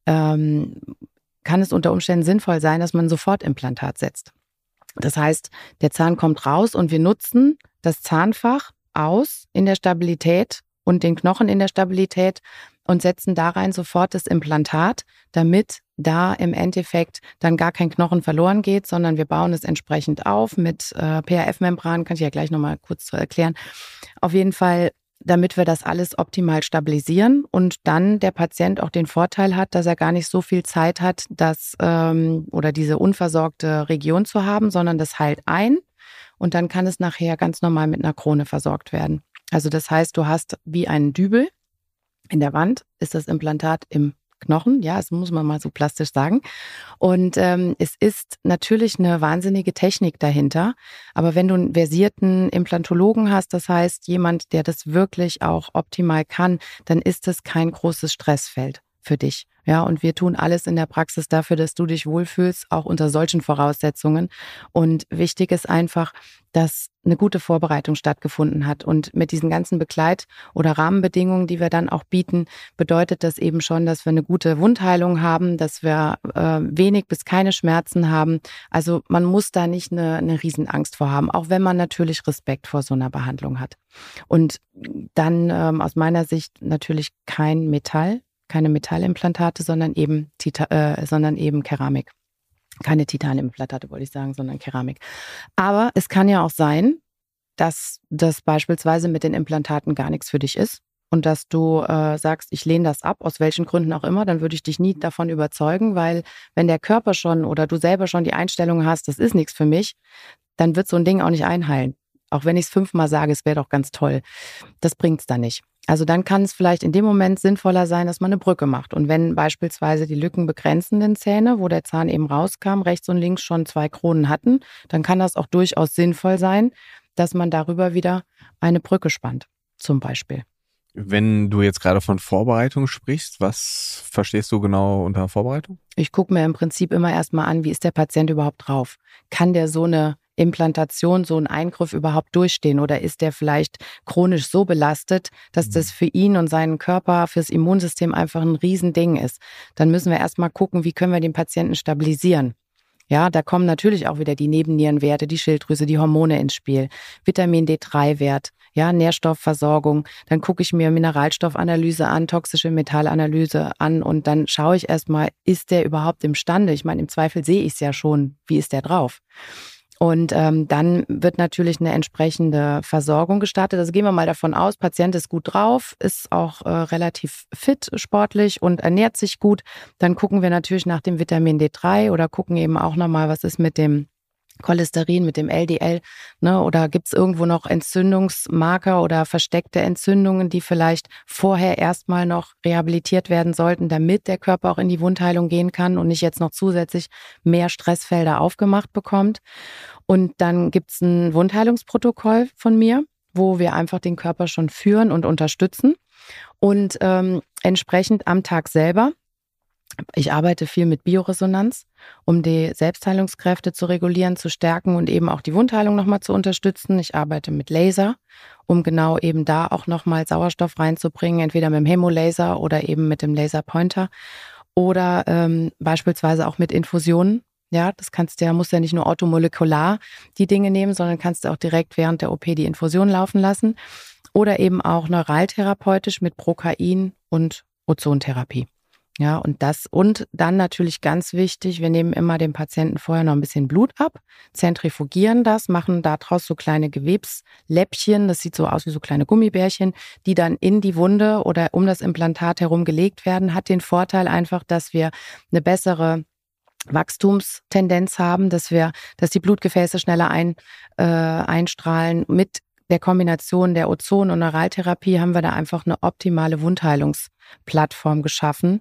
[SPEAKER 2] ähm, kann es unter Umständen sinnvoll sein, dass man ein Sofortimplantat setzt. Das heißt, der Zahn kommt raus und wir nutzen das Zahnfach aus in der Stabilität und den Knochen in der Stabilität und setzen da rein sofort das Implantat, damit da im Endeffekt dann gar kein Knochen verloren geht, sondern wir bauen es entsprechend auf mit äh, P R F-Membran, kann ich ja gleich nochmal kurz erklären. Auf jeden Fall, damit wir das alles optimal stabilisieren und dann der Patient auch den Vorteil hat, dass er gar nicht so viel Zeit hat, das ähm, oder diese unversorgte Region zu haben, sondern das heilt ein und dann kann es nachher ganz normal mit einer Krone versorgt werden. Also das heißt, du hast wie einen Dübel in der Wand, ist das Implantat im Knochen, ja, das muss man mal so plastisch sagen. Und ähm, es ist natürlich eine wahnsinnige Technik dahinter. Aber wenn du einen versierten Implantologen hast, das heißt jemand, der das wirklich auch optimal kann, dann ist es kein großes Stressfeld für dich. Ja, und wir tun alles in der Praxis dafür, dass du dich wohlfühlst, auch unter solchen Voraussetzungen. Und wichtig ist einfach, dass eine gute Vorbereitung stattgefunden hat. Und mit diesen ganzen Begleit- oder Rahmenbedingungen, die wir dann auch bieten, bedeutet das eben schon, dass wir eine gute Wundheilung haben, dass wir äh, wenig bis keine Schmerzen haben. Also man muss da nicht eine, eine Riesenangst vor haben, auch wenn man natürlich Respekt vor so einer Behandlung hat. Und dann ähm, aus meiner Sicht natürlich kein Metall. Keine Metallimplantate, sondern eben, Tita- äh, sondern eben Keramik. Keine Titanimplantate, wollte ich sagen, sondern Keramik. Aber es kann ja auch sein, dass das beispielsweise mit den Implantaten gar nichts für dich ist und dass du äh, sagst, ich lehne das ab, aus welchen Gründen auch immer, dann würde ich dich nie davon überzeugen, weil wenn der Körper schon oder du selber schon die Einstellung hast, das ist nichts für mich, dann wird so ein Ding auch nicht einheilen. Auch wenn ich es fünfmal sage, es wäre doch ganz toll. Das bringt es dann nicht. Also dann kann es vielleicht in dem Moment sinnvoller sein, dass man eine Brücke macht. Und wenn beispielsweise die lückenbegrenzenden Zähne, wo der Zahn eben rauskam, rechts und links schon zwei Kronen hatten, dann kann das auch durchaus sinnvoll sein, dass man darüber wieder eine Brücke spannt, zum Beispiel.
[SPEAKER 1] Wenn du jetzt gerade von Vorbereitung sprichst, was verstehst du genau unter Vorbereitung?
[SPEAKER 2] Ich gucke mir im Prinzip immer erstmal an, wie ist der Patient überhaupt drauf? Kann der so eine Implantation, so einen Eingriff überhaupt durchstehen oder ist der vielleicht chronisch so belastet, dass das für ihn und seinen Körper, fürs Immunsystem einfach ein Riesending ist? Dann müssen wir erstmal gucken, wie können wir den Patienten stabilisieren. Ja, da kommen natürlich auch wieder die Nebennierenwerte, die Schilddrüse, die Hormone ins Spiel, Vitamin D drei Wert, ja, Nährstoffversorgung. Dann gucke ich mir Mineralstoffanalyse an, toxische Metallanalyse an und dann schaue ich erstmal, ist der überhaupt imstande? Ich meine, im Zweifel sehe ich es ja schon, wie ist der drauf? Und ähm, dann wird natürlich eine entsprechende Versorgung gestartet. Also gehen wir mal davon aus, Patient ist gut drauf, ist auch äh, relativ fit sportlich und ernährt sich gut. Dann gucken wir natürlich nach dem Vitamin D drei oder gucken eben auch nochmal, was ist mit dem Cholesterin, mit dem L D L, ne? Oder gibt es irgendwo noch Entzündungsmarker oder versteckte Entzündungen, die vielleicht vorher erstmal noch rehabilitiert werden sollten, damit der Körper auch in die Wundheilung gehen kann und nicht jetzt noch zusätzlich mehr Stressfelder aufgemacht bekommt. Und dann gibt es ein Wundheilungsprotokoll von mir, wo wir einfach den Körper schon führen und unterstützen. Und ähm, entsprechend am Tag selber, ich arbeite viel mit Bioresonanz, um die Selbstheilungskräfte zu regulieren, zu stärken und eben auch die Wundheilung nochmal zu unterstützen. Ich arbeite mit Laser, um genau eben da auch nochmal Sauerstoff reinzubringen, entweder mit dem Hemolaser oder eben mit dem Laserpointer oder ähm, beispielsweise auch mit Infusionen. Ja, das kannst du ja, musst ja nicht nur orthomolekular die Dinge nehmen, sondern kannst du auch direkt während der O P die Infusion laufen lassen oder eben auch neuraltherapeutisch mit Prokain und Ozontherapie. Ja, und das und dann natürlich ganz wichtig, wir nehmen immer dem Patienten vorher noch ein bisschen Blut ab, zentrifugieren das, machen daraus so kleine Gewebsläppchen, das sieht so aus wie so kleine Gummibärchen, die dann in die Wunde oder um das Implantat herum gelegt werden, hat den Vorteil einfach, dass wir eine bessere Wachstumstendenz haben, dass wir, dass die Blutgefäße schneller ein, äh, einstrahlen. Mit der Kombination der Ozon- und Neuraltherapie haben wir da einfach eine optimale Wundheilungsplattform geschaffen.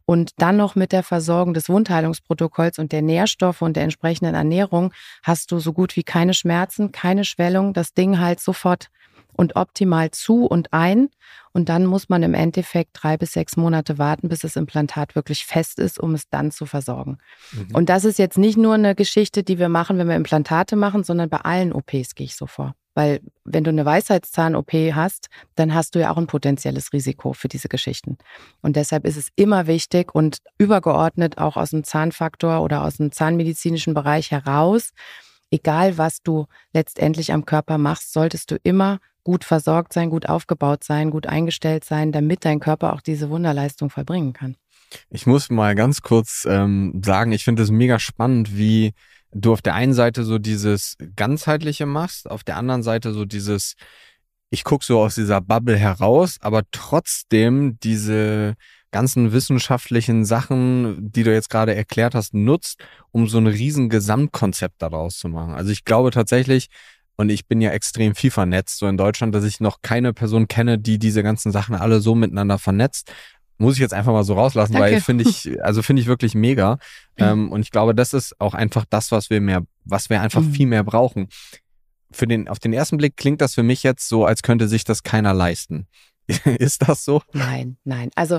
[SPEAKER 2] Und dann noch mit der Versorgung des Wundheilungsprotokolls und der Nährstoffe und der entsprechenden Ernährung hast du so gut wie keine Schmerzen, keine Schwellung. Das Ding halt sofort und optimal zu und ein. Und dann muss man im Endeffekt drei bis sechs Monate warten, bis das Implantat wirklich fest ist, um es dann zu versorgen. Mhm. Und das ist jetzt nicht nur eine Geschichte, die wir machen, wenn wir Implantate machen, sondern bei allen O Ps gehe ich so vor. Weil wenn du eine Weisheitszahn-O P hast, dann hast du ja auch ein potenzielles Risiko für diese Geschichten. Und deshalb ist es immer wichtig und übergeordnet auch aus dem Zahnfaktor oder aus dem zahnmedizinischen Bereich heraus, egal was du letztendlich am Körper machst, solltest du immer gut versorgt sein, gut aufgebaut sein, gut eingestellt sein, damit dein Körper auch diese Wunderleistung vollbringen kann.
[SPEAKER 1] Ich muss mal ganz kurz ähm, sagen, ich finde es mega spannend, wie du auf der einen Seite so dieses Ganzheitliche machst, auf der anderen Seite so dieses, ich gucke so aus dieser Bubble heraus, aber trotzdem diese ganzen wissenschaftlichen Sachen, die du jetzt gerade erklärt hast, nutzt, um so ein riesen Gesamtkonzept daraus zu machen. Also ich glaube tatsächlich, und ich bin ja extrem viel vernetzt, so in Deutschland, dass ich noch keine Person kenne, die diese ganzen Sachen alle so miteinander vernetzt. Muss ich jetzt einfach mal so rauslassen, Danke. Weil finde ich, also finde ich wirklich mega. Mhm. Ähm, und ich glaube, das ist auch einfach das, was wir mehr, was wir einfach mhm. viel mehr brauchen. Für den, auf den ersten Blick klingt das für mich jetzt so, als könnte sich das keiner leisten. Ist das so?
[SPEAKER 2] Nein, nein. Also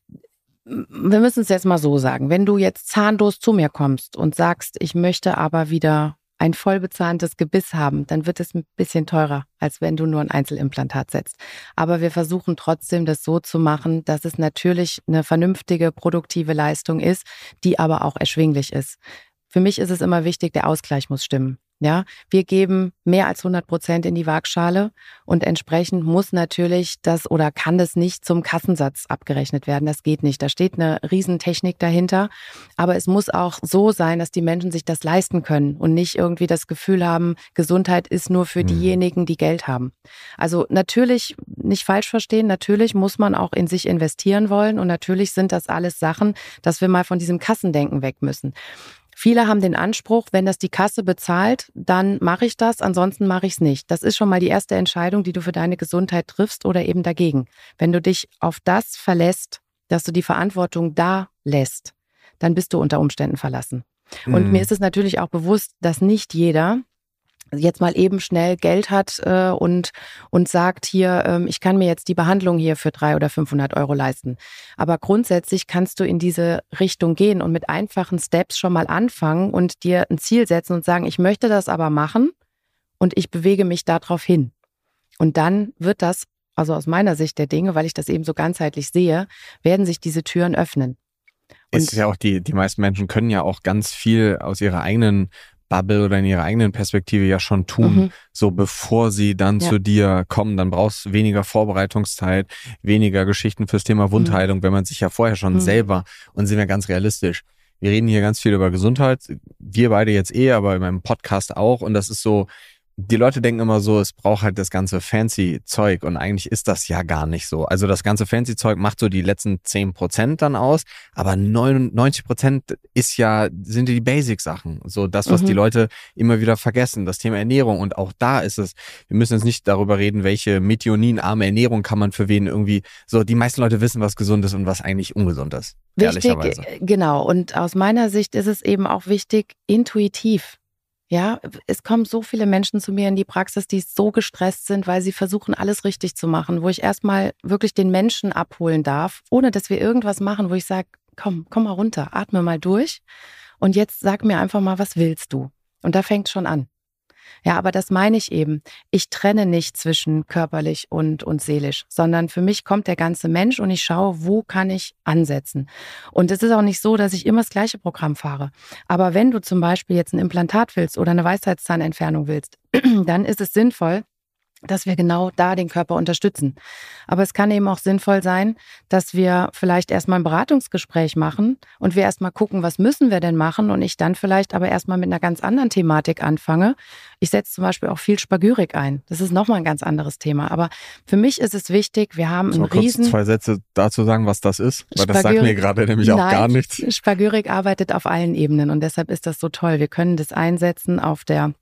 [SPEAKER 2] wir müssen es jetzt mal so sagen. Wenn du jetzt zahnlos zu mir kommst und sagst, ich möchte aber wieder ein vollbezahntes Gebiss haben, dann wird es ein bisschen teurer, als wenn du nur ein Einzelimplantat setzt. Aber wir versuchen trotzdem, das so zu machen, dass es natürlich eine vernünftige, produktive Leistung ist, die aber auch erschwinglich ist. Für mich ist es immer wichtig, der Ausgleich muss stimmen. Ja, wir geben mehr als hundert Prozent in die Waagschale und entsprechend muss natürlich das oder kann das nicht zum Kassensatz abgerechnet werden. Das geht nicht. Da steht eine Riesentechnik dahinter. Aber es muss auch so sein, dass die Menschen sich das leisten können und nicht irgendwie das Gefühl haben, Gesundheit ist nur für diejenigen, die Geld haben. Also natürlich, nicht falsch verstehen, natürlich muss man auch in sich investieren wollen und natürlich sind das alles Sachen, dass wir mal von diesem Kassendenken weg müssen. Viele haben den Anspruch, wenn das die Kasse bezahlt, dann mache ich das, ansonsten mache ich es nicht. Das ist schon mal die erste Entscheidung, die du für deine Gesundheit triffst oder eben dagegen. Wenn du dich auf das verlässt, dass du die Verantwortung da lässt, dann bist du unter Umständen verlassen. Mhm. Und mir ist es natürlich auch bewusst, dass nicht jeder jetzt mal eben schnell Geld hat äh, und und sagt hier, ähm, ich kann mir jetzt die Behandlung hier für dreihundert oder fünfhundert Euro leisten. Aber grundsätzlich kannst du in diese Richtung gehen und mit einfachen Steps schon mal anfangen und dir ein Ziel setzen und sagen, ich möchte das aber machen und ich bewege mich darauf hin. Und dann wird das, also aus meiner Sicht der Dinge, weil ich das eben so ganzheitlich sehe, werden sich diese Türen öffnen.
[SPEAKER 1] Und ist ja auch die, die meisten Menschen können ja auch ganz viel aus ihrer eigenen Bubble oder in ihrer eigenen Perspektive ja schon tun, mhm. so bevor sie dann ja. zu dir kommen, dann brauchst du weniger Vorbereitungszeit, weniger Geschichten fürs Thema Wundheilung, mhm. wenn man sich ja vorher schon mhm. selber, und sind wir ganz realistisch, wir reden hier ganz viel über Gesundheit, wir beide jetzt eh, aber in meinem Podcast auch, und das ist so, die Leute denken immer so, es braucht halt das ganze fancy Zeug, und eigentlich ist das ja gar nicht so. Also das ganze fancy Zeug macht so die letzten zehn Prozent dann aus, aber neunundneunzig Prozent ist ja, sind die Basic-Sachen. So das, was mhm. die Leute immer wieder vergessen, das Thema Ernährung. Und auch da ist es, wir müssen jetzt nicht darüber reden, welche methioninarme Ernährung kann man für wen irgendwie, so die meisten Leute wissen, was gesund ist und was eigentlich ungesund ist.
[SPEAKER 2] Wichtig, genau. Und aus meiner Sicht ist es eben auch wichtig, intuitiv. Ja, es kommen so viele Menschen zu mir in die Praxis, die so gestresst sind, weil sie versuchen, alles richtig zu machen, wo ich erstmal wirklich den Menschen abholen darf, ohne dass wir irgendwas machen, wo ich sage, komm, komm mal runter, atme mal durch und jetzt sag mir einfach mal, was willst du? Und da fängt schon an. Ja, aber das meine ich eben. Ich trenne nicht zwischen körperlich und, und seelisch, sondern für mich kommt der ganze Mensch und ich schaue, wo kann ich ansetzen. Und es ist auch nicht so, dass ich immer das gleiche Programm fahre. Aber wenn du zum Beispiel jetzt ein Implantat willst oder eine Weisheitszahnentfernung willst, dann ist es sinnvoll, dass wir genau da den Körper unterstützen. Aber es kann eben auch sinnvoll sein, dass wir vielleicht erstmal ein Beratungsgespräch machen und wir erstmal gucken, was müssen wir denn machen und ich dann vielleicht aber erstmal mit einer ganz anderen Thematik anfange. Ich setze zum Beispiel auch viel Spagyrik ein. Das ist nochmal ein ganz anderes Thema. Aber für mich ist es wichtig, wir haben einen riesen...
[SPEAKER 1] Kurz zwei Sätze dazu sagen, was das ist, weil das sagt mir gerade nämlich auch
[SPEAKER 2] Nein,
[SPEAKER 1] gar nichts.
[SPEAKER 2] Spagyrik arbeitet auf allen Ebenen und deshalb ist das so toll. Wir können das einsetzen auf der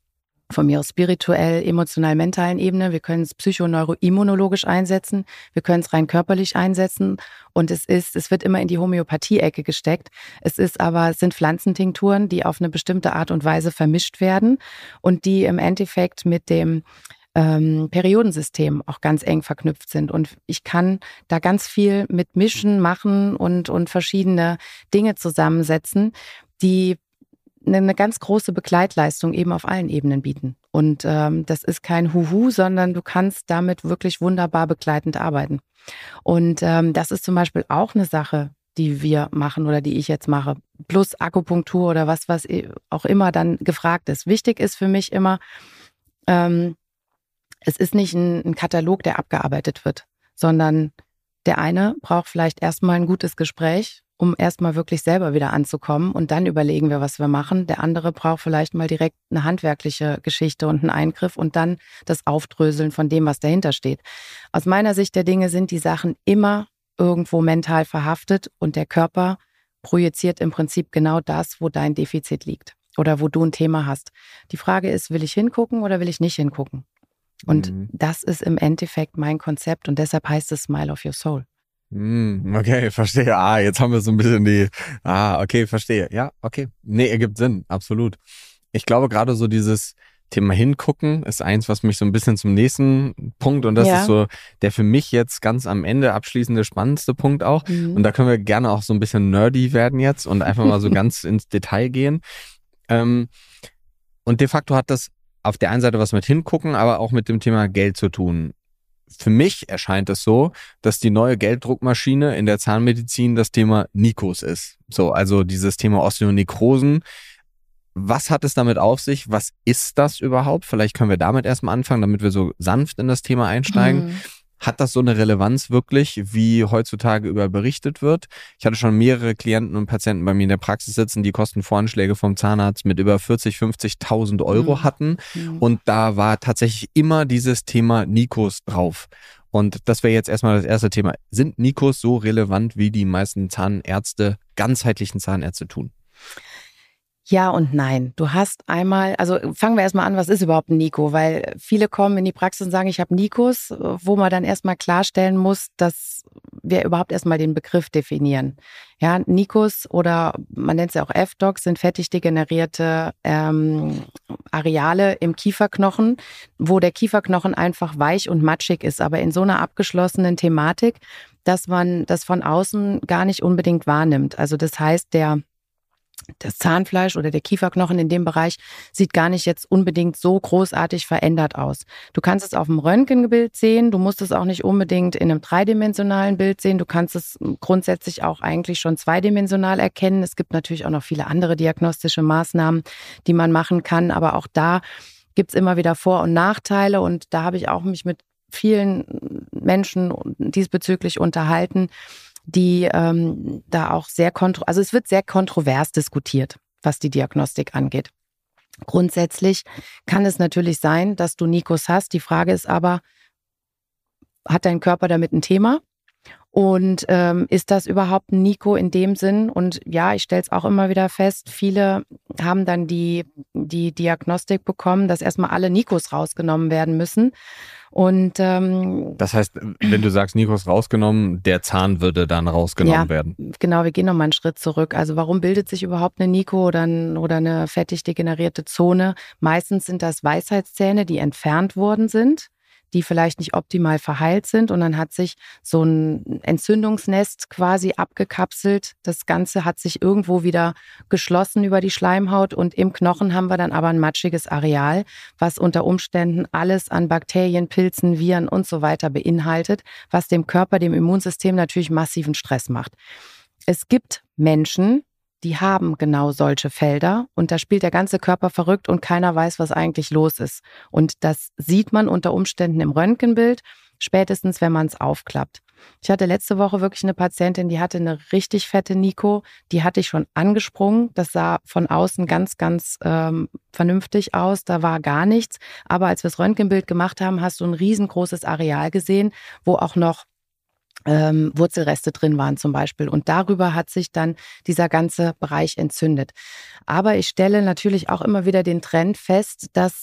[SPEAKER 2] von mir aus spirituell, emotional, mentalen Ebene. Wir können es psychoneuroimmunologisch einsetzen. Wir können es rein körperlich einsetzen. Und es ist, es wird immer in die Homöopathie-Ecke gesteckt. Es ist aber, es sind Pflanzentinkturen, die auf eine bestimmte Art und Weise vermischt werden und die im Endeffekt mit dem ähm, Periodensystem auch ganz eng verknüpft sind. Und ich kann da ganz viel mit mischen, machen und, und verschiedene Dinge zusammensetzen, die eine ganz große Begleitleistung eben auf allen Ebenen bieten. Und ähm, das ist kein Huhu, sondern du kannst damit wirklich wunderbar begleitend arbeiten. Und ähm, das ist zum Beispiel auch eine Sache, die wir machen oder die ich jetzt mache. Plus Akupunktur oder was, was auch immer dann gefragt ist. Wichtig ist für mich immer, ähm, es ist nicht ein, ein Katalog, der abgearbeitet wird, sondern der eine braucht vielleicht erstmal ein gutes Gespräch, um erstmal wirklich selber wieder anzukommen und dann überlegen wir, was wir machen. Der andere braucht vielleicht mal direkt eine handwerkliche Geschichte und einen Eingriff und dann das Aufdröseln von dem, was dahinter steht. Aus meiner Sicht der Dinge sind die Sachen immer irgendwo mental verhaftet und der Körper projiziert im Prinzip genau das, wo dein Defizit liegt oder wo du ein Thema hast. Die Frage ist, will ich hingucken oder will ich nicht hingucken? Und mhm. das ist im Endeffekt mein Konzept und deshalb heißt es Smile of Your Soul.
[SPEAKER 1] Okay, verstehe. Ah, jetzt haben wir so ein bisschen die, ah, okay, verstehe. Ja, okay. Nee, ergibt Sinn, absolut. Ich glaube, gerade so dieses Thema Hingucken ist eins, was mich so ein bisschen zum nächsten Punkt und das ja. ist so der für mich jetzt ganz am Ende abschließende, spannendste Punkt auch. Mhm. Und da können wir gerne auch so ein bisschen nerdy werden jetzt und einfach mal so ganz ins Detail gehen. Ähm, und de facto hat das auf der einen Seite was mit Hingucken, aber auch mit dem Thema Geld zu tun. Für mich erscheint es so, dass die neue Gelddruckmaschine in der Zahnmedizin das Thema Nikos ist. So, also dieses Thema Osteonekrosen. Was hat es damit auf sich? Was ist das überhaupt? Vielleicht können wir damit erstmal anfangen, damit wir so sanft in das Thema einsteigen. Mhm. Hat das so eine Relevanz wirklich, wie heutzutage über berichtet wird? Ich hatte schon mehrere Klienten und Patienten bei mir in der Praxis sitzen, die Kostenvoranschläge vom Zahnarzt mit über vierzig, fünfzigtausend Euro mhm. hatten. Mhm. Und da war tatsächlich immer dieses Thema Nikos drauf. Und das wäre jetzt erstmal das erste Thema. Sind Nikos so relevant, wie die meisten Zahnärzte, ganzheitlichen Zahnärzte tun?
[SPEAKER 2] Ja und nein. Du hast einmal, also fangen wir erstmal an, was ist überhaupt ein Niko? Weil viele kommen in die Praxis und sagen, ich habe Nikos, wo man dann erstmal klarstellen muss, dass wir überhaupt erstmal den Begriff definieren. Ja, Nikos oder man nennt es ja auch F-Docs sind fettig degenerierte ähm, Areale im Kieferknochen, wo der Kieferknochen einfach weich und matschig ist, aber in so einer abgeschlossenen Thematik, dass man das von außen gar nicht unbedingt wahrnimmt. Also das heißt, der Das Zahnfleisch oder der Kieferknochen in dem Bereich sieht gar nicht jetzt unbedingt so großartig verändert aus. Du kannst es auf dem Röntgenbild sehen, du musst es auch nicht unbedingt in einem dreidimensionalen Bild sehen, du kannst es grundsätzlich auch eigentlich schon zweidimensional erkennen. Es gibt natürlich auch noch viele andere diagnostische Maßnahmen, die man machen kann, aber auch da gibt es immer wieder Vor- und Nachteile und da habe ich auch mich mit vielen Menschen diesbezüglich unterhalten, die ähm, da auch sehr kontro, also es wird sehr kontrovers diskutiert, was die Diagnostik angeht. Grundsätzlich kann es natürlich sein, dass du Nikos hast. Die Frage ist aber, hat dein Körper damit ein Thema? Und ähm, ist das überhaupt ein Niko in dem Sinn? Und ja, ich stelle es auch immer wieder fest, viele haben dann die, die Diagnostik bekommen, dass erstmal alle Nikos rausgenommen werden müssen. Und ähm,
[SPEAKER 1] das heißt, wenn du sagst, Nikos rausgenommen, der Zahn würde dann rausgenommen
[SPEAKER 2] ja,
[SPEAKER 1] werden.
[SPEAKER 2] Genau, wir gehen nochmal einen Schritt zurück. Also warum bildet sich überhaupt eine Niko oder, ein, oder eine fettig degenerierte Zone? Meistens sind das Weisheitszähne, die entfernt worden sind, die vielleicht nicht optimal verheilt sind und dann hat sich so ein Entzündungsnest quasi abgekapselt. Das Ganze hat sich irgendwo wieder geschlossen über die Schleimhaut und im Knochen haben wir dann aber ein matschiges Areal, was unter Umständen alles an Bakterien, Pilzen, Viren und so weiter beinhaltet, was dem Körper, dem Immunsystem natürlich massiven Stress macht. Es gibt Menschen, die haben genau solche Felder und da spielt der ganze Körper verrückt und keiner weiß, was eigentlich los ist. Und das sieht man unter Umständen im Röntgenbild, spätestens wenn man es aufklappt. Ich hatte letzte Woche wirklich eine Patientin, die hatte eine richtig fette Niko, die hatte ich schon angesprungen. Das sah von außen ganz, ganz ähm, vernünftig aus, da war gar nichts. Aber als wir das Röntgenbild gemacht haben, hast du ein riesengroßes Areal gesehen, wo auch noch Ähm, Wurzelreste drin waren zum Beispiel. Und darüber hat sich dann dieser ganze Bereich entzündet. Aber ich stelle natürlich auch immer wieder den Trend fest, dass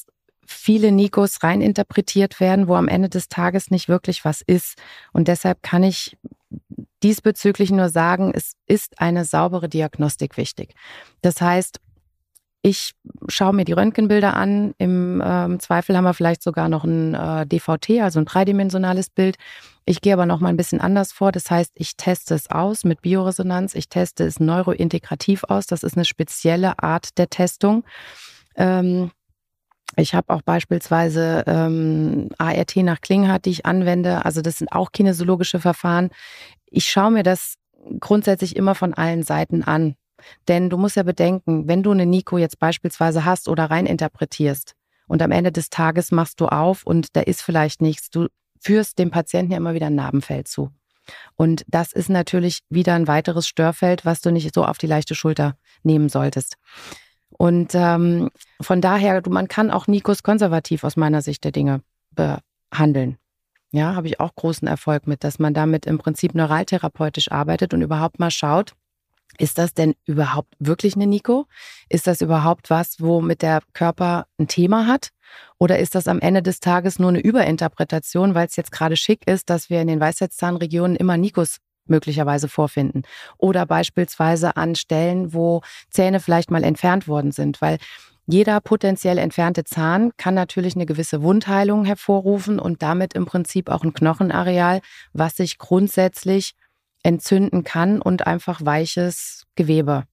[SPEAKER 2] viele Nikos reininterpretiert werden, wo am Ende des Tages nicht wirklich was ist. Und deshalb kann ich diesbezüglich nur sagen, es ist eine saubere Diagnostik wichtig. Das heißt, ich schaue mir die Röntgenbilder an. Im ähm, Zweifel haben wir vielleicht sogar noch ein äh, D V T, also ein dreidimensionales Bild. Ich gehe aber noch mal ein bisschen anders vor. Das heißt, ich teste es aus mit Bioresonanz. Ich teste es neurointegrativ aus. Das ist eine spezielle Art der Testung. Ähm, ich habe auch beispielsweise ähm, A R T nach Klinghardt, die ich anwende. Also das sind auch kinesiologische Verfahren. Ich schaue mir das grundsätzlich immer von allen Seiten an. Denn du musst ja bedenken, wenn du eine Nico jetzt beispielsweise hast oder reininterpretierst und am Ende des Tages machst du auf und da ist vielleicht nichts, du führst dem Patienten ja immer wieder ein Narbenfeld zu. Und das ist natürlich wieder ein weiteres Störfeld, was du nicht so auf die leichte Schulter nehmen solltest. Und ähm, von daher, du, man kann auch Nikos konservativ aus meiner Sicht der Dinge behandeln. Ja, habe ich auch großen Erfolg mit, dass man damit im Prinzip neuraltherapeutisch arbeitet und überhaupt mal schaut, ist das denn überhaupt wirklich eine Nico? Ist das überhaupt was, womit der Körper ein Thema hat? Oder ist das am Ende des Tages nur eine Überinterpretation, weil es jetzt gerade schick ist, dass wir in den Weisheitszahnregionen immer Nikos möglicherweise vorfinden? Oder beispielsweise an Stellen, wo Zähne vielleicht mal entfernt worden sind, weil jeder potenziell entfernte Zahn kann natürlich eine gewisse Wundheilung hervorrufen und damit im Prinzip auch ein Knochenareal, was sich grundsätzlich entzünden kann und einfach weiches Gewebe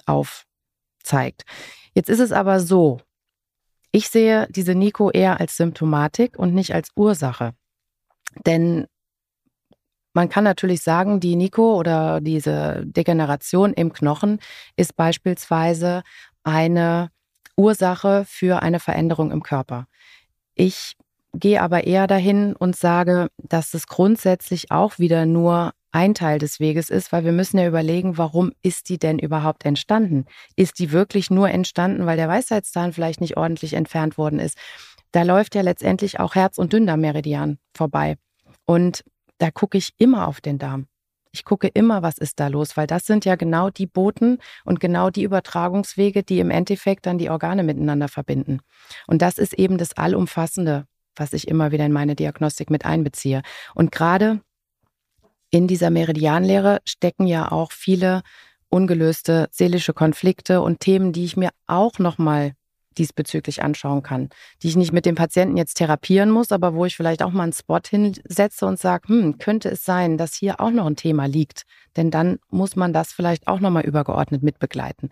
[SPEAKER 2] aufzeigt. Jetzt ist es aber so, ich sehe diese Nico eher als Symptomatik und nicht als Ursache. Denn man kann natürlich sagen, die Nico oder diese Degeneration im Knochen ist beispielsweise eine Ursache für eine Veränderung im Körper. Ich gehe aber eher dahin und sage, dass es grundsätzlich auch wieder nur ein Teil des Weges ist, weil wir müssen ja überlegen, warum ist die denn überhaupt entstanden? Ist die wirklich nur entstanden, weil der Weisheitszahn vielleicht nicht ordentlich entfernt worden ist? Da läuft ja letztendlich auch Herz- und Dünndarmmeridian vorbei. Und da gucke ich immer auf den Darm. Ich gucke immer, was ist da los, weil das sind ja genau die Boten und genau die Übertragungswege, die im Endeffekt dann die Organe miteinander verbinden. Und das ist eben das Allumfassende, was ich immer wieder in meine Diagnostik mit einbeziehe. Und gerade in dieser Meridianlehre stecken ja auch viele ungelöste seelische Konflikte und Themen, die ich mir auch nochmal diesbezüglich anschauen kann, die ich nicht mit dem Patienten jetzt therapieren muss, aber wo ich vielleicht auch mal einen Spot hinsetze und sage, hm, könnte es sein, dass hier auch noch ein Thema liegt? Denn dann muss man das vielleicht auch nochmal übergeordnet mitbegleiten.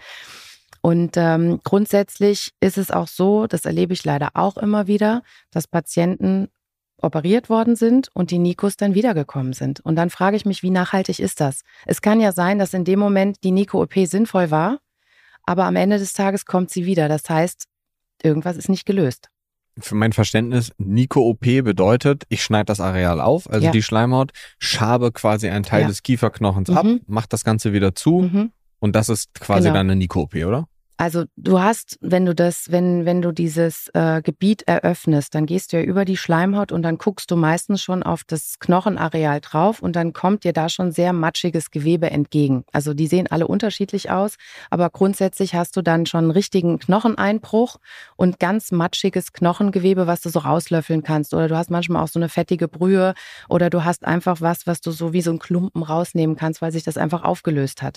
[SPEAKER 2] Und ähm, grundsätzlich ist es auch so, das erlebe ich leider auch immer wieder, dass Patienten operiert worden sind und die Nikos dann wiedergekommen sind. Und dann frage ich mich, wie nachhaltig ist das? Es kann ja sein, dass in dem Moment die Nico-O P sinnvoll war, aber am Ende des Tages kommt sie wieder. Das heißt, irgendwas ist nicht gelöst.
[SPEAKER 1] Für mein Verständnis, Nico-O P bedeutet, ich schneide das Areal auf, also
[SPEAKER 2] Ja.
[SPEAKER 1] die Schleimhaut, schabe quasi einen Teil
[SPEAKER 2] Ja.
[SPEAKER 1] des Kieferknochens
[SPEAKER 2] Mhm.
[SPEAKER 1] ab, mache das Ganze wieder zu
[SPEAKER 2] Mhm.
[SPEAKER 1] und das ist quasi
[SPEAKER 2] Genau.
[SPEAKER 1] dann eine Nico-O P, oder?
[SPEAKER 2] Also du hast, wenn du das, wenn, wenn du dieses äh, Gebiet eröffnest, dann gehst du ja über die Schleimhaut und dann guckst du meistens schon auf das Knochenareal drauf und dann kommt dir da schon sehr matschiges Gewebe entgegen. Also die sehen alle unterschiedlich aus, aber grundsätzlich hast du dann schon einen richtigen Knocheneinbruch und ganz matschiges Knochengewebe, was du so rauslöffeln kannst. Oder du hast manchmal auch so eine fettige Brühe oder du hast einfach was, was du so wie so einen Klumpen rausnehmen kannst, weil sich das einfach aufgelöst hat.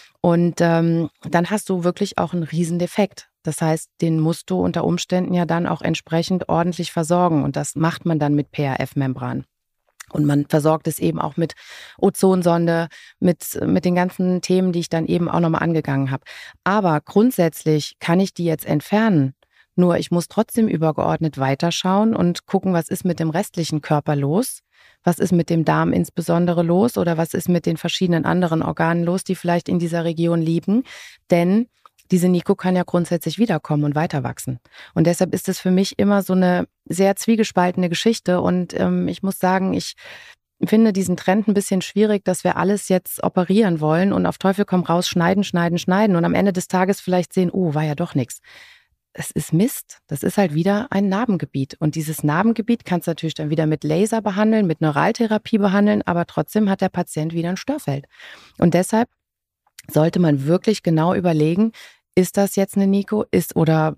[SPEAKER 2] Und ähm, dann hast du wirklich auch einen Riesendefekt. Das heißt, den musst du unter Umständen ja dann auch entsprechend ordentlich versorgen. Und das macht man dann mit P R F-Membran. Und man versorgt es eben auch mit Ozonsonde, mit, mit den ganzen Themen, die ich dann eben auch nochmal angegangen habe. Aber grundsätzlich kann ich die jetzt entfernen. Nur ich muss trotzdem übergeordnet weiterschauen und gucken, was ist mit dem restlichen Körper los. Was ist mit dem Darm insbesondere los oder was ist mit den verschiedenen anderen Organen los, die vielleicht in dieser Region liegen? Denn diese Nico kann ja grundsätzlich wiederkommen und weiter wachsen. Und deshalb ist es für mich immer so eine sehr zwiegespaltene Geschichte. Und ähm, ich muss sagen, ich finde diesen Trend ein bisschen schwierig, dass wir alles jetzt operieren wollen und auf Teufel komm raus, schneiden, schneiden, schneiden und am Ende des Tages vielleicht sehen, oh, war ja doch nichts. Es ist Mist. Das ist halt wieder ein Narbengebiet. Und dieses Narbengebiet kannst du natürlich dann wieder mit Laser behandeln, mit Neuraltherapie behandeln, aber trotzdem hat der Patient wieder ein Störfeld. Und deshalb sollte man wirklich genau überlegen, ist das jetzt eine Niko, ist oder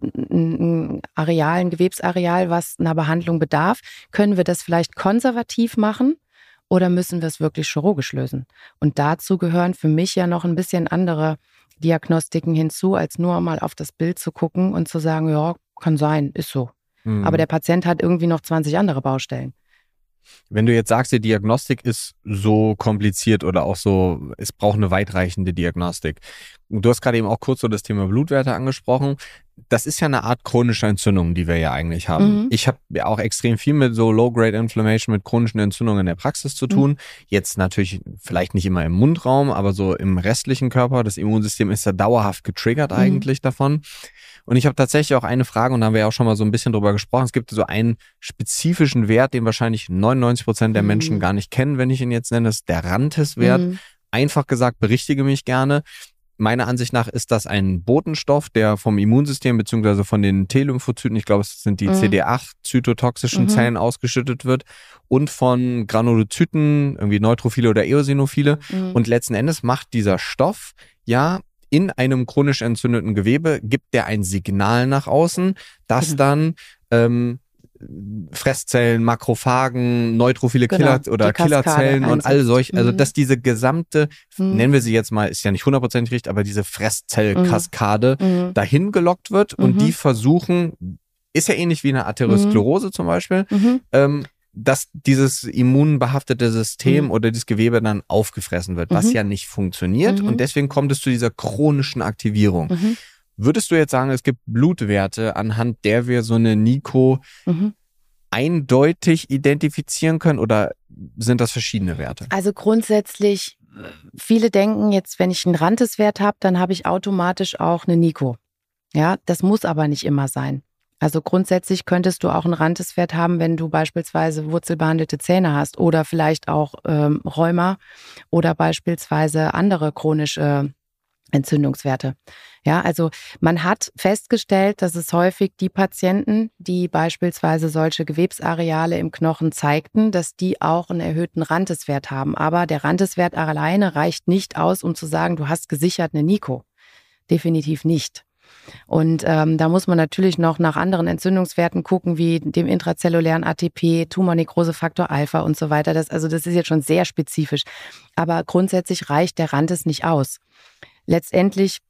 [SPEAKER 2] ein Areal, ein Gewebsareal, was einer Behandlung bedarf? Können wir das vielleicht konservativ machen oder müssen wir es wirklich chirurgisch lösen? Und dazu gehören für mich ja noch ein bisschen andere Diagnostiken hinzu, als nur mal auf das Bild zu gucken und zu sagen, ja, kann sein, ist so. Mhm. Aber der Patient hat irgendwie noch zwanzig andere Baustellen.
[SPEAKER 1] Wenn du jetzt sagst, die Diagnostik ist so kompliziert oder auch so, es braucht eine weitreichende Diagnostik. Du hast gerade eben auch kurz so das Thema Blutwerte angesprochen. Das ist ja eine Art chronische Entzündung, die wir ja eigentlich haben. Mhm. Ich habe ja auch extrem viel mit so Low-Grade Inflammation, mit chronischen Entzündungen in der Praxis zu tun. Mhm. Jetzt natürlich vielleicht nicht immer im Mundraum, aber so im restlichen Körper. Das Immunsystem ist ja dauerhaft getriggert eigentlich mhm. davon. Und ich habe tatsächlich auch eine Frage, und da haben wir ja auch schon mal so ein bisschen drüber gesprochen. Es gibt so einen spezifischen Wert, den wahrscheinlich neunundneunzig Prozent der Menschen mhm. gar nicht kennen, wenn ich ihn jetzt nenne. Das ist der Rantes-Wert. Mhm. Einfach gesagt, berichtige mich gerne. Meiner Ansicht nach ist das ein Botenstoff, der vom Immunsystem bzw. von den T-Lymphozyten, ich glaube, es sind die mhm. C D acht zytotoxischen mhm. Zellen, ausgeschüttet wird und von Granulozyten, irgendwie Neutrophile oder Eosinophile. Mhm. Und letzten Endes macht dieser Stoff ja in einem chronisch entzündeten Gewebe, gibt der ein Signal nach außen, das mhm. dann ähm, Fresszellen, Makrophagen, neutrophile Killer genau, oder Killerzellen und all solche, also mhm. dass diese gesamte, mhm. nennen wir sie jetzt mal, ist ja nicht hundertprozentig richtig, aber diese Fresszellkaskade mhm. dahin gelockt wird mhm. und die versuchen, ist ja ähnlich wie eine Arteriosklerose mhm. zum Beispiel, mhm. ähm, dass dieses immunbehaftete System mhm. oder dieses Gewebe dann aufgefressen wird, was mhm. ja nicht funktioniert mhm. und deswegen kommt es zu dieser chronischen Aktivierung. Mhm. Würdest du jetzt sagen, es gibt Blutwerte, anhand der wir so eine Niko mhm. eindeutig identifizieren können oder sind das verschiedene Werte?
[SPEAKER 2] Also grundsätzlich, viele denken jetzt, wenn ich einen Rantes-Wert habe, dann habe ich automatisch auch eine Niko. Ja, das muss aber nicht immer sein. Also grundsätzlich könntest du auch einen Rantes-Wert haben, wenn du beispielsweise wurzelbehandelte Zähne hast oder vielleicht auch ähm, Rheuma oder beispielsweise andere chronische Entzündungswerte. Ja, also man hat festgestellt, dass es häufig die Patienten, die beispielsweise solche Gewebsareale im Knochen zeigten, dass die auch einen erhöhten Rantes-Wert haben. Aber der Rantes-Wert alleine reicht nicht aus, um zu sagen, du hast gesichert eine Niko. Definitiv nicht. Und ähm, da muss man natürlich noch nach anderen Entzündungswerten gucken, wie dem intrazellulären A T P, Tumornekrosefaktor Alpha und so weiter. Das, also das ist jetzt schon sehr spezifisch. Aber grundsätzlich reicht der Rantes nicht aus. Letztendlich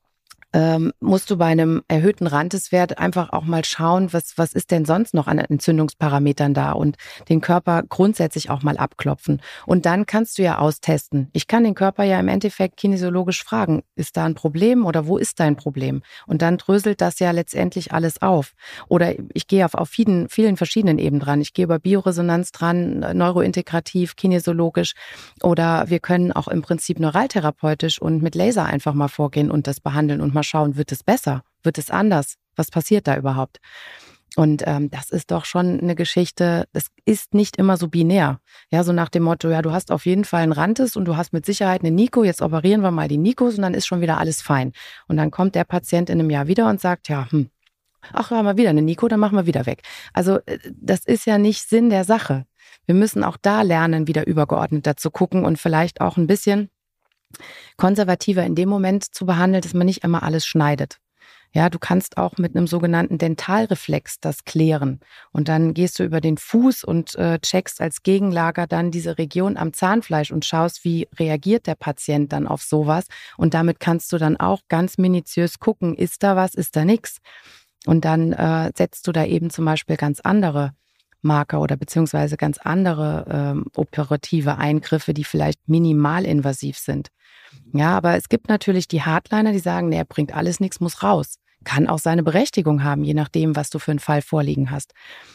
[SPEAKER 2] ähm, musst du bei einem erhöhten Rantes-Wert einfach auch mal schauen, was, was ist denn sonst noch an Entzündungsparametern da und den Körper grundsätzlich auch mal abklopfen. Und dann kannst du ja austesten. Ich kann den Körper ja im Endeffekt kinesiologisch fragen, ist da ein Problem oder wo ist dein Problem? Und dann dröselt das ja letztendlich alles auf. Oder ich gehe auf, auf vielen, vielen verschiedenen Ebenen dran. Ich gehe über Bioresonanz dran, neurointegrativ, kinesiologisch oder wir können auch im Prinzip neuraltherapeutisch und mit Laser einfach mal vorgehen und das behandeln und mal schauen, wird es besser? Wird es anders? Was passiert da überhaupt? Und ähm, das ist doch schon eine Geschichte, es ist nicht immer so binär. Ja, so nach dem Motto, ja, du hast auf jeden Fall einen Rantes und du hast mit Sicherheit eine Niko, jetzt operieren wir mal die Nikos und dann ist schon wieder alles fein. Und dann kommt der Patient in einem Jahr wieder und sagt, ja, hm, ach, haben wir wieder eine Niko, dann machen wir wieder weg. Also das ist ja nicht Sinn der Sache. Wir müssen auch da lernen, wieder übergeordneter zu gucken und vielleicht auch ein bisschen konservativer in dem Moment zu behandeln, dass man nicht immer alles schneidet. Ja, du kannst auch mit einem sogenannten Dentalreflex das klären. Und dann gehst du über den Fuß und äh, checkst als Gegenlager dann diese Region am Zahnfleisch und schaust, wie reagiert der Patient dann auf sowas. Und damit kannst du dann auch ganz minutiös gucken, ist da was, ist da nichts. Und dann äh, setzt du da eben zum Beispiel ganz andere Marker oder beziehungsweise ganz andere ähm, operative Eingriffe, die vielleicht minimalinvasiv sind. Ja, aber es gibt natürlich die Hardliner, die sagen, nee, er bringt alles nichts, muss raus. Kann auch seine Berechtigung haben, je nachdem, was du für einen Fall vorliegen hast.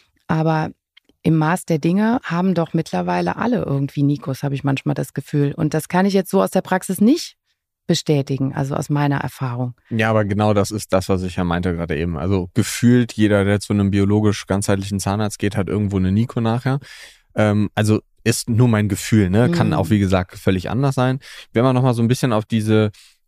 [SPEAKER 2] Aber im Maß der Dinge haben doch mittlerweile alle irgendwie Nikos, habe ich manchmal das Gefühl. Und das kann ich jetzt so aus der Praxis nicht bestätigen, also aus meiner Erfahrung.
[SPEAKER 1] Ja, aber genau das ist das, was ich ja meinte gerade eben. Also gefühlt jeder, der zu einem biologisch ganzheitlichen Zahnarzt geht, hat irgendwo eine Niko nachher. Ähm, also ist nur mein Gefühl, ne? Kann mhm. auch, wie gesagt, völlig anders sein. Wenn wir nochmal so ein bisschen auf diese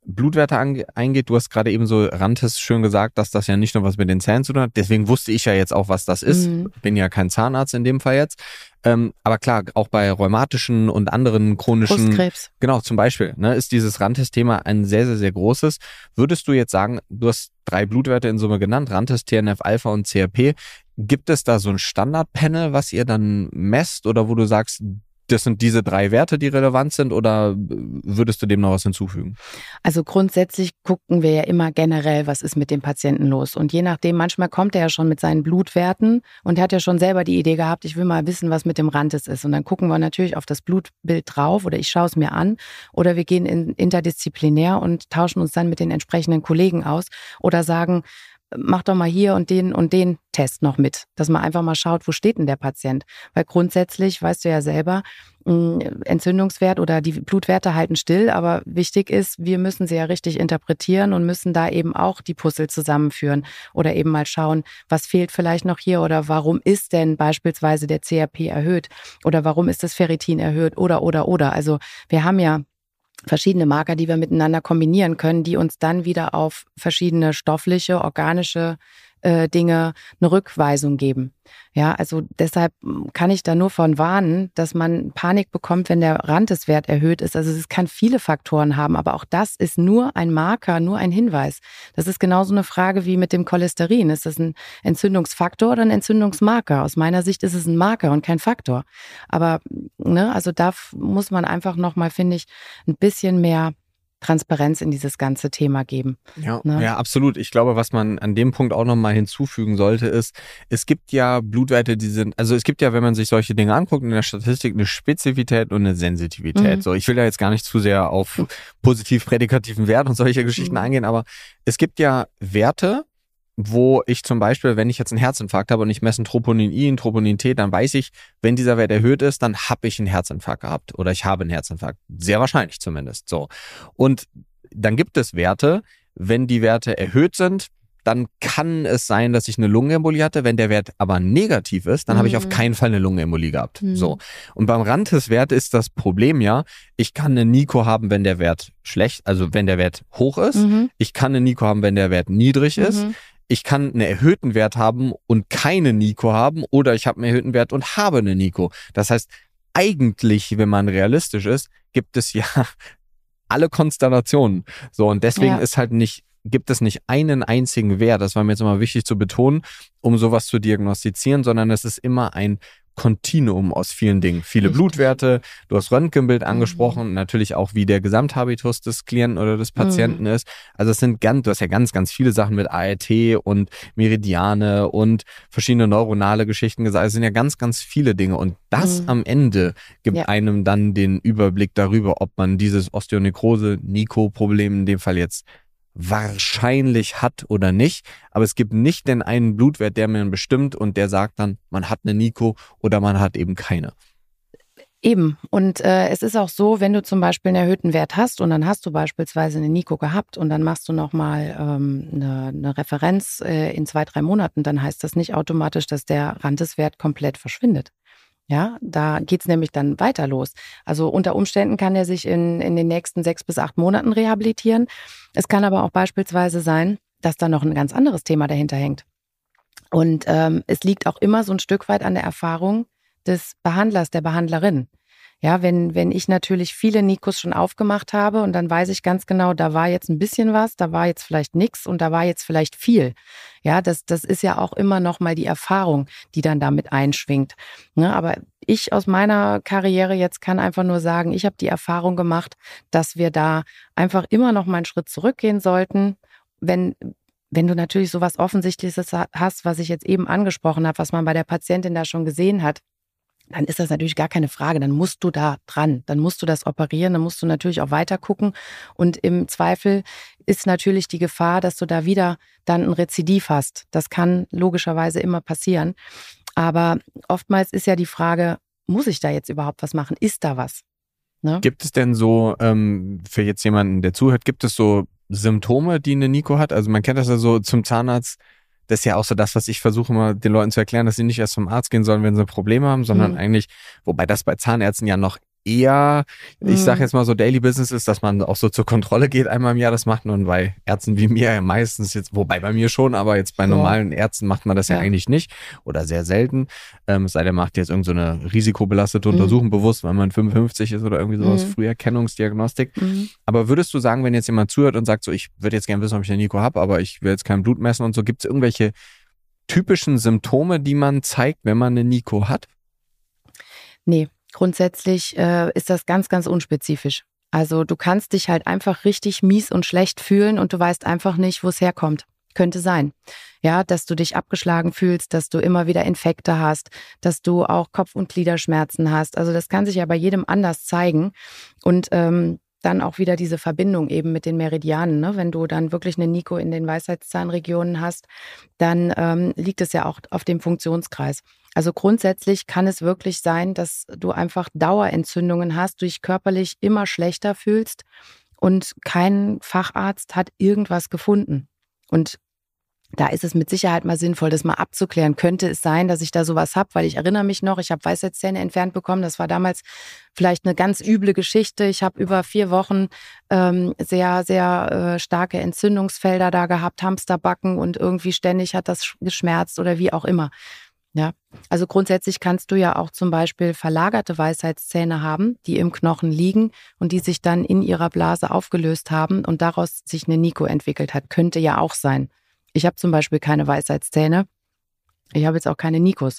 [SPEAKER 1] Blutwerte ange- eingeht, du hast gerade eben so Rantes schön gesagt, dass das ja nicht nur was mit den Zähnen zu tun hat. Deswegen wusste ich ja jetzt auch, was das ist.
[SPEAKER 2] Mhm.
[SPEAKER 1] Bin ja kein Zahnarzt in dem Fall jetzt. Ähm, aber klar, auch bei rheumatischen und anderen chronischen,
[SPEAKER 2] Brustkrebs.
[SPEAKER 1] genau, zum Beispiel, ne, ist dieses Rantes-Thema ein sehr, sehr, sehr großes. Würdest du jetzt sagen, du hast drei Blutwerte in Summe genannt, Rantes, T N F-Alpha und C R P. Gibt es da so ein Standardpanel, was ihr dann messt oder wo du sagst, das sind diese drei Werte, die relevant sind, oder würdest du dem noch was hinzufügen?
[SPEAKER 2] Also grundsätzlich gucken wir ja immer generell, was ist mit dem Patienten los. Und je nachdem, manchmal kommt er ja schon mit seinen Blutwerten und hat ja schon selber die Idee gehabt, ich will mal wissen, was mit dem Rantes ist. Und dann gucken wir natürlich auf das Blutbild drauf oder ich schaue es mir an oder wir gehen in interdisziplinär und tauschen uns dann mit den entsprechenden Kollegen aus oder sagen, mach doch mal hier und den und den Test noch mit, dass man einfach mal schaut, wo steht denn der Patient? Weil grundsätzlich, weißt du ja selber, Entzündungswert oder die Blutwerte halten still, aber wichtig ist, wir müssen sie ja richtig interpretieren und müssen da eben auch die Puzzle zusammenführen oder eben mal schauen, was fehlt vielleicht noch hier oder warum ist denn beispielsweise der C R P erhöht oder warum ist das Ferritin erhöht oder, oder, oder. Also wir haben ja verschiedene Marker, die wir miteinander kombinieren können, die uns dann wieder auf verschiedene stoffliche, organische äh, Dinge eine Rückweisung geben. Ja, also deshalb kann ich da nur von warnen, dass man Panik bekommt, wenn der Rantes-Wert erhöht ist. Also es kann viele Faktoren haben, aber auch das ist nur ein Marker, nur ein Hinweis. Das ist genauso eine Frage wie mit dem Cholesterin. Ist das ein Entzündungsfaktor oder ein Entzündungsmarker? Aus meiner Sicht ist es ein Marker und kein Faktor. Aber ne, also da muss man einfach nochmal, finde ich, ein bisschen mehr Transparenz in dieses ganze Thema geben.
[SPEAKER 1] Ja,
[SPEAKER 2] ne?
[SPEAKER 1] ja, absolut. Ich glaube, was man an dem Punkt auch nochmal hinzufügen sollte, ist, es gibt ja Blutwerte, die sind, also es gibt ja, wenn man sich solche Dinge anguckt, in der Statistik eine Spezifität und eine Sensitivität.
[SPEAKER 2] Mhm.
[SPEAKER 1] So, ich will da jetzt gar nicht zu sehr auf positiv-prädikativen Wert und solche Geschichten
[SPEAKER 2] Mhm.
[SPEAKER 1] eingehen, aber es gibt ja Werte, wo ich zum Beispiel, wenn ich jetzt einen Herzinfarkt habe und ich messe ein Troponin I, ein Troponin T, dann weiß ich, wenn dieser Wert erhöht ist, dann habe ich einen Herzinfarkt gehabt oder ich habe einen Herzinfarkt. Sehr wahrscheinlich zumindest. So. Und dann gibt es Werte, wenn die Werte erhöht sind, dann kann es sein, dass ich eine Lungenembolie hatte. Wenn der Wert aber negativ ist, dann mhm. habe ich auf keinen Fall eine Lungenembolie gehabt. Mhm. So. Und beim Rantes-Wert ist das Problem ja, ich kann eine Nico haben, wenn der Wert schlecht, also wenn der Wert hoch ist. Mhm. Ich kann eine Nico haben, wenn der Wert niedrig mhm. ist. Ich kann einen erhöhten Wert haben und keine Nico haben, oder ich habe einen erhöhten Wert und habe eine Nico. Das heißt, eigentlich, wenn man realistisch ist, gibt es ja alle Konstellationen. So, und deswegen ja. ist halt nicht, gibt es nicht einen einzigen Wert, das war mir jetzt immer wichtig zu betonen, um sowas zu diagnostizieren, sondern es ist immer ein Kontinuum aus vielen Dingen. Viele Richtig. Blutwerte, du hast Röntgenbild angesprochen, mhm. natürlich auch, wie der Gesamthabitus des Klienten oder des Patienten mhm. ist. Also es sind ganz, du hast ja ganz, ganz viele Sachen mit A R T und Meridiane und verschiedene neuronale Geschichten gesagt. Es sind ja ganz, ganz viele Dinge, und das mhm. am Ende gibt ja. einem dann den Überblick darüber, ob man dieses Osteonekrose-Nico-Problem in dem Fall jetzt wahrscheinlich hat oder nicht, aber es gibt nicht den einen Blutwert, der mir bestimmt und der sagt dann, man hat eine Nico oder man hat eben keine.
[SPEAKER 2] Eben. Und äh, es ist auch so, wenn du zum Beispiel einen erhöhten Wert hast und dann hast du beispielsweise eine Nico gehabt und dann machst du nochmal ähm, eine, eine Referenz äh, in zwei, drei Monaten, dann heißt das nicht automatisch, dass der Rantes-Wert komplett verschwindet. Ja, da geht's nämlich dann weiter los. Also unter Umständen kann er sich in, in den nächsten sechs bis acht Monaten rehabilitieren. Es kann aber auch beispielsweise sein, dass da noch ein ganz anderes Thema dahinter hängt. Und ähm, es liegt auch immer so ein Stück weit an der Erfahrung des Behandlers, der Behandlerin. Ja, wenn, wenn ich natürlich viele Nikos schon aufgemacht habe und dann weiß ich ganz genau, da war jetzt ein bisschen was, da war jetzt vielleicht nichts und da war jetzt vielleicht viel. Ja, das, das ist ja auch immer noch mal die Erfahrung, die dann damit einschwingt. Ne, aber ich aus meiner Karriere jetzt kann einfach nur sagen, ich habe die Erfahrung gemacht, dass wir da einfach immer noch mal einen Schritt zurückgehen sollten, wenn Wenn du natürlich sowas Offensichtliches hast, was ich jetzt eben angesprochen habe, was man bei der Patientin da schon gesehen hat, dann ist das natürlich gar keine Frage. Dann musst du da dran, dann musst du das operieren, dann musst du natürlich auch weiter gucken. Und im Zweifel ist natürlich die Gefahr, dass du da wieder dann ein Rezidiv hast. Das kann logischerweise immer passieren. Aber oftmals ist ja die Frage, muss ich da jetzt überhaupt was machen? Ist da was? Ne?
[SPEAKER 1] Gibt es denn so, ähm, für jetzt jemanden, der zuhört, gibt es so Symptome, die eine Nico hat? Also man kennt das ja so zum Zahnarzt. Das ist ja auch so das, was ich versuche immer den Leuten zu erklären, dass sie nicht erst zum Arzt gehen sollen, wenn sie Probleme haben, sondern mhm. eigentlich, wobei das bei Zahnärzten ja noch eher, ich
[SPEAKER 2] Mhm.
[SPEAKER 1] sage jetzt mal so Daily Business ist, dass man auch so zur Kontrolle geht einmal im Jahr, das macht man bei Ärzten wie mir ja meistens jetzt, wobei bei mir schon, aber jetzt bei
[SPEAKER 2] So.
[SPEAKER 1] normalen Ärzten macht man das ja,
[SPEAKER 2] Ja.
[SPEAKER 1] eigentlich nicht oder sehr selten, ähm, es sei denn, man macht jetzt irgend so eine risikobelastete
[SPEAKER 2] Mhm.
[SPEAKER 1] Untersuchung bewusst, weil man fünfundfünfzig ist oder irgendwie sowas,
[SPEAKER 2] Mhm.
[SPEAKER 1] Früherkennungsdiagnostik.
[SPEAKER 2] Mhm.
[SPEAKER 1] Aber würdest du sagen, wenn jetzt jemand zuhört und sagt so, ich würde jetzt gerne wissen, ob ich eine Nico habe, aber ich will jetzt kein Blut messen und so, gibt es irgendwelche typischen Symptome, die man zeigt, wenn man eine Nico hat?
[SPEAKER 2] Nee, grundsätzlich äh, ist das ganz, ganz unspezifisch. Also du kannst dich halt einfach richtig mies und schlecht fühlen und du weißt einfach nicht, wo es herkommt. Könnte sein. Ja, dass du dich abgeschlagen fühlst, dass du immer wieder Infekte hast, dass du auch Kopf- und Gliederschmerzen hast. Also das kann sich ja bei jedem anders zeigen. Und ähm, dann auch wieder diese Verbindung eben mit den Meridianen. Ne? Wenn du dann wirklich eine Nico in den Weisheitszahnregionen hast, dann ähm, liegt es ja auch auf dem Funktionskreis. Also grundsätzlich kann es wirklich sein, dass du einfach Dauerentzündungen hast, du dich körperlich immer schlechter fühlst und kein Facharzt hat irgendwas gefunden. Und da ist es mit Sicherheit mal sinnvoll, das mal abzuklären. Könnte es sein, dass ich da sowas habe? Weil ich erinnere mich noch, ich habe Weisheitszähne entfernt bekommen. Das war damals vielleicht eine ganz üble Geschichte. Ich habe über vier Wochen ähm, sehr, sehr äh, starke Entzündungsfelder da gehabt, Hamsterbacken und irgendwie ständig hat das geschmerzt oder wie auch immer. Ja, also grundsätzlich kannst du ja auch zum Beispiel verlagerte Weisheitszähne haben, die im Knochen liegen und die sich dann in ihrer Blase aufgelöst haben und daraus sich eine Nico entwickelt hat. Könnte ja auch sein. Ich habe zum Beispiel keine Weisheitszähne. Ich habe jetzt auch keine Nikos.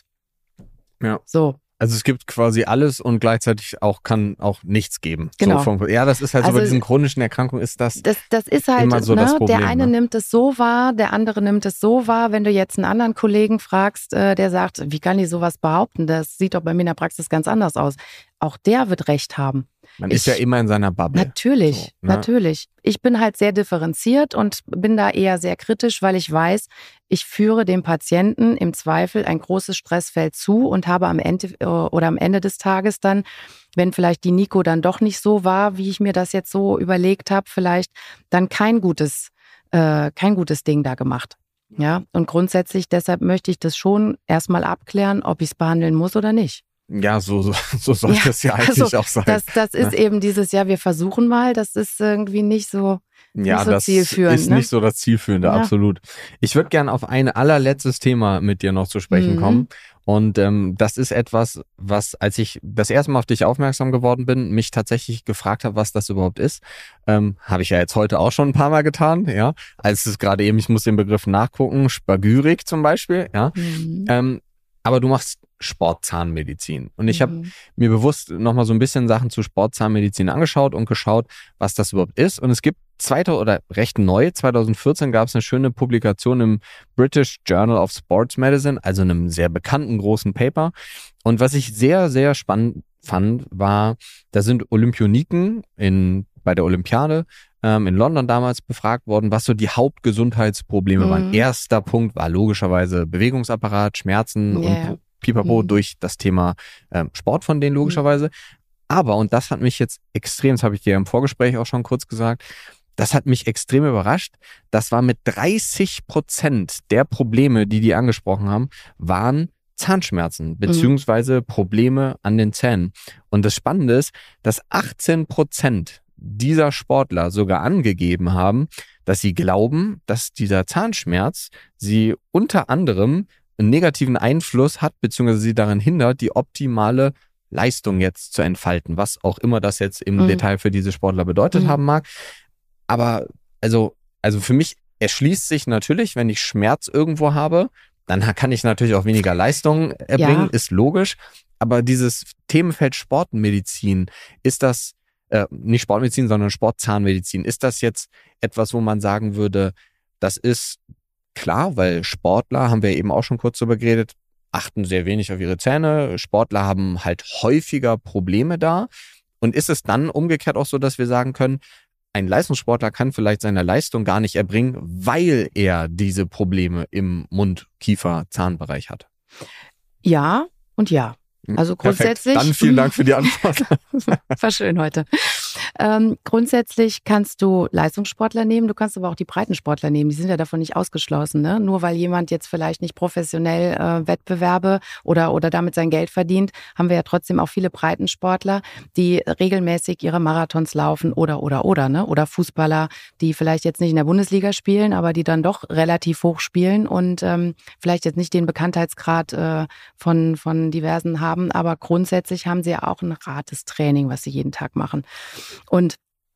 [SPEAKER 1] Ja.
[SPEAKER 2] So.
[SPEAKER 1] Also es gibt quasi alles und gleichzeitig auch kann auch nichts geben.
[SPEAKER 2] Genau.
[SPEAKER 1] So vom, ja, das ist halt
[SPEAKER 2] Also,
[SPEAKER 1] so bei diesen chronischen Erkrankungen ist das,
[SPEAKER 2] Das, das ist halt,
[SPEAKER 1] immer so
[SPEAKER 2] ne,
[SPEAKER 1] das Problem,
[SPEAKER 2] der eine
[SPEAKER 1] ne?
[SPEAKER 2] nimmt es so wahr, der andere nimmt es so wahr. Wenn du jetzt einen anderen Kollegen fragst, äh, der sagt, wie kann ich sowas behaupten? Das sieht doch bei mir in der Praxis ganz anders aus. Auch der wird recht haben.
[SPEAKER 1] Man
[SPEAKER 2] Ich-
[SPEAKER 1] ist ja immer in seiner Bubble.
[SPEAKER 2] Natürlich,
[SPEAKER 1] So, ne?
[SPEAKER 2] natürlich. Ich bin halt sehr differenziert und bin da eher sehr kritisch, weil ich weiß, ich führe dem Patienten im Zweifel ein großes Stressfeld zu und habe am Ende äh, oder am Ende des Tages dann, wenn vielleicht die Nico dann doch nicht so war, wie ich mir das jetzt so überlegt habe, vielleicht dann kein gutes, äh, kein gutes Ding da gemacht. Ja, und grundsätzlich deshalb möchte ich das schon erstmal abklären, ob ich es behandeln muss oder nicht.
[SPEAKER 1] Ja, so, so, so soll
[SPEAKER 2] Ja,
[SPEAKER 1] das ja eigentlich
[SPEAKER 2] also
[SPEAKER 1] auch sein.
[SPEAKER 2] Das, das ist
[SPEAKER 1] ne?
[SPEAKER 2] eben dieses, ja, wir versuchen mal, das ist irgendwie nicht so,
[SPEAKER 1] Ja,
[SPEAKER 2] nicht so
[SPEAKER 1] das
[SPEAKER 2] zielführend.
[SPEAKER 1] ist
[SPEAKER 2] ne?
[SPEAKER 1] nicht so das Zielführende,
[SPEAKER 2] Ja.
[SPEAKER 1] absolut. Ich würde gerne auf ein allerletztes Thema mit dir noch zu sprechen
[SPEAKER 2] Mhm.
[SPEAKER 1] kommen. Und ähm, das ist etwas, was, als ich das erste Mal auf dich aufmerksam geworden bin, mich tatsächlich gefragt habe, was das überhaupt ist. Ähm, habe ich ja jetzt heute auch schon ein paar Mal getan, ja. Als es gerade eben, ich muss den Begriff nachgucken, Spagyrik zum Beispiel, ja.
[SPEAKER 2] Mhm.
[SPEAKER 1] Ähm, aber du machst Sportzahnmedizin. Und ich habe
[SPEAKER 2] Mhm.
[SPEAKER 1] mir bewusst nochmal so ein bisschen Sachen zu Sportzahnmedizin angeschaut und geschaut, was das überhaupt ist. Und es gibt zweite oder recht neu, zwanzig vierzehn gab es eine schöne Publikation im British Journal of Sports Medicine, also einem sehr bekannten großen Paper. Und was ich sehr, sehr spannend fand, war, da sind Olympioniken in, bei der Olympiade ähm, in London damals befragt worden, was so die Hauptgesundheitsprobleme
[SPEAKER 2] Mhm.
[SPEAKER 1] waren. Erster Punkt war logischerweise Bewegungsapparat, Schmerzen
[SPEAKER 2] Ja, ja.
[SPEAKER 1] und Pipapo
[SPEAKER 2] Mhm.
[SPEAKER 1] durch das Thema ähm, Sport von denen logischerweise. Aber, und das hat mich jetzt extrem, das habe ich dir im Vorgespräch auch schon kurz gesagt, das hat mich extrem überrascht. Das war mit dreißig Prozent der Probleme, die die angesprochen haben, waren Zahnschmerzen beziehungsweise Probleme an den Zähnen. Und das Spannende ist, dass achtzehn Prozent dieser Sportler sogar angegeben haben, dass sie glauben, dass dieser Zahnschmerz sie unter anderem einen negativen Einfluss hat, beziehungsweise sie daran hindert, die optimale Leistung jetzt zu entfalten, was auch immer das jetzt im
[SPEAKER 2] Mhm.
[SPEAKER 1] Detail für diese Sportler bedeutet
[SPEAKER 2] Mhm.
[SPEAKER 1] haben mag. Aber also, also für mich erschließt sich natürlich, wenn ich Schmerz irgendwo habe, dann kann ich natürlich auch weniger Leistung erbringen,
[SPEAKER 2] Ja.
[SPEAKER 1] ist logisch. Aber dieses Themenfeld Sportmedizin, ist das, äh, nicht Sportmedizin, sondern Sportzahnmedizin, ist das jetzt etwas, wo man sagen würde, das ist klar, weil Sportler, haben wir eben auch schon kurz drüber geredet, achten sehr wenig auf ihre Zähne. Sportler haben halt häufiger Probleme da. Und ist es dann umgekehrt auch so, dass wir sagen können, ein Leistungssportler kann vielleicht seine Leistung gar nicht erbringen, weil er diese Probleme im Mund-, Kiefer-, Zahnbereich hat?
[SPEAKER 2] Ja und ja. Also
[SPEAKER 1] Perfekt.
[SPEAKER 2] grundsätzlich.
[SPEAKER 1] Dann vielen Dank für die Antwort.
[SPEAKER 2] War schön heute. Ähm, grundsätzlich kannst du Leistungssportler nehmen, du kannst aber auch die Breitensportler nehmen. Die sind ja davon nicht ausgeschlossen. Ne? Nur weil jemand jetzt vielleicht nicht professionell äh, Wettbewerbe oder, oder damit sein Geld verdient, haben wir ja trotzdem auch viele Breitensportler, die regelmäßig ihre Marathons laufen oder, oder, oder. Ne? Oder Fußballer, die vielleicht jetzt nicht in der Bundesliga spielen, aber die dann doch relativ hoch spielen und ähm, vielleicht jetzt nicht den Bekanntheitsgrad äh, von, von diversen haben. Aber grundsätzlich haben sie ja auch ein hartes Training, was sie jeden Tag machen. Und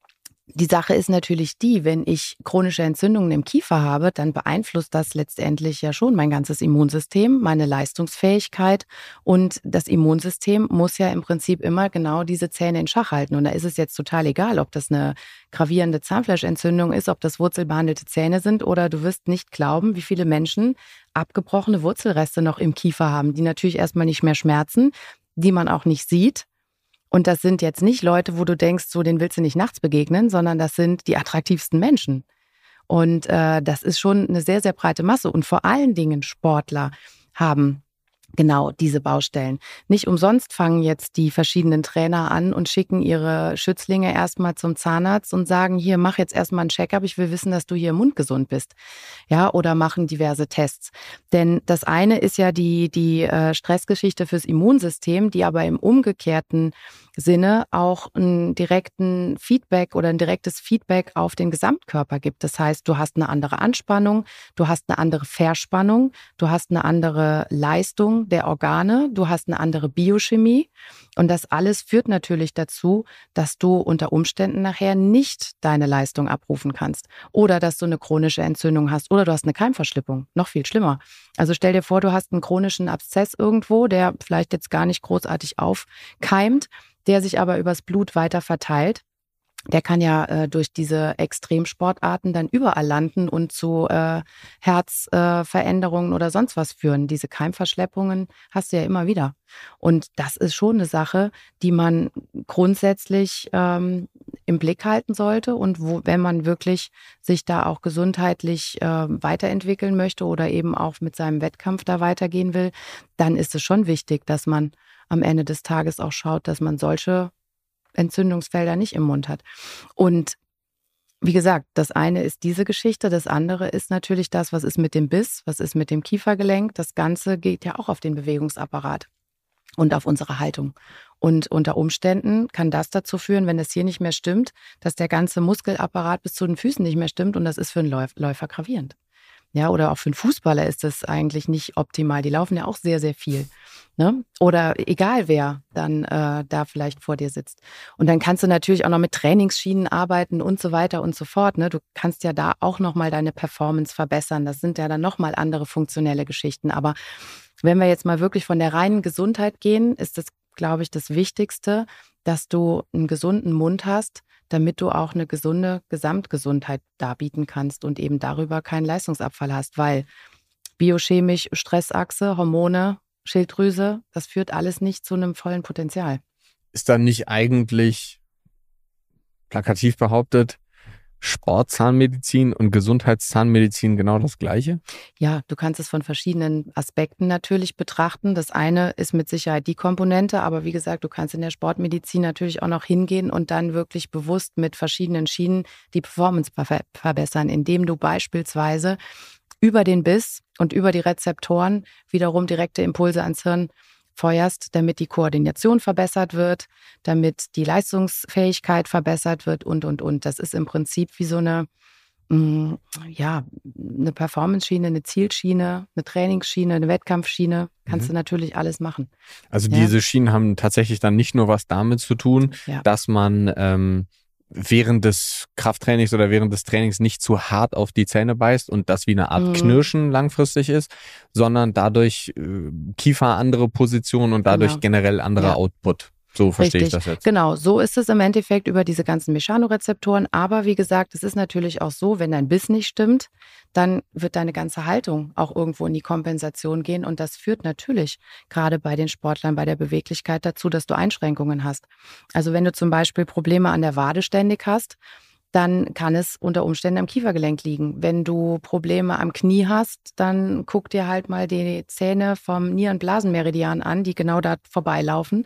[SPEAKER 2] die Sache ist natürlich die, wenn ich chronische Entzündungen im Kiefer habe, dann beeinflusst das letztendlich ja schon mein ganzes Immunsystem, meine Leistungsfähigkeit. Und das Immunsystem muss ja im Prinzip immer genau diese Zähne in Schach halten. Und da ist es jetzt total egal, ob das eine gravierende Zahnfleischentzündung ist, ob das wurzelbehandelte Zähne sind oder du wirst nicht glauben, wie viele Menschen abgebrochene Wurzelreste noch im Kiefer haben, die natürlich erstmal nicht mehr schmerzen, die man auch nicht sieht. Und das sind jetzt nicht Leute, wo du denkst, so denen willst du nicht nachts begegnen, sondern das sind die attraktivsten Menschen. Und äh, das ist schon eine sehr, sehr breite Masse. Und vor allen Dingen Sportler haben genau diese Baustellen. Nicht umsonst fangen jetzt die verschiedenen Trainer an und schicken ihre Schützlinge erstmal zum Zahnarzt und sagen, hier, mach jetzt erstmal einen Check-up, ich will wissen, dass du hier im Mund gesund bist. Ja, oder machen diverse Tests. Denn das eine ist ja die, die äh, Stressgeschichte fürs Immunsystem, die aber im umgekehrten Sinne auch einen direkten Feedback oder ein direktes Feedback auf den Gesamtkörper gibt. Das heißt, du hast eine andere Anspannung, du hast eine andere Verspannung, du hast eine andere Leistung der Organe, du hast eine andere Biochemie und das alles führt natürlich dazu, dass du unter Umständen nachher nicht deine Leistung abrufen kannst oder dass du eine chronische Entzündung hast oder du hast eine Keimverschlippung, noch viel schlimmer. Also stell dir vor, du hast einen chronischen Abszess irgendwo, der vielleicht jetzt gar nicht großartig aufkeimt, der sich aber übers Blut weiter verteilt. Der kann ja äh, durch diese Extremsportarten dann überall landen und zu äh, Herzveränderungen äh, oder sonst was führen. Diese Keimverschleppungen hast du ja immer wieder. Und das ist schon eine Sache, die man grundsätzlich ähm, im Blick halten sollte. Und wo, wenn man wirklich sich da auch gesundheitlich äh, weiterentwickeln möchte oder eben auch mit seinem Wettkampf da weitergehen will, dann ist es schon wichtig, dass man am Ende des Tages auch schaut, dass man solche Entzündungsfelder nicht im Mund hat. Und wie gesagt, das eine ist diese Geschichte, das andere ist natürlich das, was ist mit dem Biss, was ist mit dem Kiefergelenk. Das Ganze geht ja auch auf den Bewegungsapparat und auf unsere Haltung. Und unter Umständen kann das dazu führen, wenn es hier nicht mehr stimmt, dass der ganze Muskelapparat bis zu den Füßen nicht mehr stimmt und das ist für einen Läuf- Läufer gravierend. Ja, oder auch für einen Fußballer ist das eigentlich nicht optimal. Die laufen ja auch sehr, sehr viel. Ne? Oder egal wer dann äh, da vielleicht vor dir sitzt. Und dann kannst du natürlich auch noch mit Trainingsschienen arbeiten und so weiter und so fort. Ne? Du kannst ja da auch nochmal deine Performance verbessern. Das sind ja dann nochmal andere funktionelle Geschichten. Aber wenn wir jetzt mal wirklich von der reinen Gesundheit gehen, ist das, glaube ich, das Wichtigste, dass du einen gesunden Mund hast, damit du auch eine gesunde Gesamtgesundheit darbieten kannst und eben darüber keinen Leistungsabfall hast, weil biochemisch Stressachse, Hormone, Schilddrüse, das führt alles nicht zu einem vollen Potenzial.
[SPEAKER 1] Ist dann nicht eigentlich, plakativ behauptet, Sportzahnmedizin und Gesundheitszahnmedizin genau das Gleiche?
[SPEAKER 2] Ja, du kannst es von verschiedenen Aspekten natürlich betrachten. Das eine ist mit Sicherheit die Komponente, aber wie gesagt, du kannst in der Sportmedizin natürlich auch noch hingehen und dann wirklich bewusst mit verschiedenen Schienen die Performance ver- verbessern, indem du beispielsweise über den Biss und über die Rezeptoren wiederum direkte Impulse ans Hirn feuerst, damit die Koordination verbessert wird, damit die Leistungsfähigkeit verbessert wird und, und, und. Das ist im Prinzip wie so eine, mh, ja, eine Performance-Schiene, eine Zielschiene, eine Trainingsschiene, eine Wettkampfschiene. Kannst mhm. du natürlich alles machen.
[SPEAKER 1] Also
[SPEAKER 2] ja.
[SPEAKER 1] diese Schienen haben tatsächlich dann nicht nur was damit zu tun,
[SPEAKER 2] ja.
[SPEAKER 1] dass man ähm, während des Krafttrainings oder während des Trainings nicht zu hart auf die Zähne beißt und das wie eine Art mhm. Knirschen langfristig ist, sondern dadurch äh, Kiefer andere Position und dadurch genau. generell anderer ja. Output. So verstehe
[SPEAKER 2] Richtig.
[SPEAKER 1] ich das jetzt.
[SPEAKER 2] Genau, so ist es im Endeffekt über diese ganzen Mechanorezeptoren. Aber wie gesagt, es ist natürlich auch so, wenn dein Biss nicht stimmt, dann wird deine ganze Haltung auch irgendwo in die Kompensation gehen. Und das führt natürlich gerade bei den Sportlern bei der Beweglichkeit dazu, dass du Einschränkungen hast. Also wenn du zum Beispiel Probleme an der Wade ständig hast, dann kann es unter Umständen am Kiefergelenk liegen. Wenn du Probleme am Knie hast, dann guck dir halt mal die Zähne vom Nierenblasenmeridian an, die genau da vorbeilaufen.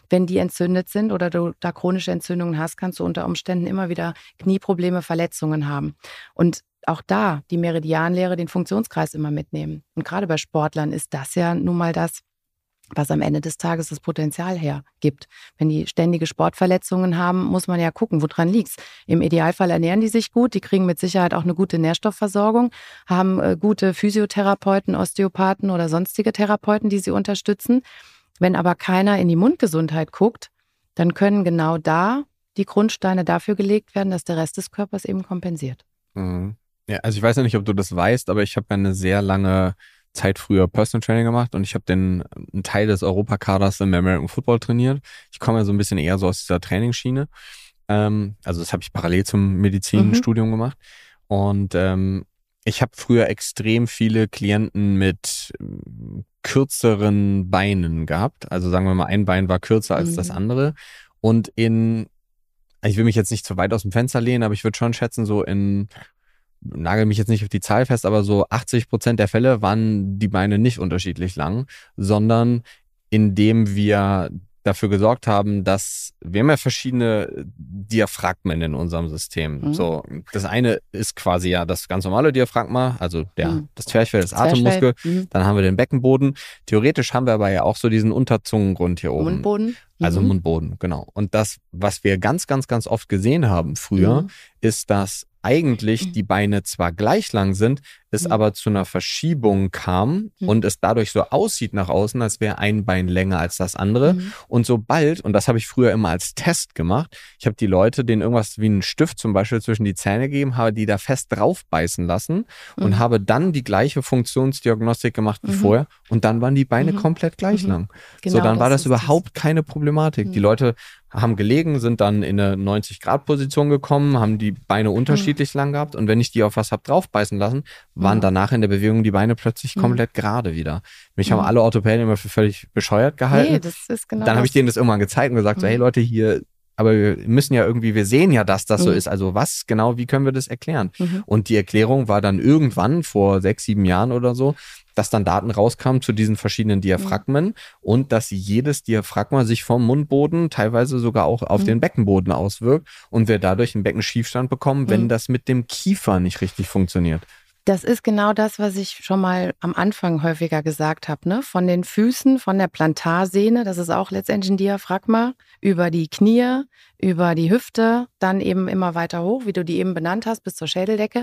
[SPEAKER 2] wenn die entzündet sind oder du da chronische Entzündungen hast, kannst du unter Umständen immer wieder Knieprobleme, Verletzungen haben. Und auch da die Meridianlehre, den Funktionskreis immer mitnehmen. Und gerade bei Sportlern ist das ja nun mal das, was am Ende des Tages das Potenzial hergibt. Wenn die ständige Sportverletzungen haben, muss man ja gucken, woran liegt's. Im Idealfall ernähren die sich gut, die kriegen mit Sicherheit auch eine gute Nährstoffversorgung, haben äh, gute Physiotherapeuten, Osteopathen oder sonstige Therapeuten, die sie unterstützen. Wenn aber keiner in die Mundgesundheit guckt, dann können genau da die Grundsteine dafür gelegt werden, dass der Rest des Körpers eben kompensiert.
[SPEAKER 1] Mhm. Ja, also ich weiß ja nicht, ob du das weißt, aber ich habe ja eine sehr lange Zeit früher Personal Training gemacht und ich habe den einen Teil des Europakaders im American Football trainiert. Ich komme ja so ein bisschen eher so aus dieser Trainingsschiene. Ähm, also das habe ich parallel zum Medizinstudium mhm. gemacht. Und ähm, ich habe früher extrem viele Klienten mit ähm, kürzeren Beinen gehabt. Also sagen wir mal, ein Bein war kürzer als mhm. das andere. Und in, ich will mich jetzt nicht zu weit aus dem Fenster lehnen, aber ich würde schon schätzen, so in nagel mich jetzt nicht auf die Zahl fest, aber so achtzig Prozent der Fälle waren die Beine nicht unterschiedlich lang, sondern indem wir dafür gesorgt haben, dass wir haben ja verschiedene Diaphragmen in unserem System. Mhm. So, das eine ist quasi ja das ganz normale Diaphragma, also der, mhm. das Zwerchfell, das Atemmuskel. Mhm. Dann haben wir den Beckenboden. Theoretisch haben wir aber ja auch so diesen Unterzungengrund hier oben.
[SPEAKER 2] Mundboden.
[SPEAKER 1] Also
[SPEAKER 2] mhm.
[SPEAKER 1] Mundboden, genau. Und das, was wir ganz, ganz, ganz oft gesehen haben früher, mhm. ist, dass eigentlich die Beine zwar gleich lang sind, es mhm. aber zu einer Verschiebung kam mhm. und es dadurch so aussieht nach außen, als wäre ein Bein länger als das andere. Mhm. Und sobald, und das habe ich früher immer als Test gemacht, ich habe die Leute, denen irgendwas wie einen Stift zum Beispiel zwischen die Zähne gegeben, habe die da fest drauf beißen lassen mhm. und habe dann die gleiche Funktionsdiagnostik gemacht wie mhm. vorher und dann waren die Beine mhm. komplett gleich mhm. lang. Genau, so, dann war das, das überhaupt das. keine Problematik. Mhm. Die Leute haben gelegen, sind dann in eine neunzig-Grad-Position gekommen, haben die Beine unterschiedlich mhm. lang gehabt und wenn ich die auf was habe draufbeißen lassen, waren mhm. danach in der Bewegung die Beine plötzlich mhm. komplett gerade wieder. Mich mhm. haben alle Orthopäden immer für völlig bescheuert gehalten.
[SPEAKER 2] Nee, das ist genau
[SPEAKER 1] dann habe ich denen das irgendwann gezeigt und gesagt, mhm. so, hey Leute, hier, aber wir müssen ja irgendwie, wir sehen ja, dass das mhm. so ist. Also was genau, wie können wir das erklären? Mhm. Und die Erklärung war dann irgendwann vor sechs, sieben Jahren oder so, dass dann Daten rauskamen zu diesen verschiedenen Diaphragmen mhm. und dass jedes Diaphragma sich vom Mundboden teilweise sogar auch auf mhm. den Beckenboden auswirkt und wir dadurch einen Beckenschiefstand bekommen, wenn mhm. das mit dem Kiefer nicht richtig funktioniert.
[SPEAKER 2] Das ist genau das, was ich schon mal am Anfang häufiger gesagt habe, ne? Von den Füßen, von der Plantarsehne, das ist auch letztendlich ein Diaphragma, über die Knie, über die Hüfte, dann eben immer weiter hoch, wie du die eben benannt hast, bis zur Schädeldecke.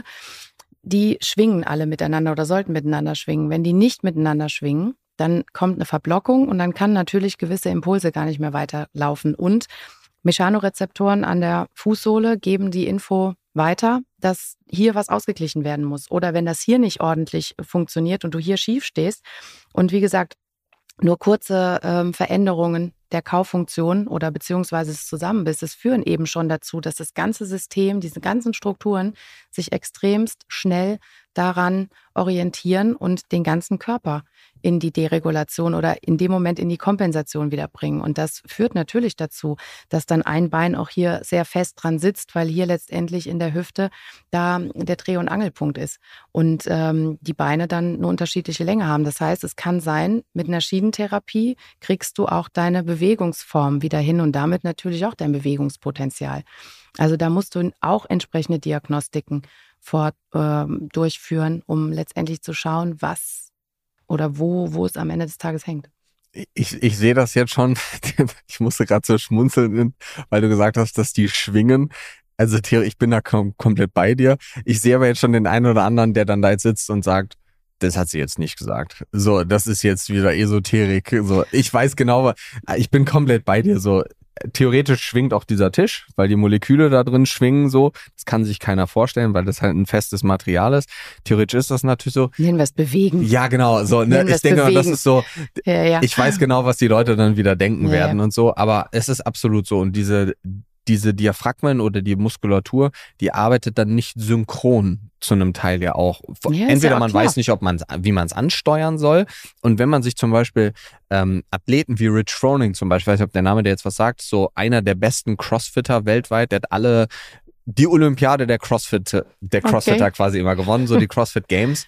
[SPEAKER 2] Die schwingen alle miteinander oder sollten miteinander schwingen. Wenn die nicht miteinander schwingen, dann kommt eine Verblockung und dann kann natürlich gewisse Impulse gar nicht mehr weiterlaufen. Und Mechanorezeptoren an der Fußsohle geben die Info weiter, dass hier was ausgeglichen werden muss. Oder wenn das hier nicht ordentlich funktioniert und du hier schief stehst und wie gesagt, nur kurze ähm, Veränderungen der Kauffunktion oder beziehungsweise des Zusammenbisses führen eben schon dazu, dass das ganze System, diese ganzen Strukturen sich extremst schnell daran orientieren und den ganzen Körper in die Deregulation oder in dem Moment in die Kompensation wieder bringen. Und das führt natürlich dazu, dass dann ein Bein auch hier sehr fest dran sitzt, weil hier letztendlich in der Hüfte da der Dreh- und Angelpunkt ist und ähm, die Beine dann eine unterschiedliche Länge haben. Das heißt, es kann sein, mit einer Schienentherapie kriegst du auch deine Bewegungsform wieder hin und damit natürlich auch dein Bewegungspotenzial. Also da musst du auch entsprechende Diagnostiken fort, äh, durchführen, um letztendlich zu schauen, was oder wo, wo es am Ende des Tages hängt.
[SPEAKER 1] Ich, ich sehe das jetzt schon, ich musste gerade so schmunzeln, weil du gesagt hast, dass die schwingen. Also ich bin da kom- komplett bei dir. Ich sehe aber jetzt schon den einen oder anderen, der dann da jetzt sitzt und sagt, das hat sie jetzt nicht gesagt. So, das ist jetzt wieder Esoterik. So, ich weiß genau, ich bin komplett bei dir. So, theoretisch schwingt auch dieser Tisch, weil die Moleküle da drin schwingen so. Das kann sich keiner vorstellen, weil das halt ein festes Material ist. Theoretisch ist das natürlich so.
[SPEAKER 2] Nennen wir es bewegen.
[SPEAKER 1] Ja, genau. So, ne, ich denke, bewegen. Das ist so,
[SPEAKER 2] ja, ja.
[SPEAKER 1] ich weiß genau, was die Leute dann wieder denken
[SPEAKER 2] ja,
[SPEAKER 1] werden
[SPEAKER 2] ja.
[SPEAKER 1] und so, aber es ist absolut so. Und diese diese Diaphragmen oder die Muskulatur, die arbeitet dann nicht synchron zu einem Teil ja auch.
[SPEAKER 2] Ja,
[SPEAKER 1] Entweder
[SPEAKER 2] ja auch
[SPEAKER 1] man
[SPEAKER 2] klar.
[SPEAKER 1] weiß nicht, ob man wie man es ansteuern soll. Und wenn man sich zum Beispiel ähm, Athleten wie Rich Froning zum Beispiel, ich weiß nicht, ob der Name der jetzt was sagt, so einer der besten Crossfitter weltweit, der hat alle die Olympiade der Crossfit, der Crossfitter
[SPEAKER 2] okay.
[SPEAKER 1] quasi immer gewonnen, so die CrossFit Games.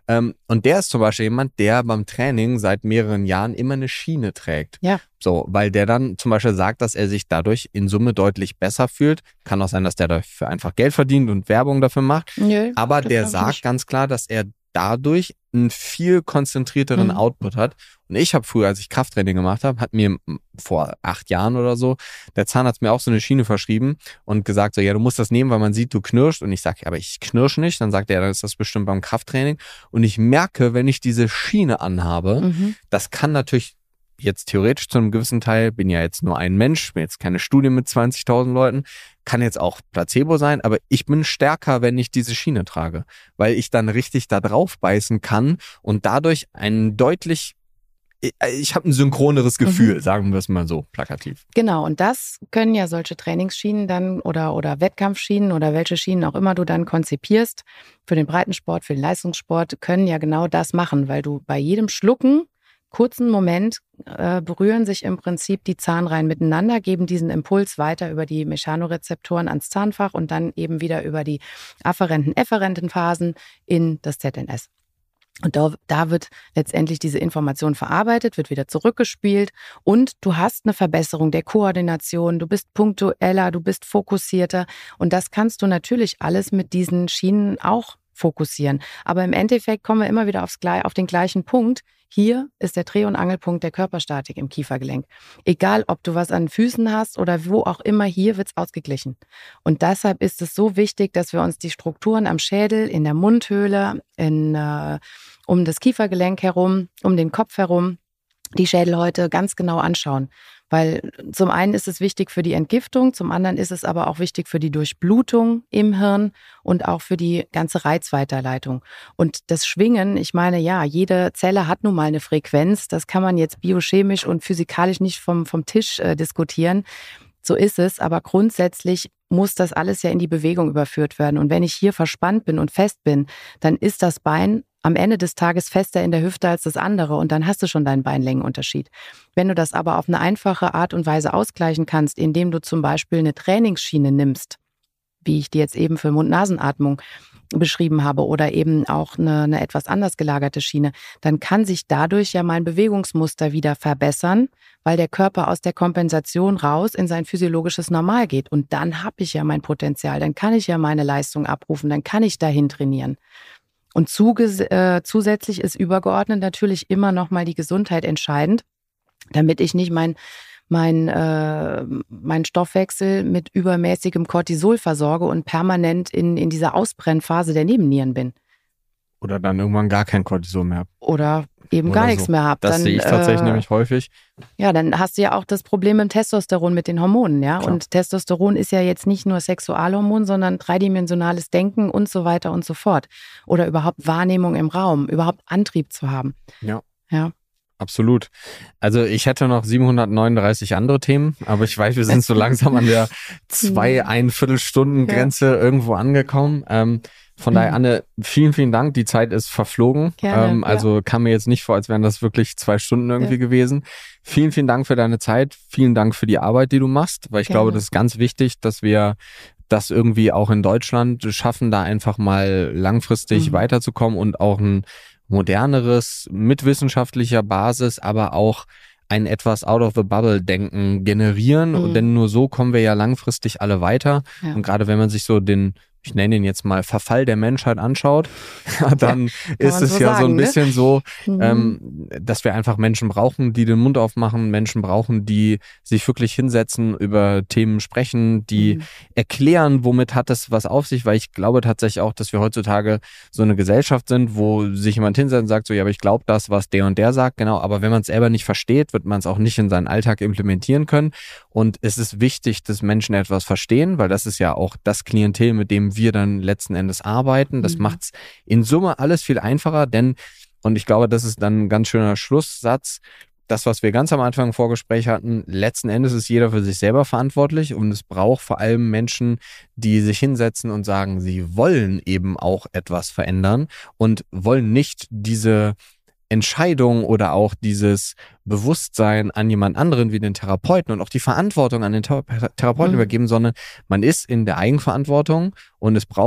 [SPEAKER 1] Ähm, und der ist zum Beispiel jemand, der beim Training seit mehreren Jahren immer eine Schiene trägt.
[SPEAKER 2] Ja.
[SPEAKER 1] So, weil der dann zum Beispiel sagt, dass er sich dadurch in Summe deutlich besser fühlt. Kann auch sein, dass der dafür einfach Geld verdient und Werbung dafür macht.
[SPEAKER 2] Nö,
[SPEAKER 1] Aber
[SPEAKER 2] das
[SPEAKER 1] der
[SPEAKER 2] glaub ich
[SPEAKER 1] sagt
[SPEAKER 2] nicht.
[SPEAKER 1] ganz klar, dass er dadurch einen viel konzentrierteren
[SPEAKER 2] Mhm.
[SPEAKER 1] Output hat. Und ich habe früher, als ich Krafttraining gemacht habe, hat mir vor acht Jahren oder so der Zahnarzt mir auch so eine Schiene verschrieben und gesagt so, ja, du musst das nehmen, weil man sieht, du knirschst. Und ich sage, ja, aber ich knirsch nicht. Dann sagt er, ja, dann ist das bestimmt beim Krafttraining. Und ich merke, wenn ich diese Schiene anhabe,
[SPEAKER 2] Mhm.
[SPEAKER 1] das kann natürlich jetzt theoretisch zu einem gewissen Teil, bin ja jetzt nur ein Mensch, bin jetzt keine Studie mit zwanzigtausend Leuten, kann jetzt auch Placebo sein, aber ich bin stärker, wenn ich diese Schiene trage, weil ich dann richtig da drauf beißen kann und dadurch ein deutlich, ich, ich habe ein synchroneres Gefühl,
[SPEAKER 2] Mhm.
[SPEAKER 1] sagen wir es mal so plakativ.
[SPEAKER 2] Genau, und das können ja solche Trainingsschienen dann oder, oder Wettkampfschienen oder welche Schienen auch immer du dann konzipierst, für den Breitensport, für den Leistungssport, können ja genau das machen, weil du bei jedem Schlucken, kurzen Moment, äh, berühren sich im Prinzip die Zahnreihen miteinander, geben diesen Impuls weiter über die Mechanorezeptoren ans Zahnfach und dann eben wieder über die afferenten, efferenten Phasen in das Z N S. Und da, da wird letztendlich diese Information verarbeitet, wird wieder zurückgespielt und du hast eine Verbesserung der Koordination, du bist punktueller, du bist fokussierter und das kannst du natürlich alles mit diesen Schienen auch fokussieren. Aber im Endeffekt kommen wir immer wieder aufs, auf den gleichen Punkt. Hier ist der Dreh- und Angelpunkt der Körperstatik im Kiefergelenk. Egal, ob du was an den Füßen hast oder wo auch immer, hier wird's ausgeglichen. Und deshalb ist es so wichtig, dass wir uns die Strukturen am Schädel, in der Mundhöhle, in, äh, um das Kiefergelenk herum, um den Kopf herum, die Schädelhäute ganz genau anschauen. Weil zum einen ist es wichtig für die Entgiftung, zum anderen ist es aber auch wichtig für die Durchblutung im Hirn und auch für die ganze Reizweiterleitung. Und das Schwingen, ich meine, ja, jede Zelle hat nun mal eine Frequenz. Das kann man jetzt biochemisch und physikalisch nicht vom, vom Tisch äh, diskutieren. So ist es, aber grundsätzlich muss das alles ja in die Bewegung überführt werden. Und wenn ich hier verspannt bin und fest bin, dann ist das Bein am Ende des Tages fester in der Hüfte als das andere und dann hast du schon deinen Beinlängenunterschied. Wenn du das aber auf eine einfache Art und Weise ausgleichen kannst, indem du zum Beispiel eine Trainingsschiene nimmst, wie ich die jetzt eben für Mund-Nasen-Atmung beschrieben habe oder eben auch eine, eine etwas anders gelagerte Schiene, dann kann sich dadurch ja mein Bewegungsmuster wieder verbessern, weil der Körper aus der Kompensation raus in sein physiologisches Normal geht. Und dann habe ich ja mein Potenzial, dann kann ich ja meine Leistung abrufen, dann kann ich dahin trainieren. Und zuges- äh, zusätzlich ist übergeordnet natürlich immer noch mal die Gesundheit entscheidend, damit ich nicht mein mein, äh, mein Stoffwechsel mit übermäßigem Cortisol versorge und permanent in, in dieser Ausbrennphase der Nebennieren bin.
[SPEAKER 1] Oder dann irgendwann gar kein Cortisol mehr.
[SPEAKER 2] Oder eben
[SPEAKER 1] Oder
[SPEAKER 2] gar nichts
[SPEAKER 1] so.
[SPEAKER 2] mehr habe.
[SPEAKER 1] Das
[SPEAKER 2] Dann,
[SPEAKER 1] sehe ich tatsächlich
[SPEAKER 2] äh,
[SPEAKER 1] nämlich häufig.
[SPEAKER 2] Ja, dann hast du ja auch das Problem mit dem Testosteron, mit den Hormonen, ja.
[SPEAKER 1] Klar.
[SPEAKER 2] Und Testosteron ist ja jetzt nicht nur Sexualhormon, sondern dreidimensionales Denken und so weiter und so fort. Oder überhaupt Wahrnehmung im Raum, überhaupt Antrieb zu haben.
[SPEAKER 1] Ja.
[SPEAKER 2] Ja.
[SPEAKER 1] Absolut. Also ich hätte noch siebenhundertneununddreißig andere Themen, aber ich weiß, wir sind so langsam an der zwei, ein Viertelstunden Grenze ja. irgendwo angekommen. Ähm, von daher, Anne, vielen, vielen Dank. Die Zeit ist verflogen.
[SPEAKER 2] Gerne,
[SPEAKER 1] ähm, also ja. kam mir jetzt nicht vor, als wären das wirklich zwei Stunden irgendwie ja. gewesen. Vielen, vielen Dank für deine Zeit. Vielen Dank für die Arbeit, die du machst, weil ich Gerne. glaube, das ist ganz wichtig, dass wir das irgendwie auch in Deutschland schaffen, da einfach mal langfristig mhm. weiterzukommen und auch ein moderneres, mit wissenschaftlicher Basis, aber auch ein etwas Out-of-the-Bubble-Denken generieren. Mhm. Denn nur so kommen wir ja langfristig alle weiter. Ja. Und gerade wenn man sich so den, ich nenne ihn jetzt mal, Verfall der Menschheit anschaut, dann ja, ist es so ja sagen, so ein bisschen ne? so, mhm. ähm, dass wir einfach Menschen brauchen, die den Mund aufmachen, Menschen brauchen, die sich wirklich hinsetzen, über Themen sprechen, die mhm. erklären, womit hat es was auf sich, weil ich glaube tatsächlich auch, dass wir heutzutage so eine Gesellschaft sind, wo sich jemand hinsetzt und sagt so, ja, aber ich glaube das, was der und der sagt, genau, aber wenn man es selber nicht versteht, wird man es auch nicht in seinen Alltag implementieren können. Und es ist wichtig, dass Menschen etwas verstehen, weil das ist ja auch das Klientel, mit dem wir dann letzten Endes arbeiten. Das mhm. macht's in Summe alles viel einfacher, denn, und ich glaube, das ist dann ein ganz schöner Schlusssatz, das, was wir ganz am Anfang im Vorgespräch hatten, letzten Endes ist jeder für sich selber verantwortlich und es braucht vor allem Menschen, die sich hinsetzen und sagen, sie wollen eben auch etwas verändern und wollen nicht diese Entscheidung oder auch dieses Bewusstsein an jemand anderen wie den Therapeuten und auch die Verantwortung an den Thera- Therapeuten mhm. übergeben, sondern man ist in der Eigenverantwortung und es braucht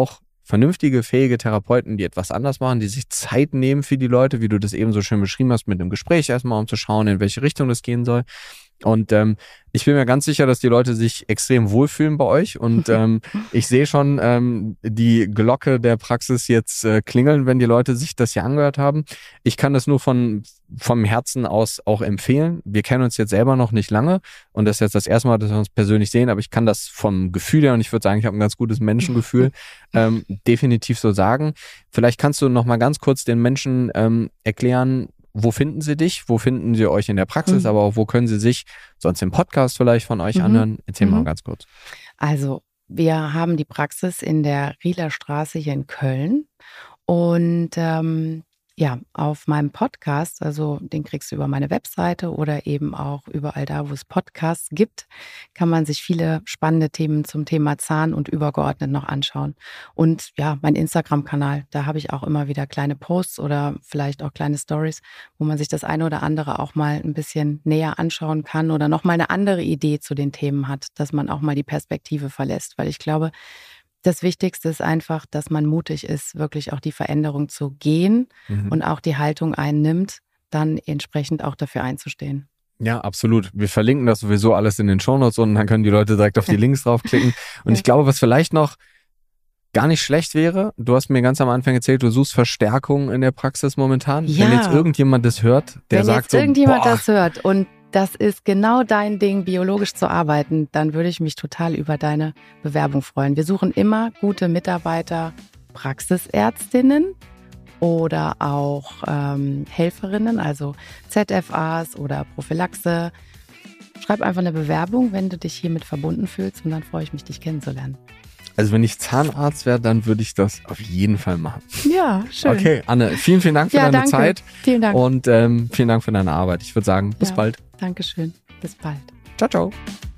[SPEAKER 1] vernünftige, fähige Therapeuten, die etwas anders machen, die sich Zeit nehmen für die Leute, wie du das eben so schön beschrieben hast, mit einem Gespräch erstmal, um zu schauen, in welche Richtung das gehen soll. Und ähm, ich bin mir ganz sicher, dass die Leute sich extrem wohlfühlen bei euch. Und ähm, ich sehe schon ähm, die Glocke der Praxis jetzt äh, klingeln, wenn die Leute sich das hier angehört haben. Ich kann das nur von vom Herzen aus auch empfehlen. Wir kennen uns jetzt selber noch nicht lange und das ist jetzt das erste Mal, dass wir uns persönlich sehen, aber ich kann das vom Gefühl her, und ich würde sagen, ich habe ein ganz gutes Menschengefühl, ähm, definitiv so sagen. Vielleicht kannst du noch mal ganz kurz den Menschen ähm, erklären, wo finden sie dich? Wo finden sie euch in der Praxis? Mhm. Aber auch wo können sie sich sonst im Podcast vielleicht von euch mhm. anhören? Erzähl mhm. mal ganz kurz.
[SPEAKER 2] Also wir haben die Praxis in der Rieler Straße hier in Köln und ähm, ja, auf meinem Podcast, also den kriegst du über meine Webseite oder eben auch überall da, wo es Podcasts gibt, kann man sich viele spannende Themen zum Thema Zahn und übergeordnet noch anschauen. Und ja, mein Instagram-Kanal, da habe ich auch immer wieder kleine Posts oder vielleicht auch kleine Stories, wo man sich das eine oder andere auch mal ein bisschen näher anschauen kann oder nochmal eine andere Idee zu den Themen hat, dass man auch mal die Perspektive verlässt. Weil ich glaube, das Wichtigste ist einfach, dass man mutig ist, wirklich auch die Veränderung zu gehen mhm. und auch die Haltung einnimmt, dann entsprechend auch dafür einzustehen.
[SPEAKER 1] Ja, absolut. Wir verlinken das sowieso alles in den Shownotes und dann können die Leute direkt auf die Links draufklicken. Und ja. ich glaube, was vielleicht noch gar nicht schlecht wäre, du hast mir ganz am Anfang erzählt, du suchst Verstärkung in der Praxis momentan.
[SPEAKER 2] Ja.
[SPEAKER 1] Wenn jetzt irgendjemand das hört, der
[SPEAKER 2] Wenn
[SPEAKER 1] sagt
[SPEAKER 2] jetzt
[SPEAKER 1] so,
[SPEAKER 2] irgendjemand
[SPEAKER 1] boah,
[SPEAKER 2] das hört und das ist genau dein Ding, biologisch zu arbeiten, dann würde ich mich total über deine Bewerbung freuen. Wir suchen immer gute Mitarbeiter, Praxisärztinnen oder auch ähm, Helferinnen, also Z F As oder Prophylaxe. Schreib einfach eine Bewerbung, wenn du dich hiermit verbunden fühlst und dann freue ich mich, dich kennenzulernen.
[SPEAKER 1] Also wenn ich Zahnarzt wäre, dann würde ich das auf jeden Fall machen.
[SPEAKER 2] Ja, schön.
[SPEAKER 1] Okay, Anne, vielen, vielen Dank für
[SPEAKER 2] ja,
[SPEAKER 1] deine
[SPEAKER 2] danke.
[SPEAKER 1] Zeit.
[SPEAKER 2] Vielen Dank.
[SPEAKER 1] Und ähm, vielen Dank für deine Arbeit. Ich würde sagen, bis
[SPEAKER 2] ja,
[SPEAKER 1] bald.
[SPEAKER 2] Dankeschön. Bis bald.
[SPEAKER 1] Ciao, ciao.